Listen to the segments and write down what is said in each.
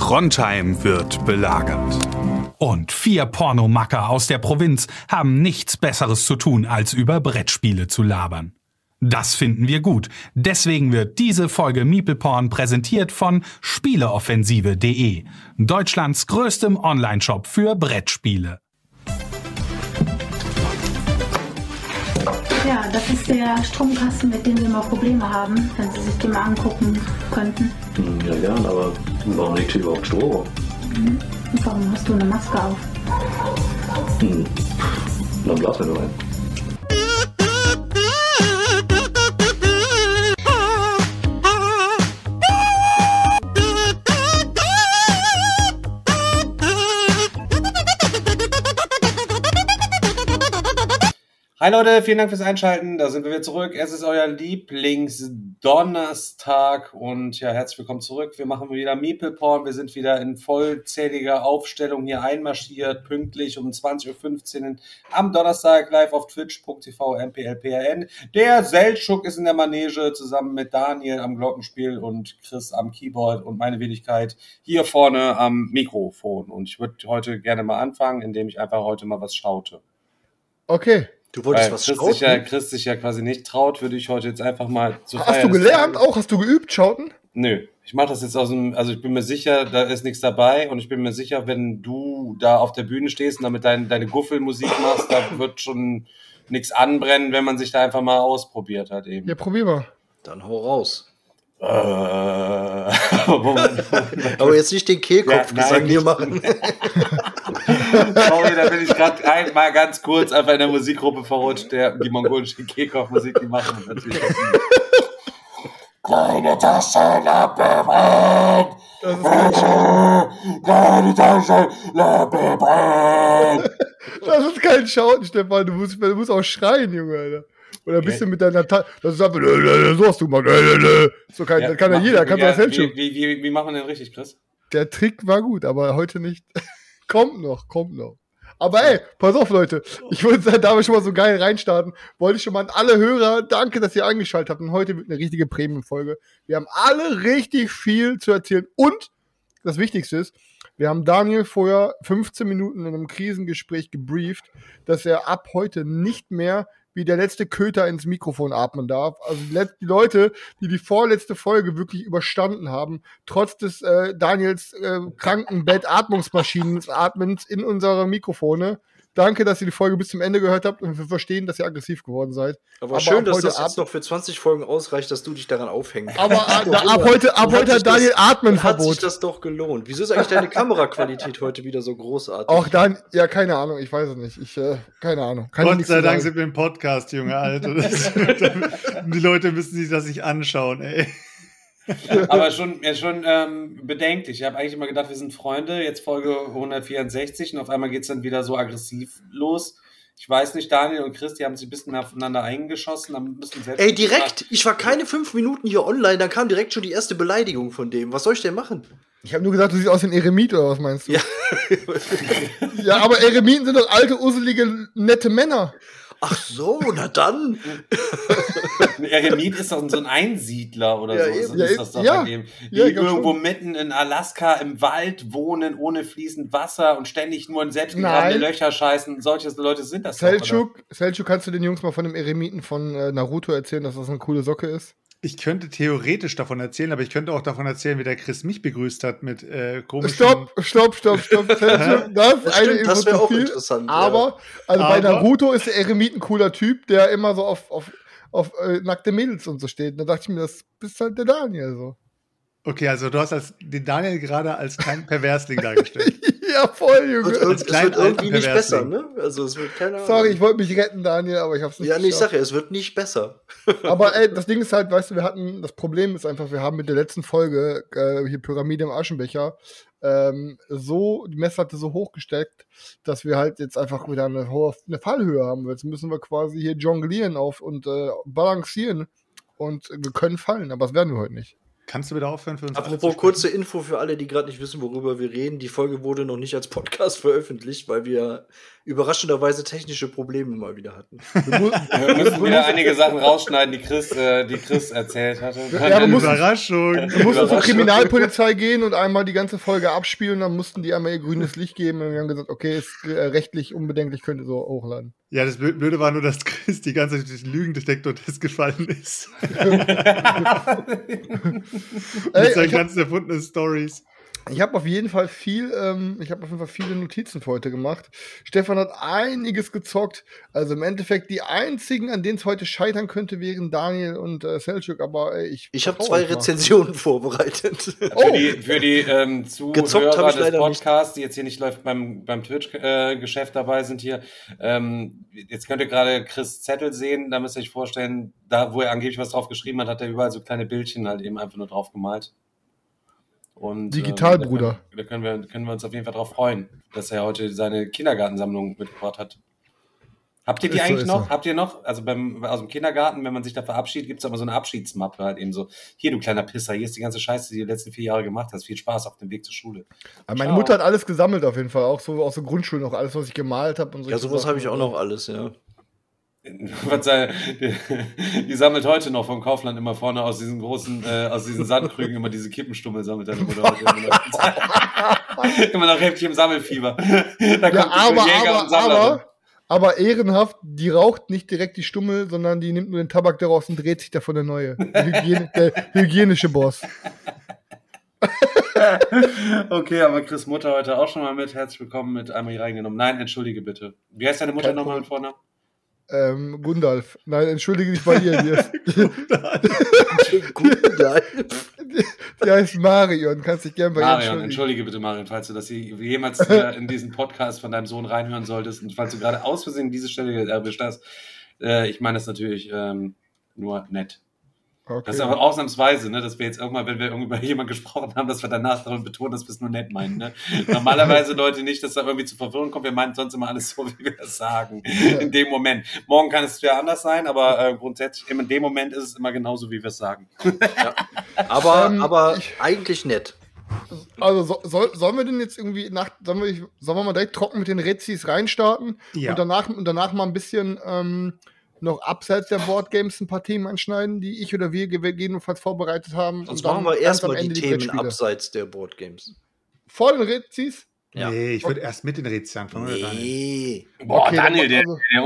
Trondheim wird belagert. Und 4 Pornomacker aus der Provinz haben nichts Besseres zu tun, als über Brettspiele zu labern. Das finden wir gut. Deswegen wird diese Folge MeeplePorn präsentiert von Spieleoffensive.de, Deutschlands größtem Onlineshop für Brettspiele. Ja, das ist der Stromkasten, mit dem wir mal Probleme haben, wenn Sie sich den mal angucken könnten. Ja, gern, aber warum liegt hier überhaupt Strom? Und warum hast du eine Maske auf? Dann blasen wir nur ein. Hi Leute, vielen Dank fürs Einschalten, da sind wir wieder zurück. Es ist euer Lieblingsdonnerstag und ja, herzlich willkommen zurück. Wir machen wieder MeeplePorn, wir sind wieder in vollzähliger Aufstellung hier einmarschiert, pünktlich um 20.15 Uhr am Donnerstag live auf twitch.tv MPLPRN. Der Seltschuk ist in der Manege zusammen mit Daniel am Glockenspiel und Chris am Keyboard und meine Wenigkeit hier vorne am Mikrofon. Und ich würde heute gerne mal anfangen, indem ich einfach heute mal was schaute. Okay. Du wolltest Weil was schauten? Chris sich ja quasi nicht traut, würde ich heute jetzt einfach mal zu feiern. Hast du gelernt auch? Hast du geübt, Schauten? Nö, ich mache das jetzt also ich bin mir sicher, da ist nichts dabei und ich bin mir sicher, wenn du da auf der Bühne stehst und damit deine Guffelmusik machst, da wird schon nichts anbrennen, wenn man sich da einfach mal ausprobiert hat eben. Ja, probier mal. Dann hau raus. Aber Aber jetzt nicht den Kehlkopfgesang hier machen. Sorry, da bin ich gerade einmal ganz kurz einfach in der Musikgruppe verrutscht, die mongolische Kehlkopfmusik, die machen wir natürlich. Kleine Taschenlampe brennt! Kleine Taschenlampe brennt! Das ist kein Schauten, Stefan. Du musst auch schreien, Junge, Alter. Oder bist du mit deiner das ist einfach, so hast du mal. So kann ja jeder, kann das Seltschuk. Wie machen wir denn richtig, Chris? Der Trick war gut, aber heute nicht. Kommt noch. Aber ey, pass auf, Leute. Ich würde sagen, da wir schon mal so geil reinstarten, wollte ich schon mal an alle Hörer, danke, dass ihr eingeschaltet habt. Und heute wird eine richtige Premium-Folge. Wir haben alle richtig viel zu erzählen. Und das Wichtigste ist, wir haben Daniel vorher 15 Minuten in einem Krisengespräch gebrieft, dass er ab heute nicht mehr wie der letzte Köter ins Mikrofon atmen darf. Also die Leute, die vorletzte Folge wirklich überstanden haben, trotz des Daniels Krankenbett-Atmungsmaschinen-Atmens in unsere Mikrofone. Danke, dass ihr die Folge bis zum Ende gehört habt und wir verstehen, dass ihr aggressiv geworden seid. Aber schön, dass das jetzt noch für 20 Folgen ausreicht, dass du dich daran aufhängst. Aber ab heute hat Daniel Atmenverbot. Hat sich das doch gelohnt. Wieso ist eigentlich deine Kameraqualität heute wieder so großartig? Auch dann, ja, keine Ahnung, ich weiß es nicht. Keine Ahnung. Gott sei Dank sind wir im Podcast, Junge, Alter. Die Leute müssen sich das nicht anschauen, ey. Aber schon bedenklich. Ich habe eigentlich immer gedacht, wir sind Freunde. Jetzt Folge 164 und auf einmal geht es dann wieder so aggressiv los. Ich weiß nicht, Daniel und Chris, die haben sich ein bisschen aufeinander eingeschossen. Ey, direkt. Ich war keine 5 Minuten hier online, dann kam direkt schon die erste Beleidigung von dem. Was soll ich denn machen? Ich habe nur gesagt, du siehst aus wie ein Eremit, oder was meinst du? Ja, ja, aber Eremiten sind doch alte, uselige, nette Männer. Ach so, na dann. Ein Eremit ist doch so ein Einsiedler oder Ja, so. eben. Ist das doch Ja, bei dem, die ja, ich glaub irgendwo schon. mitten in Alaska im Wald wohnen, ohne fließend Wasser und ständig nur in selbstgegrabene Nein. Löcher scheißen. Solche Leute sind das doch, oder? Seltschuk, kannst du den Jungs mal von dem Eremiten von Naruto erzählen, dass das eine coole Socke ist? Ich könnte theoretisch davon erzählen, aber ich könnte auch davon erzählen, wie der Chris mich begrüßt hat mit komischen... Stopp. Seltschuk, das ist eine Info das wäre zu auch viel. interessant. Aber, bei Naruto ist der Eremit ein cooler Typ, der immer so auf nackte Mädels und so steht. Und da dachte ich mir, das bist halt der Daniel so. Okay, also du hast den Daniel gerade als kleinen Perversling dargestellt. Ja, voll, Junge. Es wird irgendwie nicht besser, Perversling. ne? Also es wird keine Ahnung. Sorry, ich wollte mich retten, Daniel, aber ich hab's nicht Ja, nee, ich geschafft. sag ja, es wird nicht besser. Aber das Ding ist halt, weißt du, das Problem ist einfach, wir haben mit der letzten Folge, hier Pyramide im Aschenbecher, die Messlatte so hochgesteckt, dass wir halt jetzt einfach wieder eine Fallhöhe haben. Jetzt müssen wir quasi hier jonglieren und balancieren und wir können fallen, aber das werden wir heute nicht. Kannst du wieder aufhören für uns? Apropos kurze Info für alle, die gerade nicht wissen, worüber wir reden. Die Folge wurde noch nicht als Podcast veröffentlicht, weil wir überraschenderweise technische Probleme mal wieder hatten. Wir müssen wieder einige Sachen rausschneiden, die Chris erzählt hatte. Ja, aber Überraschung. Du musst zur Kriminalpolizei gehen und einmal die ganze Folge abspielen. Dann mussten die einmal ihr grünes Licht geben. Und wir haben gesagt, okay, ist rechtlich unbedenklich, könnt ihr so hochladen. Ja, das Blöde war nur, dass Chris die ganze Zeit durch den Lügendetektor-Test gefallen ist. Mit seinen ganzen erfundenen Stories. Ich habe auf jeden Fall viele Notizen für heute gemacht. Stefan hat einiges gezockt. Also im Endeffekt die einzigen, an denen es heute scheitern könnte, wären Daniel und Selçuk. Aber ich habe 2 Rezensionen vorbereitet. Für die Zuhörer des Podcasts, die jetzt hier nicht läuft beim Twitch-Geschäft dabei sind hier. Jetzt könnt ihr gerade Chris Zettel sehen. Da müsst ihr euch vorstellen, da wo er angeblich was drauf geschrieben hat, hat er überall so kleine Bildchen halt eben einfach nur drauf gemalt. Und, digital, Bruder. Da können wir uns auf jeden Fall drauf freuen, dass er heute seine Kindergartensammlung mitgebracht hat. Habt ihr die eigentlich noch? Habt ihr noch? Also aus dem Kindergarten, wenn man sich da verabschiedet, gibt es immer so eine Abschiedsmappe halt eben so. Hier, du kleiner Pisser, hier ist die ganze Scheiße, die du die letzten 4 Jahre gemacht hast. Viel Spaß auf dem Weg zur Schule. Aber meine Mutter hat alles gesammelt auf jeden Fall. Auch so aus der Grundschule noch. Alles, was ich gemalt habe und so. Ja, sowas habe ich auch noch alles, ja. Die sammelt heute noch vom Kaufland immer vorne aus diesen großen, aus diesen Sandkrügen immer diese Kippenstummel sammelt deine Mutter heute immer noch heftig im Sammelfieber. Da kommt Jäger und Sammler. Aber ehrenhaft, die raucht nicht direkt die Stummel, sondern die nimmt nur den Tabak daraus und dreht sich davon der neue. Der hygienische Boss. Okay, aber Chris Mutter heute auch schon mal mit. Herzlich willkommen mit einmal hier reingenommen. Nein, entschuldige bitte. Wie heißt deine Mutter nochmal mit Vornamen? Gundalf. Nein, entschuldige dich bei ihr. Gundalf. Die heißt Marion. Kannst dich gerne bei ihr entschuldigen. Entschuldige bitte, Marion, falls du das hier jemals in diesen Podcast von deinem Sohn reinhören solltest und falls du gerade aus Versehen diese Stelle erwischt hast. Ich meine das natürlich nur nett. Okay. Das ist aber ausnahmsweise, ne, dass wir jetzt irgendwann, wenn wir über jemanden gesprochen haben, dass wir danach daran betonen, dass wir es nur nett meinen. Ne? Normalerweise, Leute, nicht, dass da irgendwie zu Verwirrung kommt. Wir meinen sonst immer alles so, wie wir das sagen. Ja. In dem Moment. Morgen kann es ja anders sein, aber grundsätzlich in dem Moment ist es immer genauso, wie wir es sagen. Ja. Aber eigentlich nett. Also sollen wir denn jetzt irgendwie sollen wir mal direkt trocken mit den Rezis reinstarten? Ja. Und danach mal ein bisschen noch abseits der Boardgames ein paar Themen anschneiden, die ich oder wir gegebenenfalls vorbereitet haben. Sonst machen wir erstmal die Themen abseits der Boardgames. Vor den Rezis? Ja. Nee, ich würde erst mit den Rezis anfangen. Nee. Boah, okay, Daniel,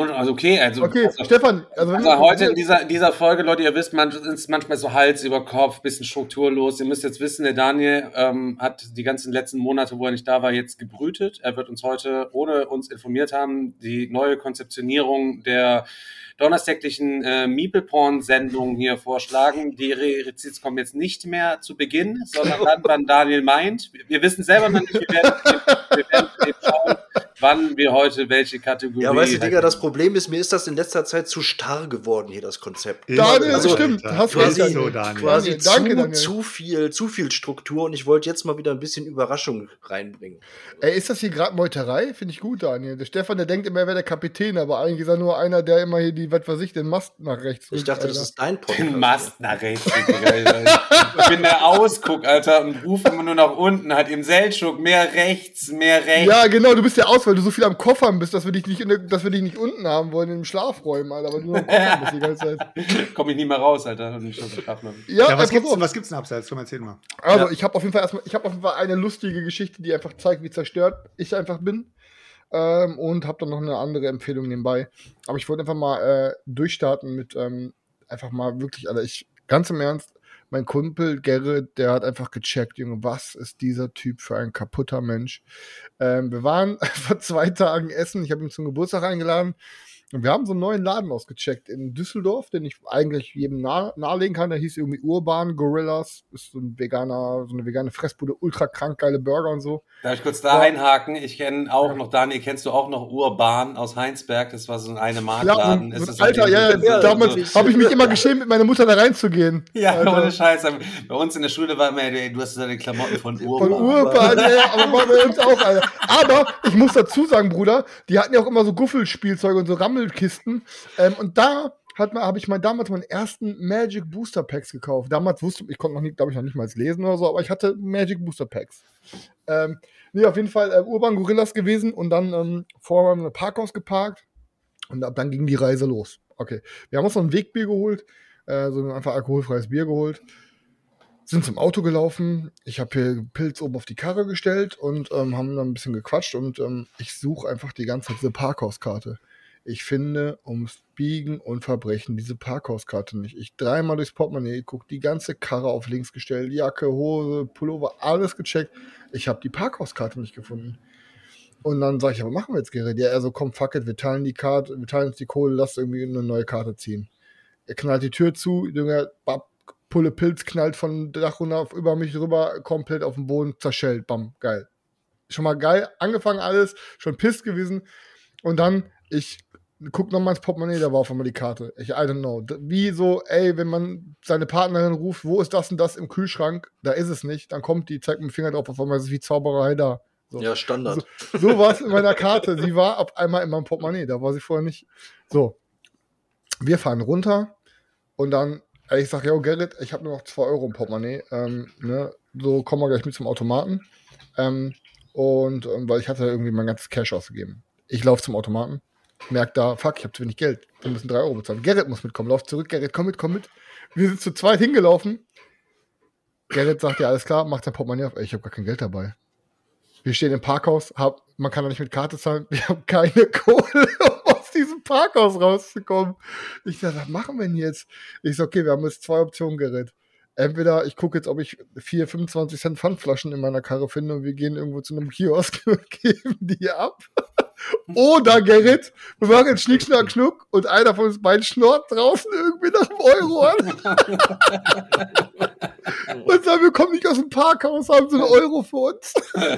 okay, Stefan. Also heute in dieser Folge, Leute, ihr wisst, ist manchmal so Hals über Kopf, bisschen strukturlos. Ihr müsst jetzt wissen, der Daniel hat die ganzen letzten Monate, wo er nicht da war, jetzt gebrütet. Er wird uns heute, ohne uns informiert haben, die neue Konzeptionierung der donnerstäglichen Meeple-Porn-Sendung hier vorschlagen. Die Rezits kommen jetzt nicht mehr zu Beginn, sondern dann, wann Daniel meint. Wir wissen selber noch nicht, wir werden schauen, wann wir heute welche Kategorie... Ja, weißt du, Digga, das Problem ist, mir ist das in letzter Zeit zu starr geworden, hier das Konzept. Daniel, also, stimmt. Hast quasi zu viel Struktur und ich wollte jetzt mal wieder ein bisschen Überraschung reinbringen. Ey, ist das hier gerade Meuterei? Finde ich gut, Daniel. Der Stefan, der denkt immer, er wäre der Kapitän, aber eigentlich ist er nur einer, der immer hier den Mast nach rechts rückt. Ich dachte, das ist dein Podcast. Den Mast nach rechts Ich bin der Ausguck, Alter, und rufe immer nur nach unten. Hat im Selçuk mehr rechts. Ja, genau, du bist ja aus, weil du so viel am Koffern bist, dass wir dich nicht unten haben wollen, in den Schlafräumen, Alter, weil du nur am Koffern bist die ganze Zeit. Komm ich nie mehr raus, Alter. Ja, was gibt's denn abseits? Komm, erzähl mal. Also, ich habe auf jeden Fall eine lustige Geschichte, die einfach zeigt, wie zerstört ich einfach bin. Und habe dann noch eine andere Empfehlung nebenbei. Aber ich wollte einfach mal durchstarten mit einfach mal wirklich, Alter, ganz im Ernst, mein Kumpel Gerrit, der hat einfach gecheckt, Junge, was ist dieser Typ für ein kaputter Mensch? Wir waren vor 2 Tagen essen, ich habe ihn zum Geburtstag eingeladen und wir haben so einen neuen Laden ausgecheckt in Düsseldorf, den ich eigentlich jedem nahelegen kann. Der hieß irgendwie Urban Gorillas, ist so eine vegane Fressbude, ultra krank, geile Burger und so. Darf ich kurz da einhaken? Ich kenne auch noch, Daniel, kennst du auch noch Urban aus Heinsberg? Das war so eine Marktladen. Ja, Alter, damals habe ich mich immer geschämt, mit meiner Mutter da reinzugehen. Ja, Alter. Ohne Scheiß. Bei uns in der Schule war immer, du hast deine Klamotten von Urban. Von Urban, ja, aber bei uns auch, Alter. Aber ich muss dazu sagen, Bruder, die hatten ja auch immer so Guffelspielzeuge und so Rammelkisten. Und da habe ich damals meinen ersten Magic Booster Packs gekauft. Damals ich konnte noch nicht, glaube ich, noch nicht mal lesen oder so, aber ich hatte Magic Booster Packs. Nee, auf jeden Fall Urban Gorillas gewesen und dann vorher im Parkhaus geparkt und ab dann ging die Reise los. Okay, wir haben uns noch ein Wegbier geholt, so einfach alkoholfreies Bier geholt, sind zum Auto gelaufen, ich habe hier Pilz oben auf die Karre gestellt und haben dann ein bisschen gequatscht und ich suche einfach die ganze Zeit diese Parkhauskarte. Ich finde ums Biegen und Verbrechen diese Parkhauskarte nicht. Ich dreimal durchs Portemonnaie, gucke die ganze Karre auf links gestellt, Jacke, Hose, Pullover, alles gecheckt. Ich habe die Parkhauskarte nicht gefunden. Und dann sage ich, aber machen wir jetzt, Gerrit? Ja, er so, komm, fuck it, wir teilen die Karte, wir teilen uns die Kohle, lass irgendwie eine neue Karte ziehen. Er knallt die Tür zu, Junge, Pulle Pilz knallt von Dach runter über mich rüber, komplett auf den Boden, zerschellt, bam, geil. Schon mal geil, angefangen alles, schon pisst gewesen. Und dann, ich guck nochmal ins Portemonnaie, da war auf einmal die Karte. I don't know. Wie so, ey, wenn man seine Partnerin ruft, wo ist das und das im Kühlschrank? Da ist es nicht. Dann kommt die, zeigt mit dem Finger drauf, auf einmal ist es wie Zauberei da. So. Ja, Standard. So war es in meiner Karte. Sie war auf einmal in meinem Portemonnaie, da war sie vorher nicht. So. Wir fahren runter und dann, ich sag, yo, Gerrit, ich habe nur noch 2 Euro im Portemonnaie. So, kommen wir gleich mit zum Automaten. Weil ich hatte irgendwie mein ganzes Cash ausgegeben. Ich laufe zum Automaten. Merkt da, fuck, ich habe zu wenig Geld. Wir müssen 3 Euro bezahlen. Gerrit muss mitkommen. Lauf zurück, Gerrit, komm mit. Wir sind zu zweit hingelaufen. Gerrit sagt, ja, alles klar, macht sein Portemonnaie auf. Ey, ich habe gar kein Geld dabei. Wir stehen im Parkhaus, man kann da nicht mit Karte zahlen. Wir haben keine Kohle, um aus diesem Parkhaus rauszukommen. Ich sag, was machen wir denn jetzt? Ich sag, okay, wir haben jetzt 2 Optionen, Gerrit. Entweder ich gucke jetzt, ob ich 4 25 Cent Pfandflaschen in meiner Karre finde und wir gehen irgendwo zu einem Kiosk und geben die ab. Oder, Gerrit, wir machen jetzt Schnick, Schnack, Schnuck und einer von uns beiden schnurrt draußen irgendwie nach einem Euro an. Und sagen, wir kommen nicht aus dem Parkhaus, haben so einen Euro für uns.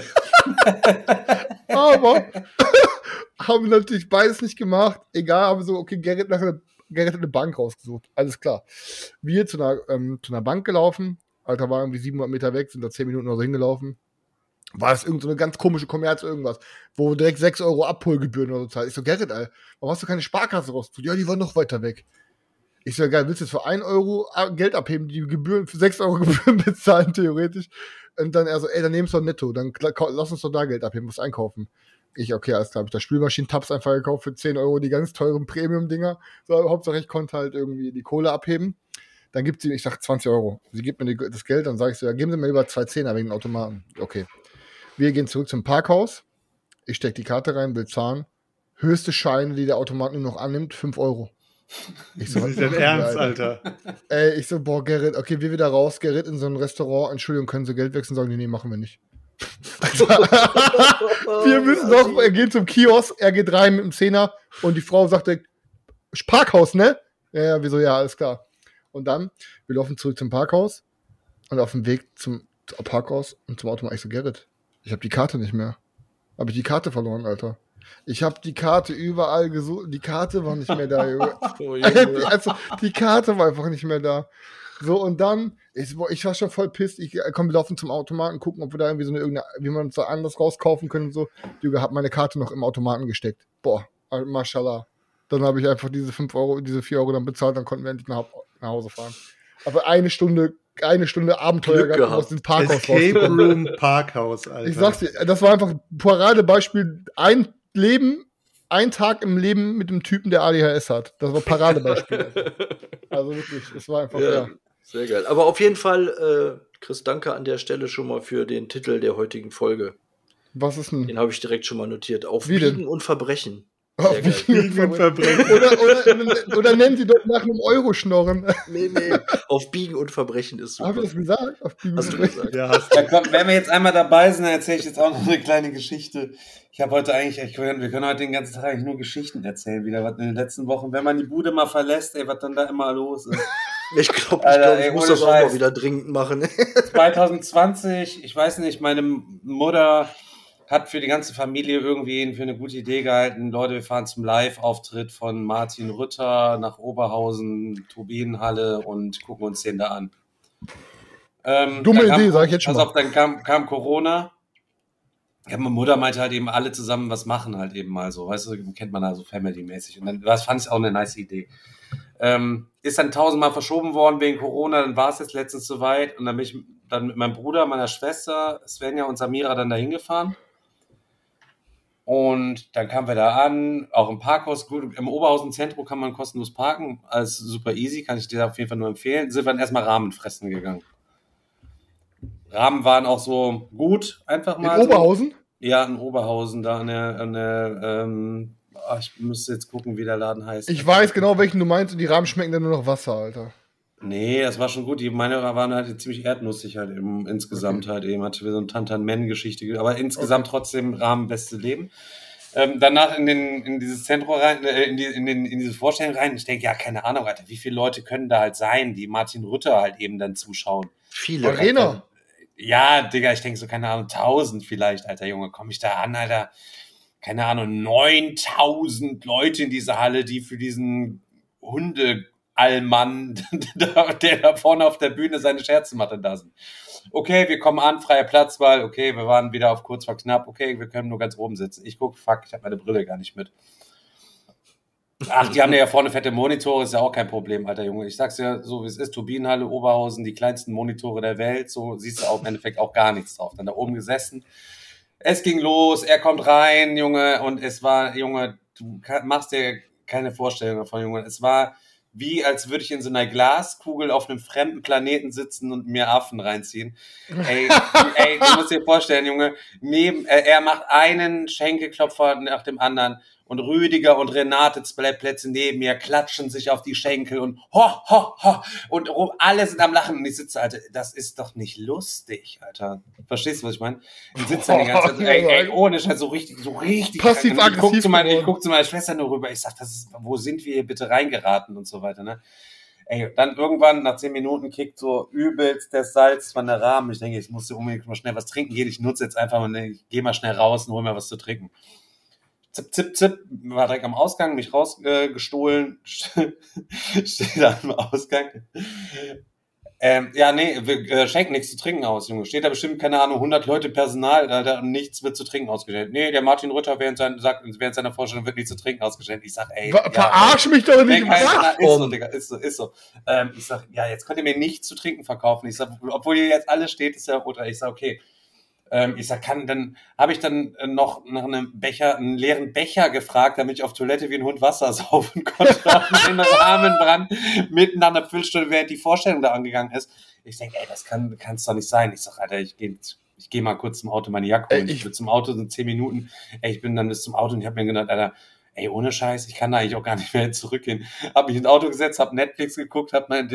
Aber haben natürlich beides nicht gemacht. Egal, haben so, okay, Gerrit hat eine Bank rausgesucht. Alles klar. Wir zu einer Bank gelaufen. Alter, war irgendwie 700 Meter weg, sind da 10 Minuten oder so hingelaufen. War das irgend so eine ganz komische Kommerz irgendwas, wo direkt 6 Euro Abholgebühren oder so zahlt. Ich so, Gerrit, Alter, warum hast du keine Sparkasse rausgesucht? Ja, die war noch weiter weg. Ich so, ja, geil, willst du jetzt für 1 Euro Geld abheben, die Gebühren, für 6 Euro Gebühren bezahlen, theoretisch? Und dann er so, ey, dann nehm's doch netto, dann lass uns doch da Geld abheben, was einkaufen. Ich, okay, alles klar, hab ich da Spülmaschinen-Tabs einfach gekauft für 10 Euro, die ganz teuren Premium-Dinger. So, Hauptsache ich konnte halt irgendwie die Kohle abheben. Dann gibt sie, ich sag 20 Euro. Sie gibt mir das Geld, dann sage ich so, ja, geben Sie mir lieber 2 Zehner wegen dem Automaten. Okay. Wir gehen zurück zum Parkhaus. Ich stecke die Karte rein, will zahlen. Höchste Scheine, die der Automat nur noch annimmt, 5 Euro. Ich so, Das ist dein Ernst, Alter. Ey, ich so, boah, Gerrit, okay, wir wieder raus, Gerrit in so ein Restaurant, Entschuldigung, können Sie Geld wechseln? Sagen die, nee, machen wir nicht. Wir müssen doch, er geht zum Kiosk, er geht rein mit dem Zehner und die Frau sagt direkt, Parkhaus, ne? Ja, wieso, ja, alles klar. Und dann, wir laufen zurück zum Parkhaus und auf dem Weg zum Parkhaus und zum Automat, ich so, Gerrit, ich habe die Karte nicht mehr. Habe ich die Karte verloren, Alter. Ich habe die Karte überall gesucht. Die Karte war nicht mehr da, Junge. Also, die Karte war einfach nicht mehr da. So, und dann, ich war schon voll pisst. Wir laufen zum Automaten, gucken, ob wir da irgendwie wie man uns da anders rauskaufen können und so. Junge, hab meine Karte noch im Automaten gesteckt. Boah, mashallah. Dann habe ich einfach diese 5 Euro, diese 4 Euro dann bezahlt, dann konnten wir endlich nach Hause fahren. Aber eine Stunde Abenteuer gehabt, aus dem Parkhaus rauszukommen. Escape Room Parkhaus, Alter. Ich sag's dir, das war einfach ein Paradebeispiel. Ein Tag im Leben mit einem Typen, der ADHS hat. Das war Paradebeispiel. Also wirklich, es war einfach, ja. Sehr geil. Aber auf jeden Fall, Chris, danke an der Stelle schon mal für den Titel der heutigen Folge. Was ist denn? Den habe ich direkt schon mal notiert. Auf Wie Biegen denn? und Verbrechen. Auf Biegen und Verbrechen. Oder nennen Sie doch nach einem Euro-Schnorren. Nee. Auf Biegen und Verbrechen ist super. Hab ich das gesagt? Auf Biegen Hast und du gesagt? Ja, hast Ja, komm, wenn wir jetzt einmal dabei sind, dann erzähle ich jetzt auch noch eine kleine Geschichte. Ich habe heute wir können heute den ganzen Tag eigentlich nur Geschichten erzählen, wieder was in den letzten Wochen. Wenn man die Bude mal verlässt, ey, was dann da immer los ist. Ich glaube, ich muss ohne das auch Scheiß. mal wieder dringend machen. 2020, ich weiß nicht, meine Mutter hat für die ganze Familie irgendwie für eine gute Idee gehalten. Leute, wir fahren zum Live-Auftritt von Martin Rütter nach Oberhausen, Turbinenhalle und gucken uns den da an. Dumme Idee, sag ich jetzt schon mal. mal. Dann kam Corona. Ja, meine Mutter meinte halt eben, alle zusammen was machen halt eben mal so. Weißt du, kennt man da so Family-mäßig. Und dann fand ich auch eine nice Idee. Ist dann 1000-mal verschoben worden wegen Corona, dann war es jetzt letztens soweit und dann bin ich dann mit meinem Bruder, meiner Schwester, Svenja und Samira dann dahin gefahren. Und dann kamen wir da an, auch im Parkhaus, gut, im Oberhausen-Zentrum kann man kostenlos parken, also super easy, kann ich dir auf jeden Fall nur empfehlen. Sind wir dann erstmal Ramen fressen gegangen. Ramen waren auch so gut, einfach mal. In Oberhausen? Ja, in Oberhausen, da ich müsste jetzt gucken, wie der Laden heißt. Ich weiß genau, welchen du meinst und die Rahmen schmecken dann nur noch Wasser, Alter. Nee, das war schon gut. Meine waren halt ziemlich erdnussig halt insgesamt halt eben. Hatte so eine Tantan-Men-Geschichte, aber insgesamt trotzdem Rahmen beste Leben. Danach in dieses Zentrum rein, in diese Vorstellung rein. Ich denke, ja, keine Ahnung, Alter, wie viele Leute können da halt sein, die Martin Rütter halt eben dann zuschauen? Viele. Arena. Ja, Digga, ich denke so, keine Ahnung, 1000 vielleicht, Alter Junge. Komme ich da an, Alter? Keine Ahnung, 9000 Leute in dieser Halle, die für diesen Hundeallmann, der da vorne auf der Bühne seine Scherze macht, da sind. Okay, wir kommen an, freie Platzwahl. Okay, wir waren wieder auf kurz vor knapp. Okay, wir können nur ganz oben sitzen. Ich gucke, fuck, ich habe meine Brille gar nicht mit. Ach, die haben ja vorne fette Monitore, ist ja auch kein Problem, alter Junge. Ich sag's ja so, wie es ist, Turbinenhalle, Oberhausen, die kleinsten Monitore der Welt, so siehst du auch im Endeffekt auch gar nichts drauf. Dann da oben gesessen, es ging los, er kommt rein, Junge, und es war, Junge, du machst dir keine Vorstellung davon, Junge. Es war wie, als würde ich in so einer Glaskugel auf einem fremden Planeten sitzen und mir Affen reinziehen. Ey, du musst dir vorstellen, Junge, er macht einen Schenkelklopfer nach dem anderen und Rüdiger und Renate, zwei Plätze neben mir, klatschen sich auf die Schenkel und und alle sind am Lachen und ich sitze, Alter, das ist doch nicht lustig, Alter. Verstehst du, was ich meine? Ich sitze da die ganze Zeit, ey, ohne Scheiß, so richtig. Passiv-aggressiv. Ich guck zu meiner Schwester nur rüber, ich sag, wo sind wir hier bitte reingeraten und so weiter, ne? Ey, dann irgendwann nach 10 Minuten kickt so übelst der Salz von der Rahmen. Ich denke, ich muss hier unbedingt mal schnell was trinken gehen. Ich nutze jetzt einfach mal, ich gehe mal schnell raus und hol mir was zu trinken. Zip, zip, zip, war direkt am Ausgang, mich rausgestohlen, stehe da am Ausgang. Wir schenken nichts zu trinken aus, Junge. Steht da bestimmt, keine Ahnung, 100 Leute Personal, Alter, und nichts wird zu trinken ausgestellt. Nee, der Martin Rütter während seiner Vorstellung wird nichts zu trinken ausgestellt. Ich sag, ey. Verarsch mich doch nicht. Ist so, Digga, ist so. Ich sag, ja, jetzt könnt ihr mir nichts zu trinken verkaufen. Ich sag, obwohl ihr jetzt alle steht, ist ja Rütter. Ich sag, okay. Ich sag, habe ich dann noch nach einen leeren Becher gefragt, damit ich auf Toilette wie ein Hund Wasser saufen konnte, auf den Rahmenbrand, mitten nach einer Viertelstunde, während die Vorstellung da angegangen ist. Ich denke, ey, das kann's doch nicht sein. Ich sag, Alter, ich geh mal kurz zum Auto meine Jacke holen. Ich bin zum Auto, sind 10 Minuten. Ey, ich bin dann bis zum Auto und ich habe mir gedacht, Alter, ey, ohne Scheiß, ich kann da eigentlich auch gar nicht mehr zurückgehen. Hab mich ins Auto gesetzt, hab Netflix geguckt,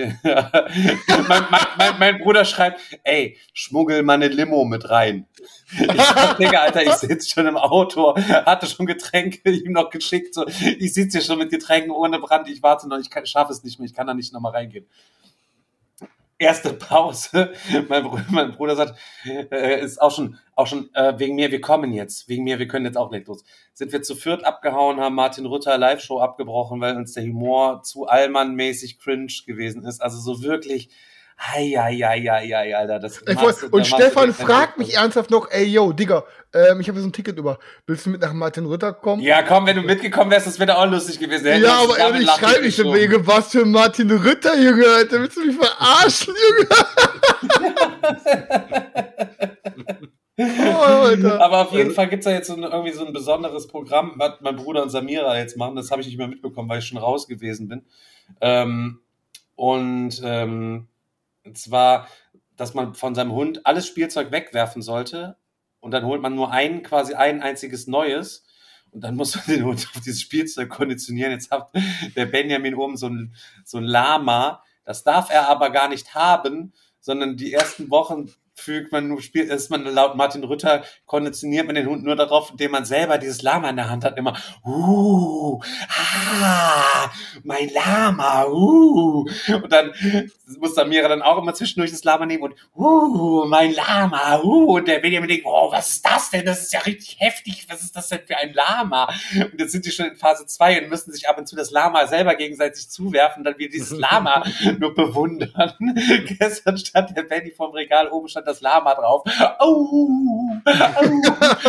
mein Bruder schreibt, ey, schmuggel mal eine Limo mit rein. Ich sag, Digga, Alter, ich sitze schon im Auto, hatte schon Getränke ihm noch geschickt, so, ich sitze hier schon mit Getränken ohne Brand, ich warte noch, ich schaffe es nicht mehr, ich kann da nicht nochmal reingehen. Erste Pause. Mein Bruder sagt, ist auch schon wegen mir, wir kommen jetzt. Wegen mir, wir können jetzt auch nicht los. Sind wir zu viert abgehauen, haben Martin Rütter Live-Show abgebrochen, weil uns der Humor zu Allmann-mäßig cringe gewesen ist. Also so wirklich, Alter. Und Stefan fragt mich ernsthaft noch, ey, yo, Digga, ich habe jetzt ein Ticket über. Willst du mit nach Martin Rütter kommen? Ja, komm, wenn du mitgekommen wärst, das wäre auch lustig gewesen. Ja, aber ehrlich, schreib mich so, Junge, was für Martin Rütter, Junge, Alter, willst du mich verarschen, Junge? Alter. Aber auf jeden Fall gibt's da jetzt irgendwie so ein besonderes Programm, was mein Bruder und Samira jetzt machen. Das habe ich nicht mehr mitbekommen, weil ich schon raus gewesen bin. Und zwar, dass man von seinem Hund alles Spielzeug wegwerfen sollte und dann holt man nur ein einziges Neues und dann muss man den Hund auf dieses Spielzeug konditionieren. Jetzt hat der Benjamin oben so ein Lama, das darf er aber gar nicht haben, sondern die ersten Wochen ist man laut Martin Rütter, konditioniert man den Hund nur darauf, indem man selber dieses Lama in der Hand hat, immer, mein Lama, und dann muss Samira dann auch immer zwischendurch das Lama nehmen und, mein Lama, und der Benjamin denkt, was ist das denn? Das ist ja richtig heftig, was ist das denn für ein Lama? Und jetzt sind die schon in Phase 2 und müssen sich ab und zu das Lama selber gegenseitig zuwerfen, dann wieder dieses Lama nur bewundern. Gestern stand der Benny vorm Regal, oben stand das Lama drauf.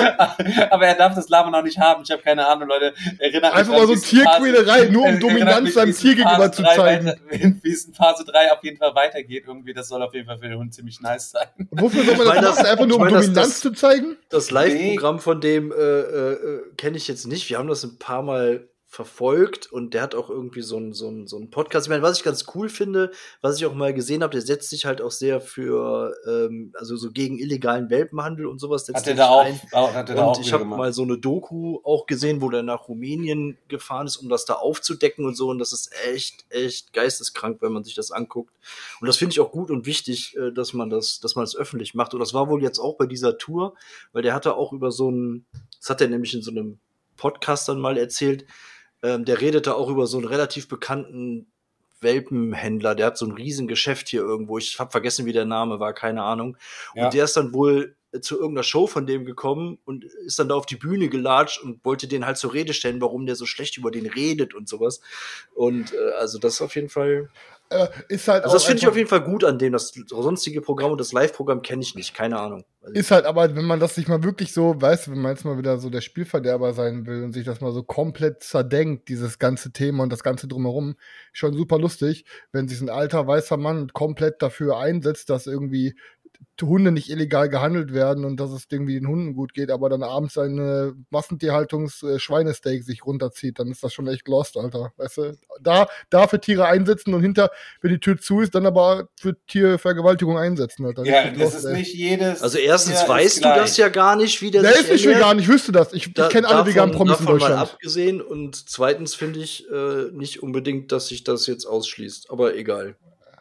Aber er darf das Lama noch nicht haben. Ich habe keine Ahnung, Leute. Erinnert Einfach mal so Tierquälerei, nur um Dominanz seinem Tier gegenüber zu zeigen. Wie es in Phase 3 auf jeden Fall weitergeht. Irgendwie, das soll auf jeden Fall für den Hund ziemlich nice sein. Wofür soll man das machen? Einfach nur um Dominanz zu zeigen? Das Live-Programm von dem kenne ich jetzt nicht. Wir haben das ein paar Mal verfolgt und der hat auch irgendwie so einen Podcast. Ich meine, was ich ganz cool finde, was ich auch mal gesehen habe, der setzt sich halt auch sehr für, also so gegen illegalen Welpenhandel und sowas. Hat er da auch ich habe mal so eine Doku auch gesehen, wo der nach Rumänien gefahren ist, um das da aufzudecken und so. Und das ist echt geisteskrank, wenn man sich das anguckt. Und das finde ich auch gut und wichtig, dass man das öffentlich macht. Und das war wohl jetzt auch bei dieser Tour, weil der hatte auch über das hat er nämlich in so einem Podcast dann mal erzählt, der redete auch über so einen relativ bekannten Welpenhändler, der hat so ein riesen Geschäft hier irgendwo, ich habe vergessen, wie der Name war, keine Ahnung. Ja. Und der ist dann wohl zu irgendeiner Show von dem gekommen und ist dann da auf die Bühne gelatscht und wollte den halt zur Rede stellen, warum der so schlecht über den redet und sowas. Und also das ist auf jeden Fall... Ist halt also das finde ich auf jeden Fall gut an dem. Das sonstige Programm und das Live-Programm kenne ich nicht, keine Ahnung. Ist halt aber, wenn man das sich mal wirklich so, weißt du, wenn man jetzt mal wieder so der Spielverderber sein will und sich das mal so komplett zerdenkt, dieses ganze Thema und das Ganze drumherum, schon super lustig, wenn sich ein alter weißer Mann komplett dafür einsetzt, dass irgendwie Hunde nicht illegal gehandelt werden und dass es irgendwie den Hunden gut geht, aber dann abends eine Massentierhaltungs-Schweinesteak sich runterzieht, dann ist das schon echt lost, Alter. Weißt du? Da für Tiere einsetzen und hinter, wenn die Tür zu ist, dann aber für Tiervergewaltigung einsetzen, Alter. Ja, das ist nicht jedes. Also erstens weißt du das ja gar nicht, wie der sich ist nicht vegan, ich wüsste das. Ich kenne alle veganen Promis in Deutschland. Mal abgesehen und zweitens finde ich nicht unbedingt, dass sich das jetzt ausschließt, aber egal.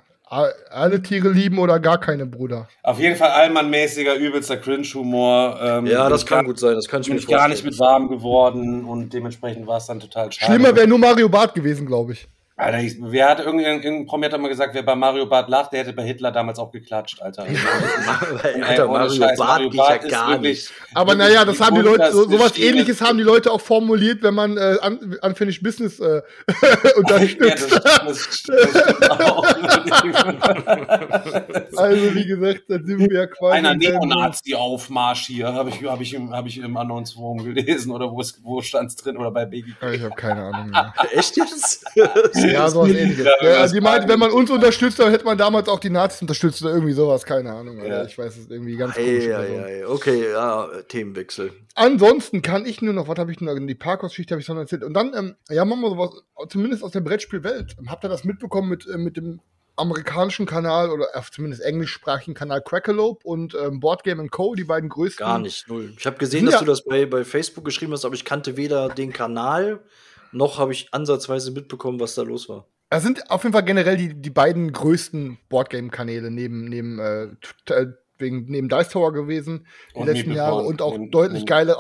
Alle Tiere lieben oder gar keine, Bruder. Auf jeden Fall allmannmäßiger, übelster Cringe-Humor. Ja, das kann gut sein, das kann ich mir vorstellen. Gar nicht mit warm geworden und dementsprechend war es dann total schade. Schlimmer wäre nur Mario Barth gewesen, glaube ich. Alter, wer hat irgendein Promi hat mal gesagt, wer bei Mario Barth lacht, der hätte bei Hitler damals auch geklatscht, Alter. Alter, Mario Barth geht ja gar nicht. Aber naja, das haben die Leute, sowas Ähnliches haben die Leute auch formuliert, wenn man Unfinished Business unterstützt. Ja, das stimmt auch. Also wie gesagt, da sind wir ja quasi. Einer Neonazi-Aufmarsch hier, habe ich im Annonsforum gelesen, oder wo stand's drin, oder bei Baby. Ich habe keine Ahnung mehr. Echt jetzt? Ja, sowas Ähnliches. Ja, die meint, wenn man uns unterstützt, dann hätte man damals auch die Nazis unterstützt oder irgendwie sowas, keine Ahnung. Ja. Ich weiß es irgendwie ganz komisch. Okay, ja, Themenwechsel. Ansonsten kann ich nur noch, was habe ich noch, die Parkhaus-Geschichte habe ich schon erzählt. Und dann, machen wir sowas, zumindest aus der Brettspielwelt. Habt ihr das mitbekommen mit dem amerikanischen Kanal oder zumindest englischsprachigen Kanal Crackalope und Boardgame & Co., die beiden größten? Gar nicht, null. Ich habe gesehen, dass du das bei Facebook geschrieben hast, aber ich kannte weder den Kanal, noch habe ich ansatzweise mitbekommen, was da los war. Das sind auf jeden Fall generell die beiden größten Boardgame-Kanäle neben Dice Tower gewesen die letzten Jahre und auch deutlich geileren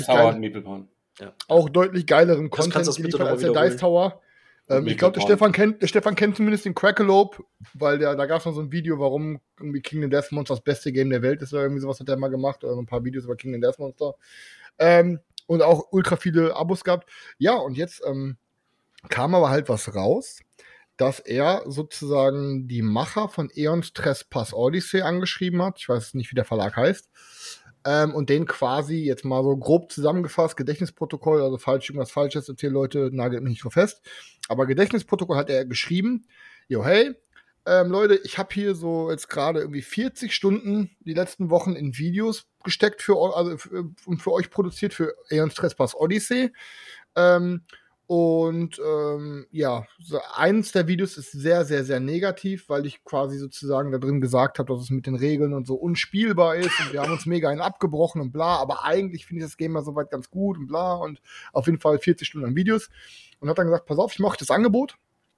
Content geliefert als der Dice Tower. Ich glaube, der Stefan kennt zumindest den Crackalope, weil da gab es noch so ein Video, warum irgendwie King of Death Monster das beste Game der Welt ist oder irgendwie sowas hat er mal gemacht oder so ein paar Videos über King of Death Monster. Und auch ultra viele Abos gehabt. Ja, und jetzt kam aber halt was raus, dass er sozusagen die Macher von Aeons Trespass Odyssey angeschrieben hat. Ich weiß nicht, wie der Verlag heißt. Und den quasi jetzt mal so grob zusammengefasst, Gedächtnisprotokoll, also irgendwas Falsches erzählt, Leute, nagelt mich nicht so fest. Aber Gedächtnisprotokoll hat er geschrieben. Hey, Leute, ich habe hier so jetzt gerade irgendwie 40 Stunden die letzten Wochen in Videos gesteckt für euch produziert für Aeons Trespass Odyssey. Eins der Videos ist sehr, sehr, sehr negativ, weil ich quasi sozusagen da drin gesagt habe, dass es mit den Regeln und so unspielbar ist und wir haben uns mega einen abgebrochen und bla, aber eigentlich finde ich das Game mal soweit ganz gut und bla und auf jeden Fall 40 Stunden an Videos und hat dann gesagt, pass auf, ich mache euch das Angebot.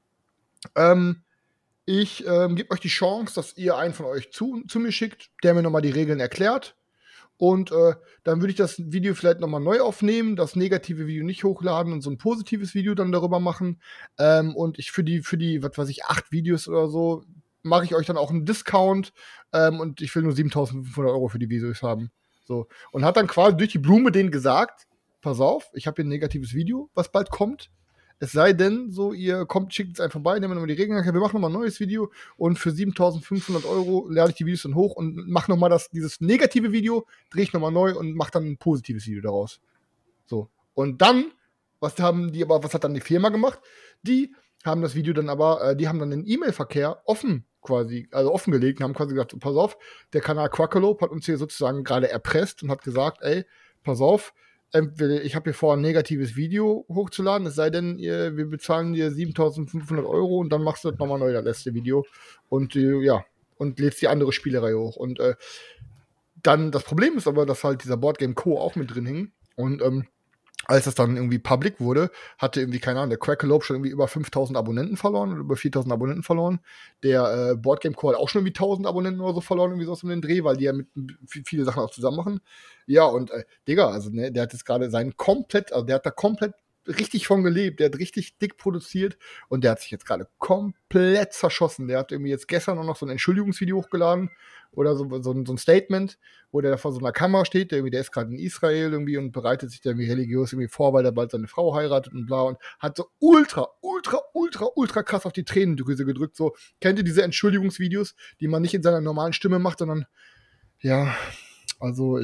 Ich gebe euch die Chance, dass ihr einen von euch zu mir schickt, der mir nochmal die Regeln erklärt. Und dann würde ich das Video vielleicht nochmal neu aufnehmen, das negative Video nicht hochladen und so ein positives Video dann darüber machen. Und ich für die, was weiß ich, 8 Videos oder so, mache ich euch dann auch einen Discount. Und ich will nur 7.500 Euro für die Videos haben. So. Und hat dann quasi durch die Blume denen gesagt, pass auf, ich habe hier ein negatives Video, was bald kommt. Es sei denn, so, ihr kommt, schickt es einfach vorbei, nehmen wir nochmal die Regeln, wir machen nochmal ein neues Video und für 7.500 € lade ich die Videos dann hoch und mache nochmal dieses negative Video, drehe ich nochmal neu und mache dann ein positives Video daraus. So. Und dann, was hat dann die Firma gemacht? Die haben das Video dann aber, die haben dann den E-Mail-Verkehr offengelegt und haben quasi gesagt, pass auf, der Kanal Quackalope hat uns hier sozusagen gerade erpresst und hat gesagt, ey, pass auf, ich habe hier vor, ein negatives Video hochzuladen, es sei denn, wir bezahlen dir 7.500 € und dann machst du das nochmal neu, das letzte Video und und lädst die andere Spielerei hoch. Und dann, das Problem ist aber, dass halt dieser Boardgame Co. auch mit drin hing und als das dann irgendwie public wurde, hatte irgendwie, keine Ahnung, der Quackalope schon irgendwie über 5.000 Abonnenten verloren oder über 4.000 Abonnenten verloren. Der Boardgame Co. hat auch schon irgendwie 1.000 Abonnenten oder so verloren, irgendwie so aus dem Dreh, weil die ja mit viele Sachen auch zusammen machen. Ja, und Digga, also ne, der hat jetzt gerade der hat da komplett richtig von gelebt, der hat richtig dick produziert und der hat sich jetzt gerade komplett zerschossen. Der hat irgendwie jetzt gestern auch noch so ein Entschuldigungsvideo hochgeladen oder so ein Statement, wo der da vor so einer Kamera steht, der ist gerade in Israel irgendwie und bereitet sich da irgendwie religiös irgendwie vor, weil er bald seine Frau heiratet und bla und hat so ultra krass auf die Tränendrüse gedrückt. So, kennt ihr diese Entschuldigungsvideos, die man nicht in seiner normalen Stimme macht, sondern ja, also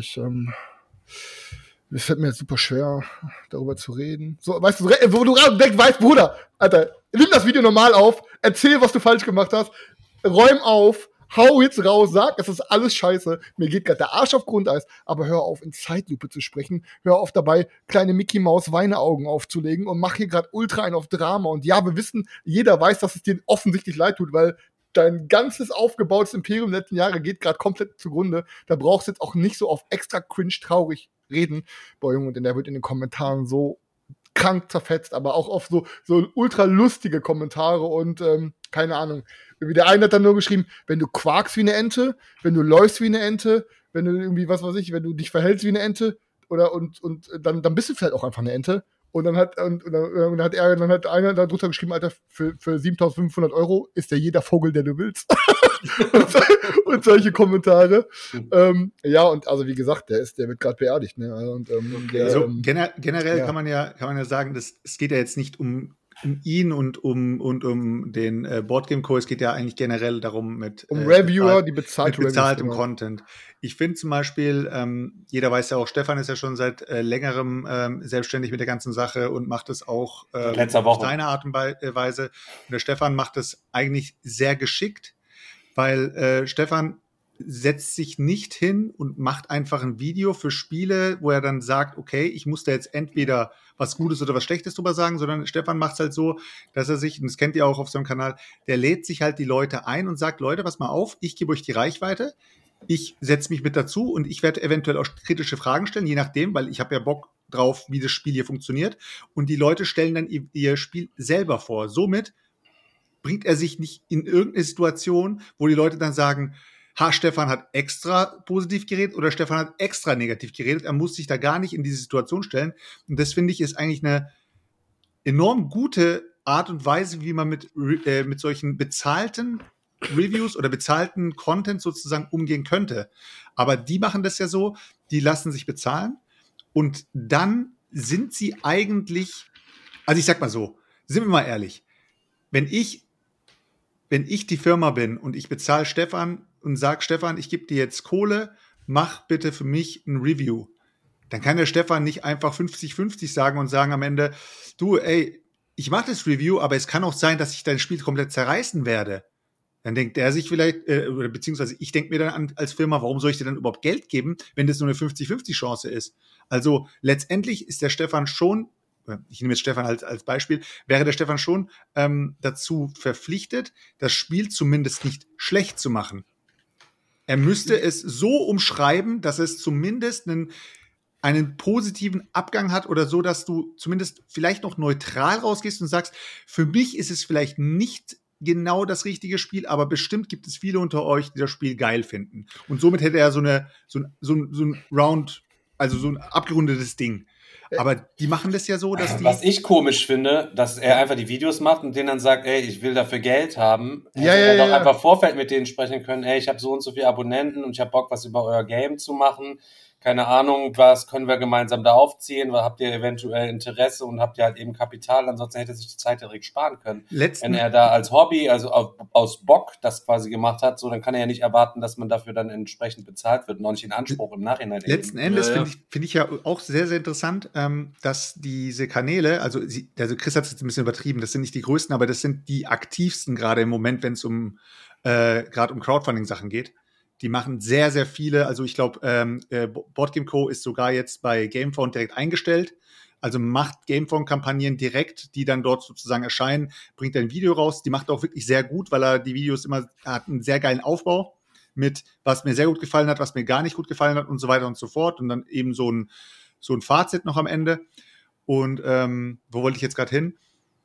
es fällt mir jetzt super schwer, darüber zu reden. So, weißt du, wo du direkt weißt, Bruder, Alter, nimm das Video normal auf, erzähl, was du falsch gemacht hast, räum auf, hau jetzt raus, sag, es ist alles scheiße, mir geht gerade der Arsch auf Grundeis, aber hör auf, in Zeitlupe zu sprechen, hör auf dabei, kleine Mickey-Maus-Weineaugen aufzulegen und mach hier gerade ultra einen auf Drama. Und ja, wir wissen, jeder weiß, dass es dir offensichtlich leid tut, weil dein ganzes aufgebautes Imperium der letzten Jahre geht gerade komplett zugrunde. Da brauchst du jetzt auch nicht so auf extra cringe traurig reden. Boah, Junge, denn der wird in den Kommentaren so krank zerfetzt, aber auch oft so ultra lustige Kommentare und keine Ahnung. Der eine hat dann nur geschrieben, wenn du quakst wie eine Ente, wenn du läufst wie eine Ente, wenn du irgendwie, was weiß ich, wenn du dich verhältst wie eine Ente oder und dann bist du vielleicht auch einfach eine Ente. Und dann hat einer da drunter geschrieben, Alter, für 7.500 € ist der jeder Vogel, der du willst. und solche Kommentare. Ja, und also wie gesagt, der wird gerade beerdigt. Ne? Und, generell kann man ja sagen, es geht ja jetzt nicht um ihn und um den Boardgame Co. Es geht ja eigentlich generell darum Reviewer, die bezahltem Content. Ich finde zum Beispiel, jeder weiß ja auch, Stefan ist ja schon seit längerem selbstständig mit der ganzen Sache und macht es auch auf seine Art und Weise. Und der Stefan macht es eigentlich sehr geschickt, weil Stefan setzt sich nicht hin und macht einfach ein Video für Spiele, wo er dann sagt, okay, ich muss da jetzt entweder was Gutes oder was Schlechtes drüber sagen, sondern Stefan macht es halt so, dass er sich, und das kennt ihr auch auf seinem Kanal, der lädt sich halt die Leute ein und sagt, Leute, pass mal auf, ich gebe euch die Reichweite, ich setze mich mit dazu und ich werde eventuell auch kritische Fragen stellen, je nachdem, weil ich habe ja Bock drauf, wie das Spiel hier funktioniert, und die Leute stellen dann ihr Spiel selber vor. Somit bringt er sich nicht in irgendeine Situation, wo die Leute dann sagen, Stefan hat extra positiv geredet oder Stefan hat extra negativ geredet. Er muss sich da gar nicht in diese Situation stellen. Und das, finde ich, ist eigentlich eine enorm gute Art und Weise, wie man mit solchen bezahlten Reviews oder bezahlten Content sozusagen umgehen könnte. Aber die machen das ja so, die lassen sich bezahlen und dann sind sie eigentlich, also ich sag mal so, sind wir mal ehrlich, wenn ich die Firma bin und ich bezahle Stefan und sage, Stefan, ich gebe dir jetzt Kohle, mach bitte für mich ein Review. Dann kann der Stefan nicht einfach 50-50 sagen und sagen am Ende, du, ey, ich mache das Review, aber es kann auch sein, dass ich dein Spiel komplett zerreißen werde. Dann denkt er sich vielleicht, oder beziehungsweise ich denke mir dann als Firma, warum soll ich dir dann überhaupt Geld geben, wenn das nur eine 50-50 Chance ist? Also letztendlich ist der Stefan schon, ich nehme jetzt Stefan als Beispiel, wäre der Stefan schon dazu verpflichtet, das Spiel zumindest nicht schlecht zu machen. Er müsste es so umschreiben, dass es zumindest einen positiven Abgang hat oder so, dass du zumindest vielleicht noch neutral rausgehst und sagst, für mich ist es vielleicht nicht genau das richtige Spiel, aber bestimmt gibt es viele unter euch, die das Spiel geil finden. Und somit hätte er so ein Round, also so ein abgerundetes Ding. Aber die machen das ja so, dass die... Was ich komisch finde, dass er einfach die Videos macht und denen dann sagt, ey, ich will dafür Geld haben. Er doch einfach Vorfeld mit denen sprechen können, ey, ich habe so und so viele Abonnenten und ich habe Bock, was über euer Game zu machen. Keine Ahnung, was können wir gemeinsam da aufziehen, was habt ihr eventuell Interesse und habt ihr halt eben Kapital, ansonsten hätte er sich die Zeit direkt sparen können. Wenn er da als Hobby, also aus Bock das quasi gemacht hat, so, dann kann er ja nicht erwarten, dass man dafür dann entsprechend bezahlt wird und auch nicht in Anspruch im Nachhinein. Letzten Endes finde ich ja auch sehr, sehr interessant, dass diese Kanäle, also Chris hat es jetzt ein bisschen übertrieben, das sind nicht die größten, aber das sind die aktivsten gerade im Moment, wenn es gerade um Crowdfunding-Sachen geht. Die machen sehr, sehr viele, also ich glaube, Boardgame Co. ist sogar jetzt bei Gamefound direkt eingestellt, also macht Gamefound-Kampagnen direkt, die dann dort sozusagen erscheinen, bringt ein Video raus, die macht auch wirklich sehr gut, weil er die Videos hat einen sehr geilen Aufbau mit, was mir sehr gut gefallen hat, was mir gar nicht gut gefallen hat und so weiter und so fort und dann eben so ein Fazit noch am Ende und wo wollte ich jetzt gerade hin?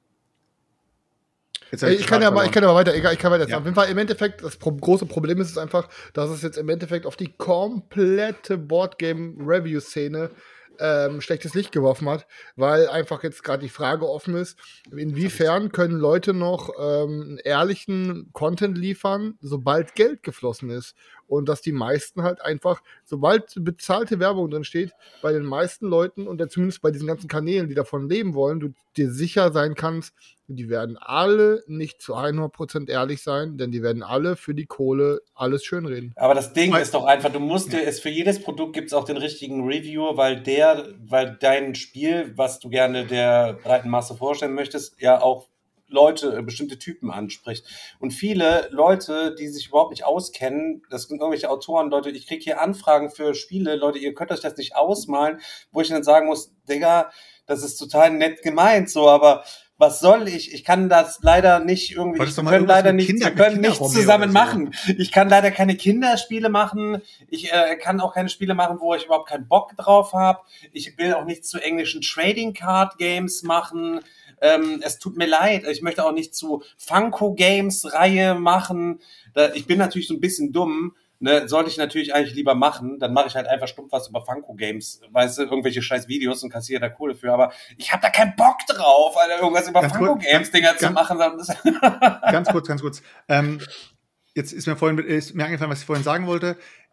Ich kann weiter sagen. Ja. Auf jeden Fall im Endeffekt, das große Problem ist es einfach, dass es jetzt im Endeffekt auf die komplette Boardgame-Review-Szene schlechtes Licht geworfen hat, weil einfach jetzt gerade die Frage offen ist, inwiefern können Leute noch ehrlichen Content liefern, sobald Geld geflossen ist. Und dass die meisten halt einfach, sobald bezahlte Werbung drin steht, bei den meisten Leuten und zumindest bei diesen ganzen Kanälen, die davon leben wollen, du dir sicher sein kannst, die werden alle nicht zu 100% ehrlich sein, denn die werden alle für die Kohle alles schönreden. Aber das Ding ist doch einfach, du musst dir für jedes Produkt gibt es auch den richtigen Reviewer, weil dein Spiel, was du gerne der breiten Masse vorstellen möchtest, ja auch Leute, bestimmte Typen anspricht. Und viele Leute, die sich überhaupt nicht auskennen, das sind irgendwelche Autoren, Leute, ich kriege hier Anfragen für Spiele, Leute, ihr könnt euch das nicht ausmalen, wo ich dann sagen muss, Digga, das ist total nett gemeint, so, aber was soll ich? Ich kann das leider nicht irgendwie, wir können nichts zusammen machen. Ich kann leider keine Kinderspiele machen. Ich kann auch keine Spiele machen, wo ich überhaupt keinen Bock drauf habe. Ich will auch nichts zu englischen Trading Card Games machen. Es tut mir leid. Ich möchte auch nicht zu Funko Games Reihe machen. Ich bin natürlich so ein bisschen dumm. Ne, sollte ich natürlich eigentlich lieber machen, dann mache ich halt einfach stumpf was über Funko-Games, weißt du, irgendwelche scheiß Videos und kassiere da Kohle für, aber ich habe da keinen Bock drauf, Alter, irgendwas über Funko-Games-Dinger zu machen. Ganz kurz. Jetzt ist mir eingefallen, was ich vorhin sagen wollte.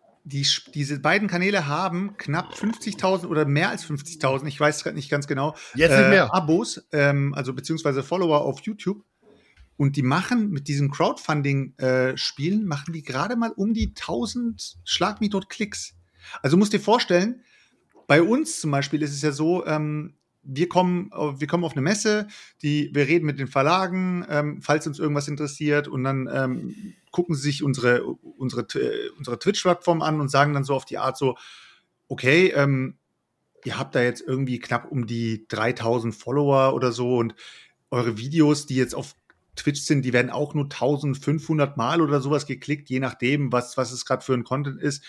Diese beiden Kanäle haben knapp 50.000 oder mehr als 50.000, ich weiß gerade nicht ganz genau, jetzt nicht mehr. Abos, also beziehungsweise Follower auf YouTube. Und die machen mit diesen Crowdfunding-Spielen, machen die gerade mal um die 1000 Schlag mich tot Klicks. Also musst dir vorstellen, bei uns zum Beispiel ist es ja so, wir kommen auf eine Messe, wir reden mit den Verlagen, falls uns irgendwas interessiert und dann gucken sie sich unsere Twitch-Plattform an und sagen dann so auf die Art so, okay, ihr habt da jetzt irgendwie knapp um die 3000 Follower oder so und eure Videos, die jetzt auf Twitch sind, die werden auch nur 1500 Mal oder sowas geklickt, je nachdem, was es gerade für ein Content ist.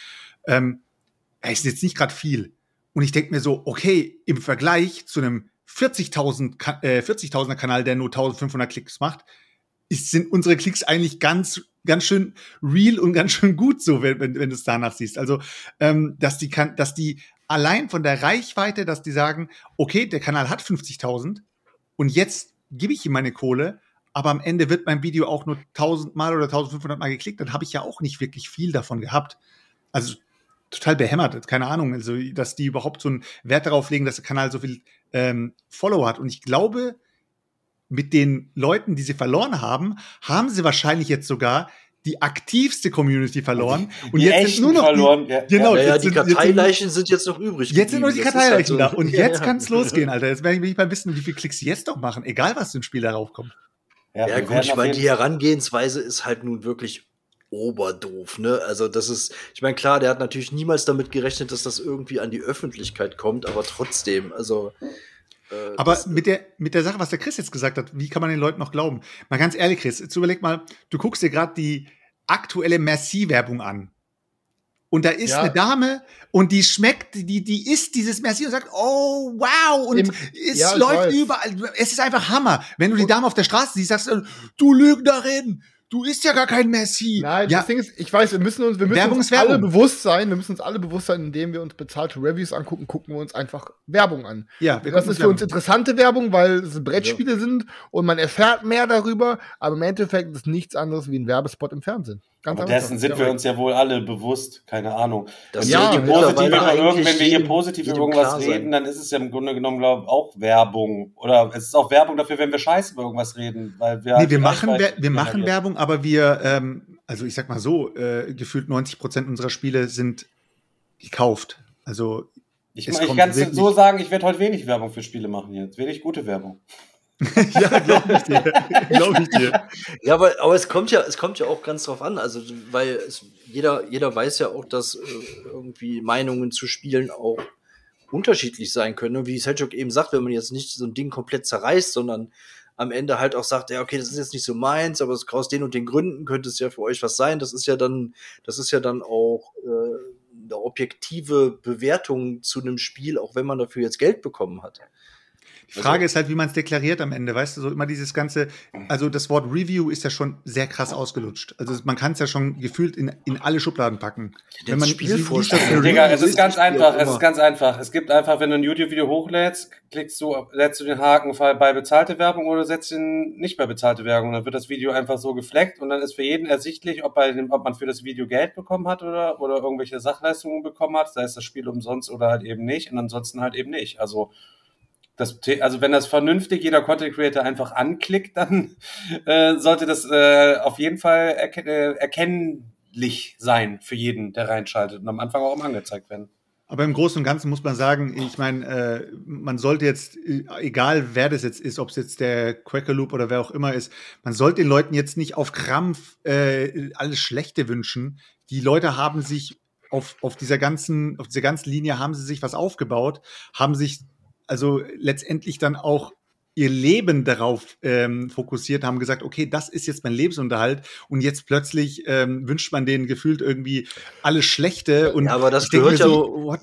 Ist jetzt nicht gerade viel. Und ich denke mir so, okay, im Vergleich zu einem 40.000er Kanal, der nur 1500 Klicks macht, sind unsere Klicks eigentlich ganz schön real und ganz schön gut so, wenn du es danach siehst. Also, dass die allein von der Reichweite, dass die sagen, okay, der Kanal hat 50.000 und jetzt gebe ich ihm meine Kohle, aber am Ende wird mein Video auch nur 1000 Mal oder 1500 Mal geklickt, dann habe ich ja auch nicht wirklich viel davon gehabt. Also total behämmert, keine Ahnung, also dass die überhaupt so einen Wert darauf legen, dass der Kanal so viel Follower hat. Und ich glaube, mit den Leuten, die sie verloren haben, haben sie wahrscheinlich jetzt sogar die aktivste Community verloren. Und jetzt sind nur noch verloren. Die Karteileichen sind jetzt noch übrig. Jetzt sind nur die Karteileichen da. Und jetzt kann es losgehen, Alter. Jetzt will ich mal wissen, wie viel Klicks sie jetzt noch machen, egal was für ein Spiel darauf kommt. Ja gut, ich meine, die Herangehensweise ist halt nun wirklich oberdoof, ne? Also das ist, ich meine, klar, der hat natürlich niemals damit gerechnet, dass das irgendwie an die Öffentlichkeit kommt, aber trotzdem, also aber mit der Sache, was der Chris jetzt gesagt hat, wie kann man den Leuten noch glauben? Mal ganz ehrlich, Chris, jetzt überleg mal, du guckst dir gerade die aktuelle Merci-Werbung an. Und da ist eine Dame und die schmeckt, die isst dieses Merci und sagt, oh, wow, und es läuft überall. Es ist einfach Hammer. Wenn du die Dame auf der Straße siehst, sagst du, du Lügnerin, du isst ja gar kein Messi. Nein, das Ding ist, ich weiß, wir müssen uns alle bewusst sein, indem wir uns bezahlte Reviews angucken, gucken wir uns einfach Werbung an. Ja, das ist für uns interessante Werbung, weil es Brettspiele sind und man erfährt mehr darüber, aber im Endeffekt ist es nichts anderes wie ein Werbespot im Fernsehen. Ganz aber dessen sind wir uns ja wohl alle bewusst, keine Ahnung. Wenn wir hier positiv über irgendwas reden, dann ist es ja im Grunde genommen, glaube ich, auch Werbung. Oder es ist auch Werbung dafür, wenn wir scheiße über irgendwas reden. Weil wir machen Werbung, aber wir, also ich sag mal so, gefühlt 90% unserer Spiele sind gekauft. Also ich kann es so sagen, ich werde heute wenig Werbung für Spiele machen jetzt. Wenig gute Werbung. Ja, glaube ich dir. Ja, aber es kommt ja auch ganz drauf an, also weil jeder weiß ja auch, dass irgendwie Meinungen zu Spielen auch unterschiedlich sein können. Und wie Selchuk eben sagt, wenn man jetzt nicht so ein Ding komplett zerreißt, sondern am Ende halt auch sagt, ja, okay, das ist jetzt nicht so meins, aber aus den und den Gründen könnte es ja für euch was sein. Das ist ja dann auch eine objektive Bewertung zu einem Spiel, auch wenn man dafür jetzt Geld bekommen hat. Die Frage ist halt, wie man es deklariert am Ende, weißt du, so immer dieses ganze, also das Wort Review ist ja schon sehr krass ausgelutscht. Also man kann es ja schon gefühlt in alle Schubladen packen. Wenn man Spiel vorstellt. Digga, es ist ganz einfach. Es gibt einfach, wenn du ein YouTube-Video hochlädst, lädst du den Haken bei bezahlte Werbung oder setzt ihn nicht bei bezahlte Werbung. Dann wird das Video einfach so gefleckt und dann ist für jeden ersichtlich, ob man für das Video Geld bekommen hat oder irgendwelche Sachleistungen bekommen hat, sei es das Spiel umsonst oder halt eben nicht und ansonsten halt eben nicht. Also wenn das vernünftig jeder Content Creator einfach anklickt, dann sollte das auf jeden Fall erkennlich sein für jeden, der reinschaltet und am Anfang auch immer angezeigt werden. Aber im Großen und Ganzen muss man sagen, ich meine, man sollte jetzt, egal wer das jetzt ist, ob es jetzt der Quackerloop oder wer auch immer ist, man sollte den Leuten jetzt nicht auf Krampf alles Schlechte wünschen. Die Leute haben sich auf dieser ganzen Linie haben sie sich was aufgebaut, haben sich also letztendlich dann auch ihr Leben darauf fokussiert, haben gesagt, okay, das ist jetzt mein Lebensunterhalt und jetzt plötzlich wünscht man denen gefühlt irgendwie alles Schlechte. Und ja, aber das gehört ja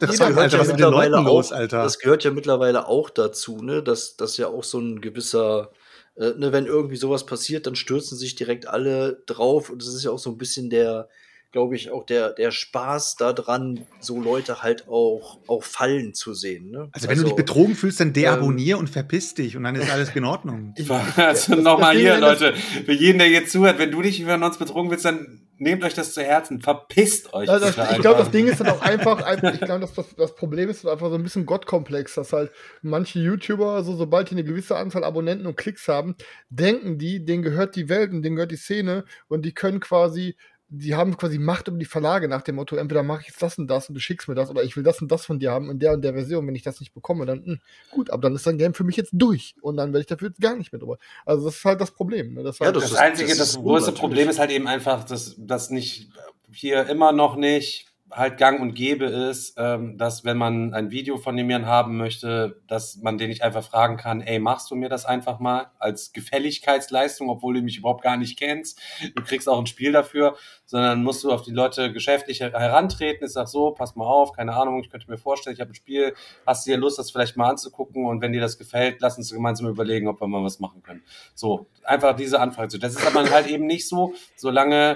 mittlerweile auch dazu, ne, dass ja auch so ein gewisser, wenn irgendwie sowas passiert, dann stürzen sich direkt alle drauf und das ist ja auch so ein bisschen glaube ich, auch der Spaß daran, so Leute halt auch fallen zu sehen. Ne? Also wenn du dich betrogen fühlst, dann deabonnier und verpiss dich und dann ist alles in Ordnung. Also nochmal hier, Leute, für jeden, der jetzt zuhört, wenn du dich über uns betrogen willst, dann nehmt euch das zu Herzen, verpisst euch. Also ich glaube, das Ding ist dann auch einfach ich glaube, das Problem ist einfach so ein bisschen Gottkomplex, dass halt manche YouTuber, sobald die eine gewisse Anzahl Abonnenten und Klicks haben, denken denen gehört die Welt und denen gehört die Szene und die können die haben quasi Macht über die Verlage nach dem Motto, entweder mache ich jetzt das und du schickst mir das oder ich will das und das von dir haben in der und der Version. Wenn ich das nicht bekomme, dann gut, aber dann ist dein Game für mich jetzt durch und dann werde ich dafür jetzt gar nicht mehr drüber. Also das ist halt das Problem. Ne? Das größte Problem ist halt eben einfach, dass das nicht hier immer noch nicht halt gang und gäbe ist, dass wenn man ein Video von dem haben möchte, dass man den nicht einfach fragen kann, ey, machst du mir das einfach mal als Gefälligkeitsleistung, obwohl du mich überhaupt gar nicht kennst. Du kriegst auch ein Spiel dafür, sondern musst du auf die Leute geschäftlich herantreten. Ich sag so, pass mal auf, keine Ahnung, ich könnte mir vorstellen, ich habe ein Spiel, hast du hier Lust, das vielleicht mal anzugucken und wenn dir das gefällt, lass uns gemeinsam überlegen, ob wir mal was machen können. So, einfach diese Anfrage. Das ist aber halt eben nicht so, solange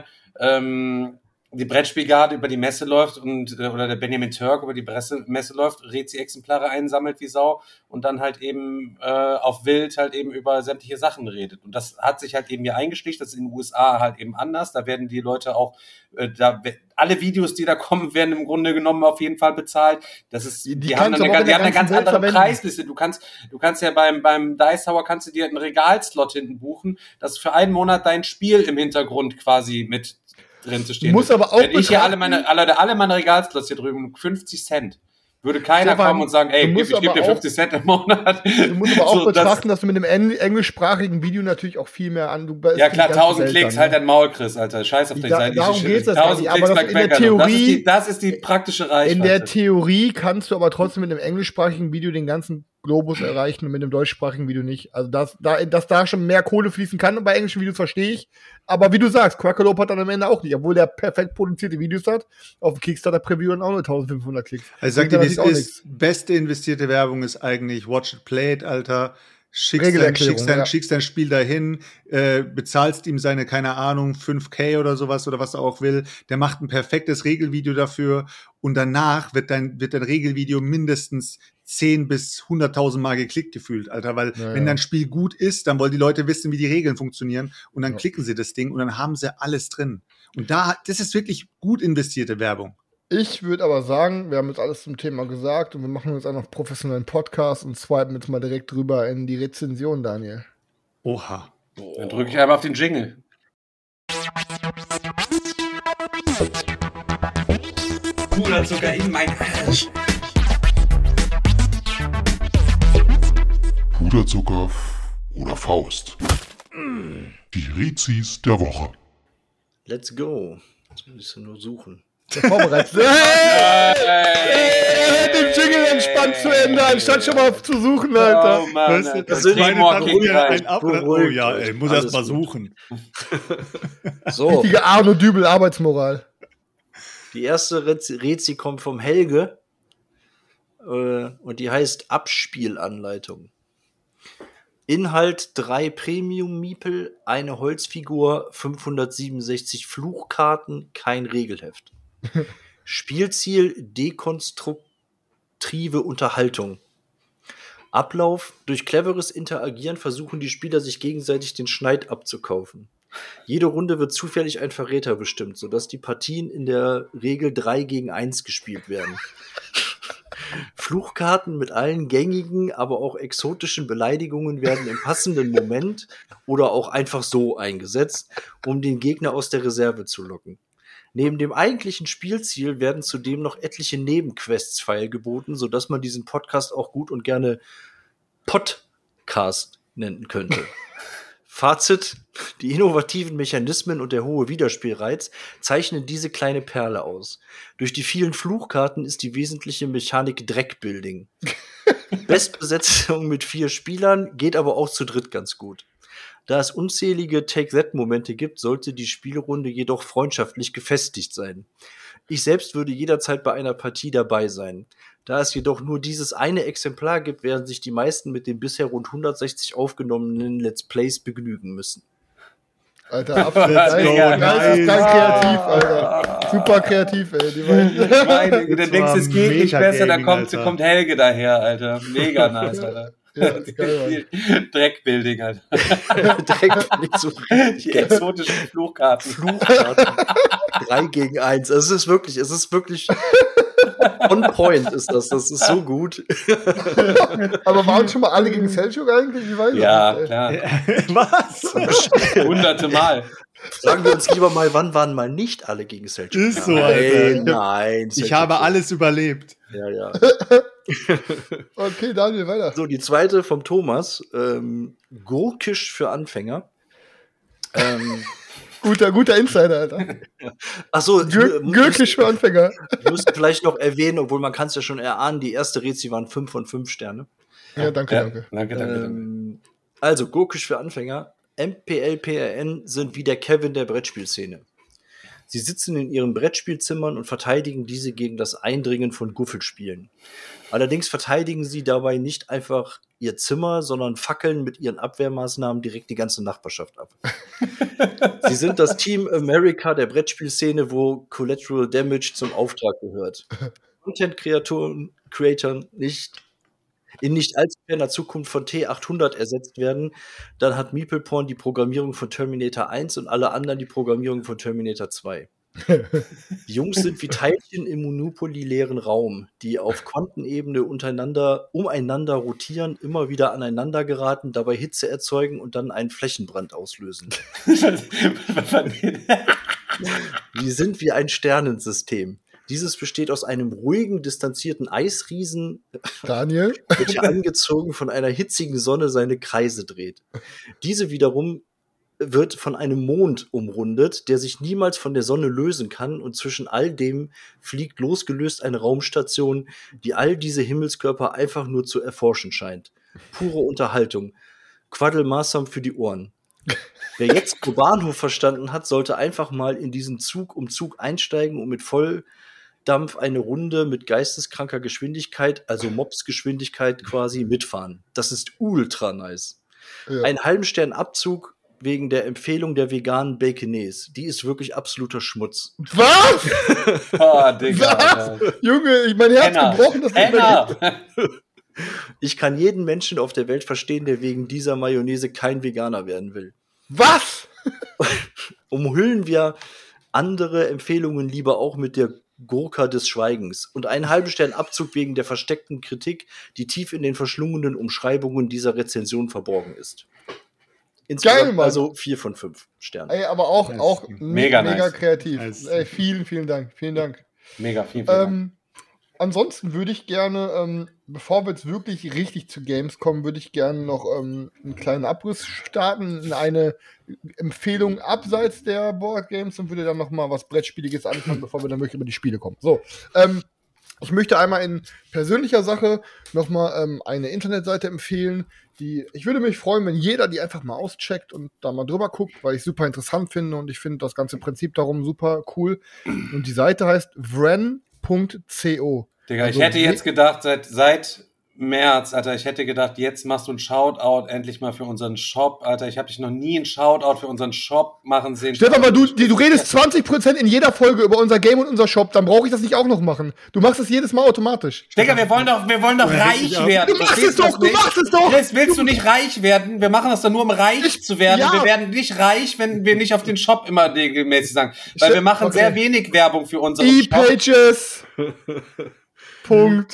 die Brettspielgarde über die Messe läuft oder der Benjamin Türk über die Messe läuft, Rezi-Exemplare einsammelt wie Sau und dann halt eben auf Wild halt eben über sämtliche Sachen redet. Und das hat sich halt eben hier eingeschlichen, das ist in den USA halt eben anders. Da werden die Leute auch, alle Videos, die da kommen, werden im Grunde genommen auf jeden Fall bezahlt. Das ist, die haben eine ganz andere Preisliste. Du kannst ja beim Dice Tower kannst du dir einen Regalslot hinten buchen, das für einen Monat dein Spiel im Hintergrund quasi mit drin zu stehen. Muss aber auch wenn ich hier alle meine Regalslots hier drüben, 50 Cent. Würde keiner kommen und sagen, ey, ich gebe dir 50 Cent im Monat. Du musst aber auch betrachten, dass du mit einem englischsprachigen Video natürlich auch viel mehr ja klar, 1000 Klicks, halt dein Maul, Chris, Alter. Scheiß auf die Seite. Darum geht's das 1000 Klicks bei in der Theorie, das ist die praktische Reichweite. In der Theorie kannst du aber trotzdem mit einem englischsprachigen Video den ganzen Globus erreichen und mit einem deutschsprachigen Video nicht. Also dass da schon mehr Kohle fließen kann und bei englischen Videos verstehe ich. Aber wie du sagst, Quackerlope hat dann am Ende auch nicht, obwohl der perfekt produzierte Videos hat. Auf dem Kickstarter-Preview und auch nur 1500 Klicks. Also sagt dir, beste investierte Werbung ist eigentlich Watch It, Play It, Alter. schickst dein Spiel dahin, bezahlst ihm seine, keine Ahnung, 5K oder sowas oder was er auch will. Der macht ein perfektes Regelvideo dafür und danach wird dein Regelvideo mindestens 10 bis 100.000 Mal geklickt gefühlt, Alter, weil wenn dein Spiel gut ist, dann wollen die Leute wissen, wie die Regeln funktionieren und dann klicken sie das Ding und dann haben sie alles drin. Und das ist wirklich gut investierte Werbung. Ich würde aber sagen, wir haben jetzt alles zum Thema gesagt und wir machen jetzt auch noch professionellen Podcast und swipen jetzt mal direkt rüber in die Rezension, Daniel. Oha. Dann drücke ich einmal auf den Jingle. Puderzucker in mein Arsch. Puderzucker oder Faust. Die Rezis der Woche. Let's go. Jetzt muss ich nur suchen. Vorbereitet. Den Jingle entspannt zu Ende, anstatt schon mal zu suchen, Alter. Oh Mann, weißt du, das sind meine ein ab und oh ja, ey, muss erst mal suchen. So. Richtige Arno Dübel Arbeitsmoral. Die erste Rezi kommt vom Helge und die heißt Abspielanleitung. Inhalt 3 Premium-Miepel, eine Holzfigur, 567 Fluchkarten, kein Regelheft. Spielziel, dekonstruktive Unterhaltung. Ablauf, durch cleveres Interagieren versuchen die Spieler sich gegenseitig den Schneid abzukaufen. Jede Runde wird zufällig ein Verräter bestimmt, sodass die Partien in der Regel 3 gegen 1 gespielt werden. Fluchkarten mit allen gängigen, aber auch exotischen Beleidigungen werden im passenden Moment oder auch einfach so eingesetzt, um den Gegner aus der Reserve zu locken. Neben dem eigentlichen Spielziel werden zudem noch etliche Nebenquests feilgeboten, sodass man diesen Podcast auch gut und gerne Podcast nennen könnte. Fazit: Die innovativen Mechanismen und der hohe Wiederspielreiz zeichnen diese kleine Perle aus. Durch die vielen Fluchkarten ist die wesentliche Mechanik Dreckbuilding. Bestbesetzung mit 4 Spielern, geht aber auch zu dritt ganz gut. Da es unzählige Take-That-Momente gibt, sollte die Spielrunde jedoch freundschaftlich gefestigt sein. Ich selbst würde jederzeit bei einer Partie dabei sein. Da es jedoch nur dieses eine Exemplar gibt, werden sich die meisten mit den bisher rund 160 aufgenommenen Let's Plays begnügen müssen. Alter, absolut geil, kreativ, Alter. Super kreativ, ey. Du denkst, es geht nicht besser, da kommt Helge daher, Alter. Mega nice, Alter. Ja, geil, Dreckbuilding, Alter. Dreckbuilding, so die exotischen Fluchkarten. 3 gegen 1. Es ist wirklich on point ist das. Das ist so gut. Aber waren schon mal alle gegen Selçuk eigentlich? Ich weiß ja, nicht, klar. Was? Hunderte Mal. Sagen wir uns lieber mal, wann waren mal nicht alle gegen Selçuk? Ist so, Alter. Nein. Ich habe alles überlebt. Ja. Okay, Daniel, weiter. So, die zweite vom Thomas. Gurkisch für Anfänger. Guter Insider, Alter. Achso, Gürkisch für Anfänger. Wir müssen vielleicht noch erwähnen, obwohl man kann es ja schon erahnen, die erste Rezi waren 5 von 5 Sterne. Ja, danke. Also, Gurkisch für Anfänger. MPL-PRN sind wie der Kevin der Brettspielszene. Sie sitzen in ihren Brettspielzimmern und verteidigen diese gegen das Eindringen von Guffelspielen. Allerdings verteidigen sie dabei nicht einfach ihr Zimmer, sondern fackeln mit ihren Abwehrmaßnahmen direkt die ganze Nachbarschaft ab. Sie sind das Team America der Brettspielszene, wo Collateral Damage zum Auftrag gehört. Content-Creatoren in nicht allzu ferner Zukunft von T800 ersetzt werden, dann hat MeeplePorn die Programmierung von Terminator 1 und alle anderen die Programmierung von Terminator 2. Die Jungs sind wie Teilchen im Monopoly-leeren Raum, die auf Quantenebene umeinander rotieren, immer wieder aneinander geraten, dabei Hitze erzeugen und dann einen Flächenbrand auslösen. Die sind wie ein Sternensystem. Dieses besteht aus einem ruhigen, distanzierten Eisriesen, Daniel, welcher angezogen von einer hitzigen Sonne seine Kreise dreht. Diese wiederum wird von einem Mond umrundet, der sich niemals von der Sonne lösen kann, und zwischen all dem fliegt losgelöst eine Raumstation, die all diese Himmelskörper einfach nur zu erforschen scheint. Pure Unterhaltung. Quaddelmaßam für die Ohren. Wer jetzt Bahnhof verstanden hat, sollte einfach mal in diesen Zug um Zug einsteigen und mit Dampf eine Runde mit geisteskranker Geschwindigkeit, also Mopsgeschwindigkeit quasi, mitfahren. Das ist ultra nice. Ja. Einen halben Stern Abzug wegen der Empfehlung der veganen Baconese. Die ist wirklich absoluter Schmutz. Was? Digga. Was? Junge, mein Herz gebrochen. Das Ich kann jeden Menschen auf der Welt verstehen, der wegen dieser Mayonnaise kein Veganer werden will. Was? Umhüllen wir andere Empfehlungen lieber auch mit der Gurka des Schweigens und einen halben Stern Abzug wegen der versteckten Kritik, die tief in den verschlungenen Umschreibungen dieser Rezension verborgen ist. Insgesamt Geil, also 4 von 5 Sternen. Ey, aber auch mega nice. Kreativ. Nice. Ey, vielen Dank. Mega, vielen Dank. Ansonsten würde ich gerne, bevor wir jetzt wirklich richtig zu Games kommen, würde ich gerne noch einen kleinen Abriss starten in eine Empfehlung abseits der Boardgames und würde dann noch mal was Brettspieliges anfangen, bevor wir dann wirklich über die Spiele kommen. So, ich möchte einmal in persönlicher Sache noch mal eine Internetseite empfehlen, ich würde mich freuen, wenn jeder die einfach mal auscheckt und da mal drüber guckt, weil ich super interessant finde und ich finde das ganze Prinzip darum super cool. Und die Seite heißt Vren.co. Digga, also ich hätte jetzt gedacht, seit März, Alter, jetzt machst du einen Shoutout endlich mal für unseren Shop, Alter. Ich habe dich noch nie einen Shoutout für unseren Shop machen sehen. Stefan, aber du redest 20% in jeder Folge über unser Game und unser Shop, dann brauche ich das nicht auch noch machen. Du machst das jedes Mal automatisch. Digga, wir wollen doch reich werden. Du machst es doch! Jetzt willst du nicht reich werden? Wir machen das doch nur, um reich zu werden. Ja. Wir werden nicht reich, wenn wir nicht auf den Shop immer regelmäßig sagen. Weil wir machen sehr wenig Werbung für unseren Shop. E-Pages! Punkt.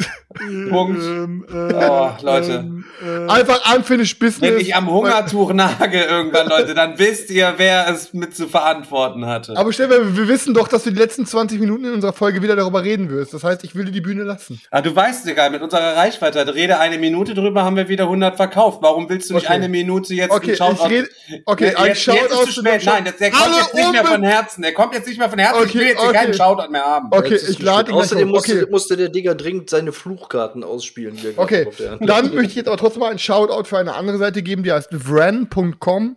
Oh, Leute. Einfach unfinished business. Wenn ich am Hungertuch nage irgendwann, Leute, dann wisst ihr, wer es mit zu verantworten hatte. Aber Stefan, wir wissen doch, dass du die letzten 20 Minuten in unserer Folge wieder darüber reden wirst. Das heißt, ich will dir die Bühne lassen. Du weißt, egal, mit unserer Reichweite, rede eine Minute drüber, haben wir wieder 100 verkauft. Warum willst du nicht eine Minute jetzt einen Shoutout? Ein Shoutout jetzt ist zu spät. Nein, der kommt jetzt nicht mehr von Herzen. Ich will jetzt hier keinen Shoutout mehr haben. Okay, ich lade ihn. Außerdem musste der Digger dringend seine Fluchkarten ausspielen. Okay, dann möchte ich jetzt aber trotzdem mal einen Shoutout für eine andere Seite geben, die heißt Vren.co,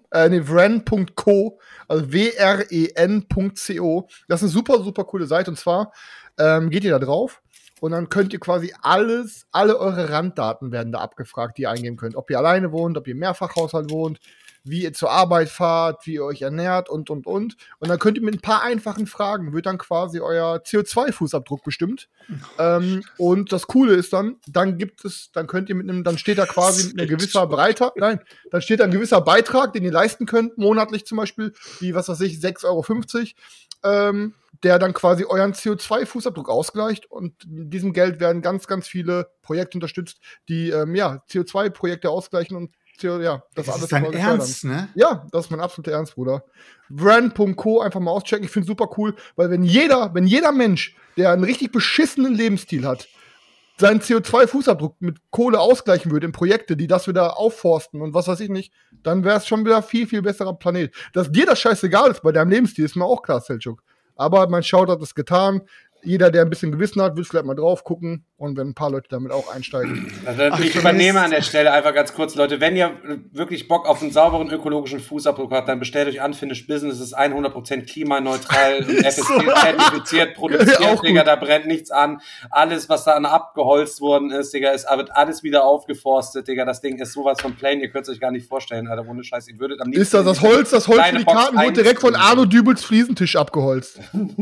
also WREN.co. Das ist eine super, super coole Seite und zwar geht ihr da drauf und dann könnt ihr quasi alle eure Randdaten werden da abgefragt, die ihr eingeben könnt. Ob ihr alleine wohnt, ob ihr im Mehrfachhaushalt wohnt, wie ihr zur Arbeit fahrt, wie ihr euch ernährt und. Und dann könnt ihr mit ein paar einfachen Fragen, wird dann quasi euer CO2-Fußabdruck bestimmt. Und das Coole ist dann könnt ihr dann steht da quasi ein gewisser dann steht da ein gewisser Beitrag, den ihr leisten könnt, monatlich zum Beispiel, wie, 6,50 €, der dann quasi euren CO2-Fußabdruck ausgleicht und mit diesem Geld werden ganz, ganz viele Projekte unterstützt, die, CO2-Projekte ausgleichen und das alles dein Ernst, ne? Ja, das ist mein absoluter Ernst, Bruder. Vren.co einfach mal auschecken. Ich finde es super cool, weil wenn jeder Mensch, der einen richtig beschissenen Lebensstil hat, seinen CO2-Fußabdruck mit Kohle ausgleichen würde in Projekte, die das wieder aufforsten und was weiß ich nicht, dann wäre es schon wieder viel, viel besserer Planet. Dass dir das scheißegal ist bei deinem Lebensstil, ist mir auch klar, Selchuk. Aber mein Shoutout ist getan. Jeder, der ein bisschen Gewissen hat, will vielleicht mal drauf gucken und wenn ein paar Leute damit auch einsteigen. Also ich übernehme an der Stelle einfach ganz kurz, Leute, wenn ihr wirklich Bock auf einen sauberen ökologischen Fußabdruck habt, dann bestellt euch Unfinished Business, es ist 100% klimaneutral und FSC-zertifiziert, produziert, Digga, da brennt nichts an. Alles, was da abgeholzt worden ist, Digga, wird alles wieder aufgeforstet, Digga, das Ding ist sowas von plain, ihr könnt es euch gar nicht vorstellen, Alter, ohne Scheiß, ihr würdet am liebsten... Ist das Holz für die Karten wurde direkt von Arno Dübels Fliesentisch abgeholzt.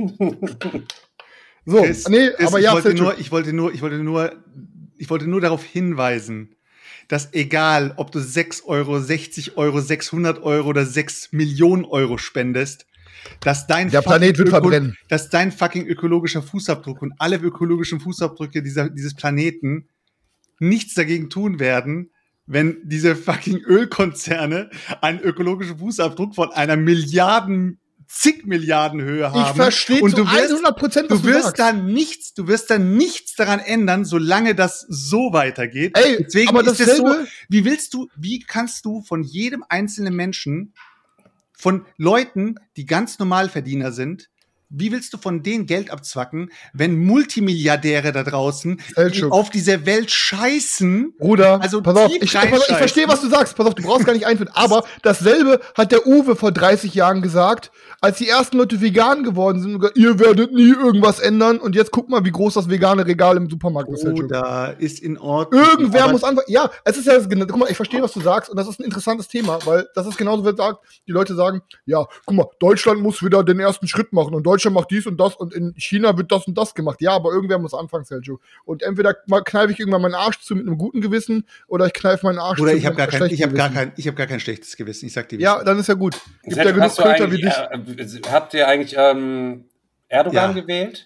So, Chris, aber ja, ich wollte nur darauf hinweisen, dass egal, ob du 6 €, 60 €, 600 € oder 6 Millionen € spendest, dass der Planet wird verbrennen. Dass dein fucking ökologischer Fußabdruck und alle ökologischen Fußabdrücke dieses Planeten nichts dagegen tun werden, wenn diese fucking Ölkonzerne einen ökologischen Fußabdruck von einer zig Milliarden Höhe haben. Ich verstehe zu 100%, du wirst dann nichts daran ändern, solange das so weitergeht. Ey, deswegen aber ist es so, wie kannst du von jedem einzelnen Menschen, von Leuten, die ganz Normalverdiener sind, wie willst du von denen Geld abzwacken, wenn Multimilliardäre da draußen auf dieser Welt scheißen? Bruder, also pass auf, ich verstehe, was du sagst. Pass auf, du brauchst gar nicht einführen. Aber dasselbe hat der Uwe vor 30 Jahren gesagt, als die ersten Leute vegan geworden sind. Und gesagt, ihr werdet nie irgendwas ändern. Und jetzt guck mal, wie groß das vegane Regal im Supermarkt ist. Bruder, ist in Ordnung. Irgendwer muss anfangen. Ja, es ist ja, guck mal, ich verstehe, was du sagst. Und das ist ein interessantes Thema, weil das ist genauso, wie sagt, die Leute sagen, ja, guck mal, Deutschland muss wieder den ersten Schritt machen. Und Deutschland macht dies und das. Und in China wird das und das gemacht. Ja, aber irgendwer muss anfangen, Sergio. Und entweder kneife ich irgendwann meinen Arsch zu mit einem guten Gewissen oder ich kneife meinen Arsch zu mit einem schlechten Gewissen. Ich habe gar kein schlechtes Gewissen. Ich sag dir, wie ja, dann ist ja gut. Gibt ja genug Köter wie dich. Habt ihr eigentlich Erdogan gewählt?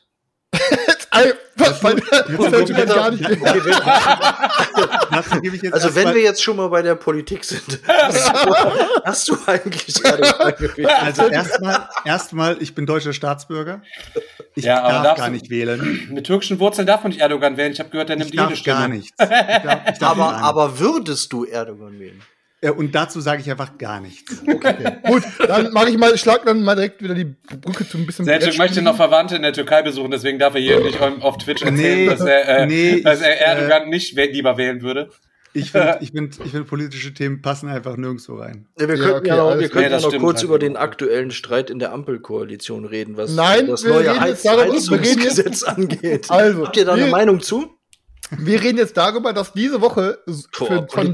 Also wenn wir jetzt schon mal bei der Politik sind, hast du eigentlich Erdogan gewählt? Also erstmal, ich bin deutscher Staatsbürger. Ich darf gar nicht wählen. Mit türkischen Wurzeln darf man nicht Erdogan wählen. Ich habe gehört, der nimmt jede Stimme. Gar nichts. Aber würdest du Erdogan wählen? Und dazu sage ich einfach gar nichts. Okay. Gut, dann schlag dann mal direkt wieder die Brücke zu ein bisschen. Selçuk möchte noch Verwandte in der Türkei besuchen, deswegen darf er hier nicht auf Twitch erzählen, dass er Erdogan nicht lieber wählen würde. Ich finde, politische Themen passen einfach nirgendwo rein. Ja, wir könnten noch kurz über den aktuellen Streit in der Ampelkoalition reden, was das neue Heizungsgesetz angeht. Also, habt ihr da eine Meinung zu? Wir reden jetzt darüber, dass diese Woche von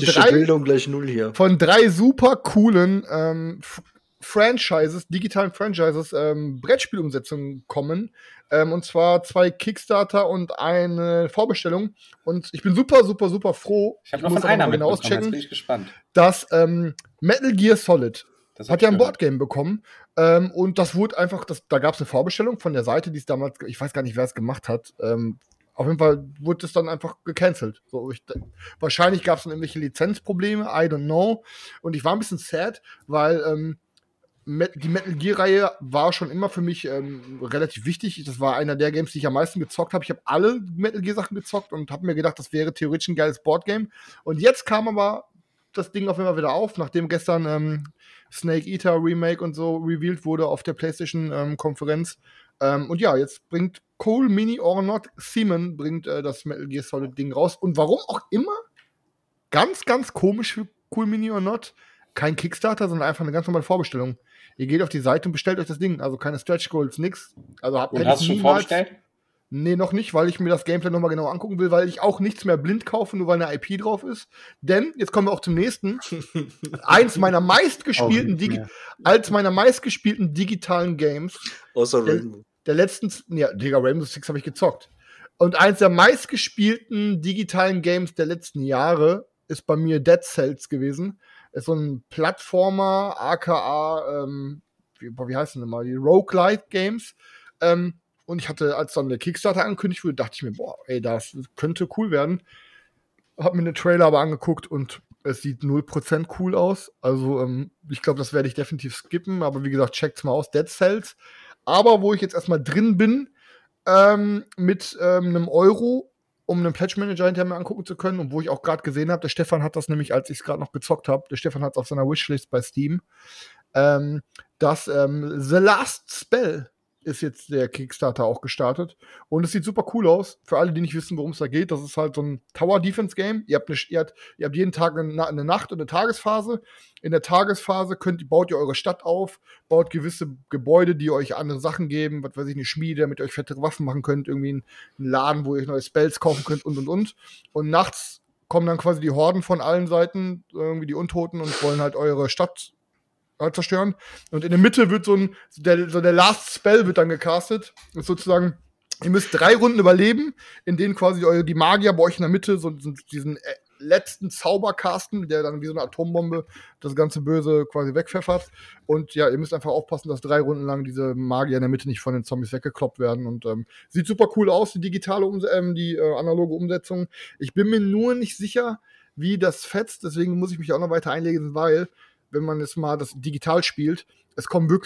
3 super coolen digitalen Franchises, Brettspielumsetzungen kommen. Und zwar 2 Kickstarter und eine Vorbestellung. Und ich bin super, super, super froh. Ich habe noch von einer genau auschecken, jetzt bin ich gespannt. Dass Metal Gear Solid hat ja ein Boardgame bekommen. Und das wurde einfach, da gab es eine Vorbestellung von der Seite, die es damals, ich weiß gar nicht, wer es gemacht hat. Auf jeden Fall wurde es dann einfach gecancelt. Wahrscheinlich gab es dann irgendwelche Lizenzprobleme, I don't know. Und ich war ein bisschen sad, weil die Metal Gear-Reihe war schon immer für mich relativ wichtig. Das war einer der Games, die ich am meisten gezockt habe. Ich habe alle Metal Gear-Sachen gezockt und habe mir gedacht, das wäre theoretisch ein geiles Boardgame. Und jetzt kam aber das Ding auf jeden Fall wieder auf, nachdem gestern Snake Eater Remake und so revealed wurde auf der PlayStation-Konferenz. Und ja, jetzt bringt Cool Mini or Not Seaman das Metal Gear Solid Ding raus. Und warum auch immer, ganz, ganz komisch für Cool Mini or Not, kein Kickstarter, sondern einfach eine ganz normale Vorbestellung. Ihr geht auf die Seite und bestellt euch das Ding. Also keine Stretch Goals, nix. Also hast du schon vorbestellt? Nee, noch nicht, weil ich mir das Gameplay nochmal genau angucken will, weil ich auch nichts mehr blind kaufe, nur weil eine IP drauf ist. Denn, jetzt kommen wir auch zum nächsten. Eins meiner meistgespielten digitalen Games. Außer Rainbow. Der letzten, Rainbow Six habe ich gezockt. Und eins der meistgespielten digitalen Games der letzten Jahre ist bei mir Dead Cells gewesen. Ist so ein Plattformer, aka, wie heißt denn mal, die Roguelite Games. Und ich hatte, als dann der Kickstarter angekündigt wurde, dachte ich mir, boah, ey, das könnte cool werden. Hab mir den Trailer aber angeguckt und es sieht 0% cool aus. Also, ich glaube, das werde ich definitiv skippen. Aber wie gesagt, checkt's mal aus, Dead Cells. Aber wo ich jetzt erstmal drin bin, mit einem Euro, um einen Pledge Manager hinterher mir angucken zu können. Und wo ich auch gerade gesehen habe, der Stefan hat das nämlich, als ich es gerade noch gezockt habe, der Stefan hat es auf seiner Wishlist bei Steam, dass The Last Spell ist jetzt der Kickstarter auch gestartet. Und es sieht super cool aus. Für alle, die nicht wissen, worum es da geht, das ist halt so ein Tower-Defense-Game. Ihr habt jeden Tag eine Nacht- und eine Tagesphase. In der Tagesphase baut ihr eure Stadt auf, baut gewisse Gebäude, die euch andere Sachen geben, was weiß ich, eine Schmiede, damit ihr euch fette Waffen machen könnt, irgendwie einen Laden, wo ihr euch neue Spells kaufen könnt und. Und nachts kommen dann quasi die Horden von allen Seiten, irgendwie die Untoten, und wollen halt eure Stadt zerstören. Und in der Mitte wird der Last Spell wird dann gecastet. Das ist sozusagen, ihr müsst 3 Runden überleben, in denen quasi die Magier bei euch in der Mitte diesen letzten Zauber casten, der dann wie so eine Atombombe das ganze Böse quasi wegpfeffert. Und ja, ihr müsst einfach aufpassen, dass 3 Runden lang diese Magier in der Mitte nicht von den Zombies weggekloppt werden. Und sieht super cool aus, die analoge Umsetzung. Ich bin mir nur nicht sicher, wie das fetzt, deswegen muss ich mich auch noch weiter einlesen, weil wenn man jetzt mal das digital spielt, es kommen wirklich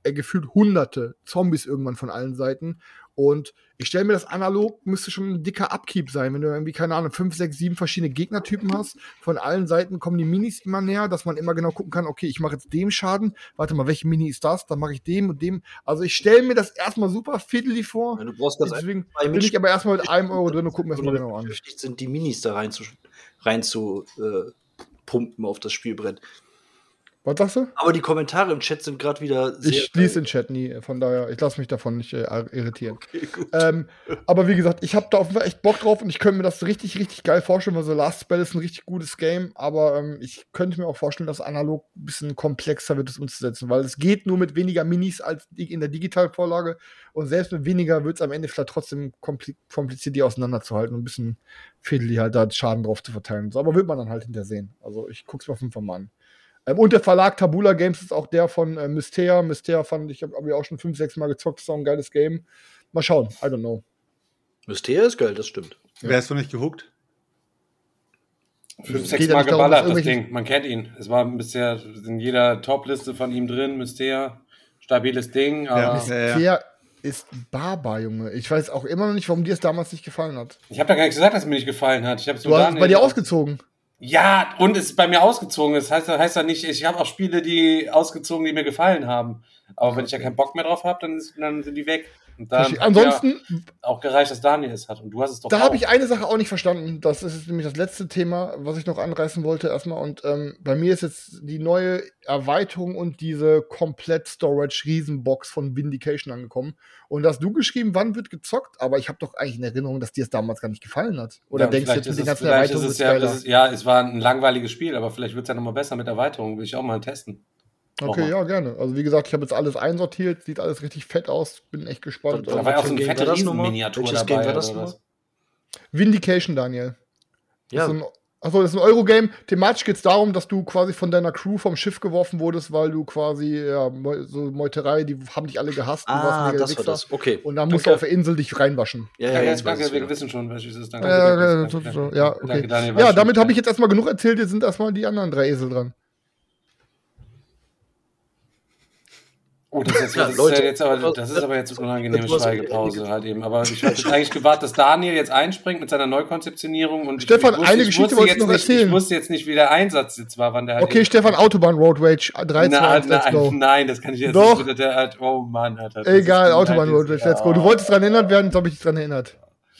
gefühlt hunderte Zombies irgendwann von allen Seiten. Und ich stelle mir das analog, müsste schon ein dicker Upkeep sein, wenn du irgendwie, keine Ahnung, 5, 6, 7 verschiedene Gegnertypen hast. Von allen Seiten kommen die Minis immer näher, dass man immer genau gucken kann, okay, ich mache jetzt dem Schaden, warte mal, welche Mini ist das? Dann mache ich dem und dem. Also ich stelle mir das erstmal super fiddly vor. Ja, du brauchst ganz deswegen bin ich aber erstmal mit einem Euro drin und gucke mir das mal genau an. Wichtig sind die Minis da rein zu pumpen auf das Spielbrett. Was sagst du? Aber die Kommentare im Chat sind gerade wieder sehr. Ich lese den Chat nie, von daher, ich lasse mich davon nicht irritieren. Okay, aber wie gesagt, ich habe da auf jeden Fall echt Bock drauf und ich könnte mir das richtig, richtig geil vorstellen, weil so Last Spell ist ein richtig gutes Game, aber ich könnte mir auch vorstellen, dass analog ein bisschen komplexer wird, es umzusetzen, weil es geht nur mit weniger Minis als in der Digitalvorlage und selbst mit weniger wird es am Ende vielleicht trotzdem kompliziert, die auseinanderzuhalten und ein bisschen fiddly halt da Schaden drauf zu verteilen. So, aber wird man dann halt hinterher sehen. Also ich guck's mir auf jeden Fall mal an. Und der Verlag Tabula Games ist auch der von Mystea. Mystea habe ich auch schon 5, 6 Mal gezockt. Das ist auch ein geiles Game. Mal schauen. I don't know. Mystea ist geil, das stimmt. Ja. Wer ist noch nicht gehuckt? 5, 6 Mal geballert, das Ding. Man kennt ihn. Es war bisher in jeder Top-Liste von ihm drin. Mystea, stabiles Ding. Aber Mystea ist Barbar, Junge. Ich weiß auch immer noch nicht, warum dir es damals nicht gefallen hat. Ich habe da gar nicht gesagt, dass es mir nicht gefallen hat. Du hast es bei dir ausgezogen. Ja, und es ist bei mir ausgezogen. Das heißt ja nicht, ich habe auch Spiele, die ausgezogen, die mir gefallen haben. Aber wenn ich ja keinen Bock mehr drauf habe, dann sind die weg. Und dann ansonsten auch gereicht, dass Daniel es hat. Und du hast es doch. Da habe ich eine Sache auch nicht verstanden. Das ist nämlich das letzte Thema, was ich noch anreißen wollte erstmal. Und bei mir ist jetzt die neue Erweiterung und diese Komplett-Storage-Riesenbox von Vindication angekommen. Und hast du geschrieben, wann wird gezockt? Aber ich habe doch eigentlich in Erinnerung, dass dir es damals gar nicht gefallen hat. Oder denkst du jetzt mit den ganzen Erweiterungen? Es war ein langweiliges Spiel, aber vielleicht wird es ja nochmal besser mit Erweiterungen. Will ich auch mal testen. Okay, ja, gerne. Also wie gesagt, ich habe jetzt alles einsortiert, sieht alles richtig fett aus, bin echt gespannt. Da war ja auch so eine fette Riesenminiatur dabei. Oder was? Vindication, Daniel. Ja. Das ist ein Eurogame. Thematisch geht es darum, dass du quasi von deiner Crew vom Schiff geworfen wurdest, weil du quasi, so Meuterei, die haben dich alle gehasst. Das war das, okay. Und dann musst du auf der Insel dich reinwaschen. Danke, wir wissen schon, welches ist. Danke. Ja, okay. Ja, damit habe ich jetzt erstmal genug erzählt, jetzt sind erstmal die anderen 3 Esel dran. Oh, das ist jetzt eine unangenehme Schweigepause halt eben. Aber ich habe eigentlich gewartet, dass Daniel jetzt einspringt mit seiner Neukonzeptionierung. Und Stefan, eine Geschichte wollte ich noch erzählen. Ich wusste jetzt nicht, wie der Einsatz jetzt war, wann der halt. Okay, Stefan, Autobahn Road Rage 3, 2, 1, let's go. Nein, das kann ich jetzt nicht. Doch. Der hat, oh Mann, Alter. Egal, Autobahn Road Rage, let's go. Du wolltest dran erinnert werden, jetzt habe ich dich dran erinnert.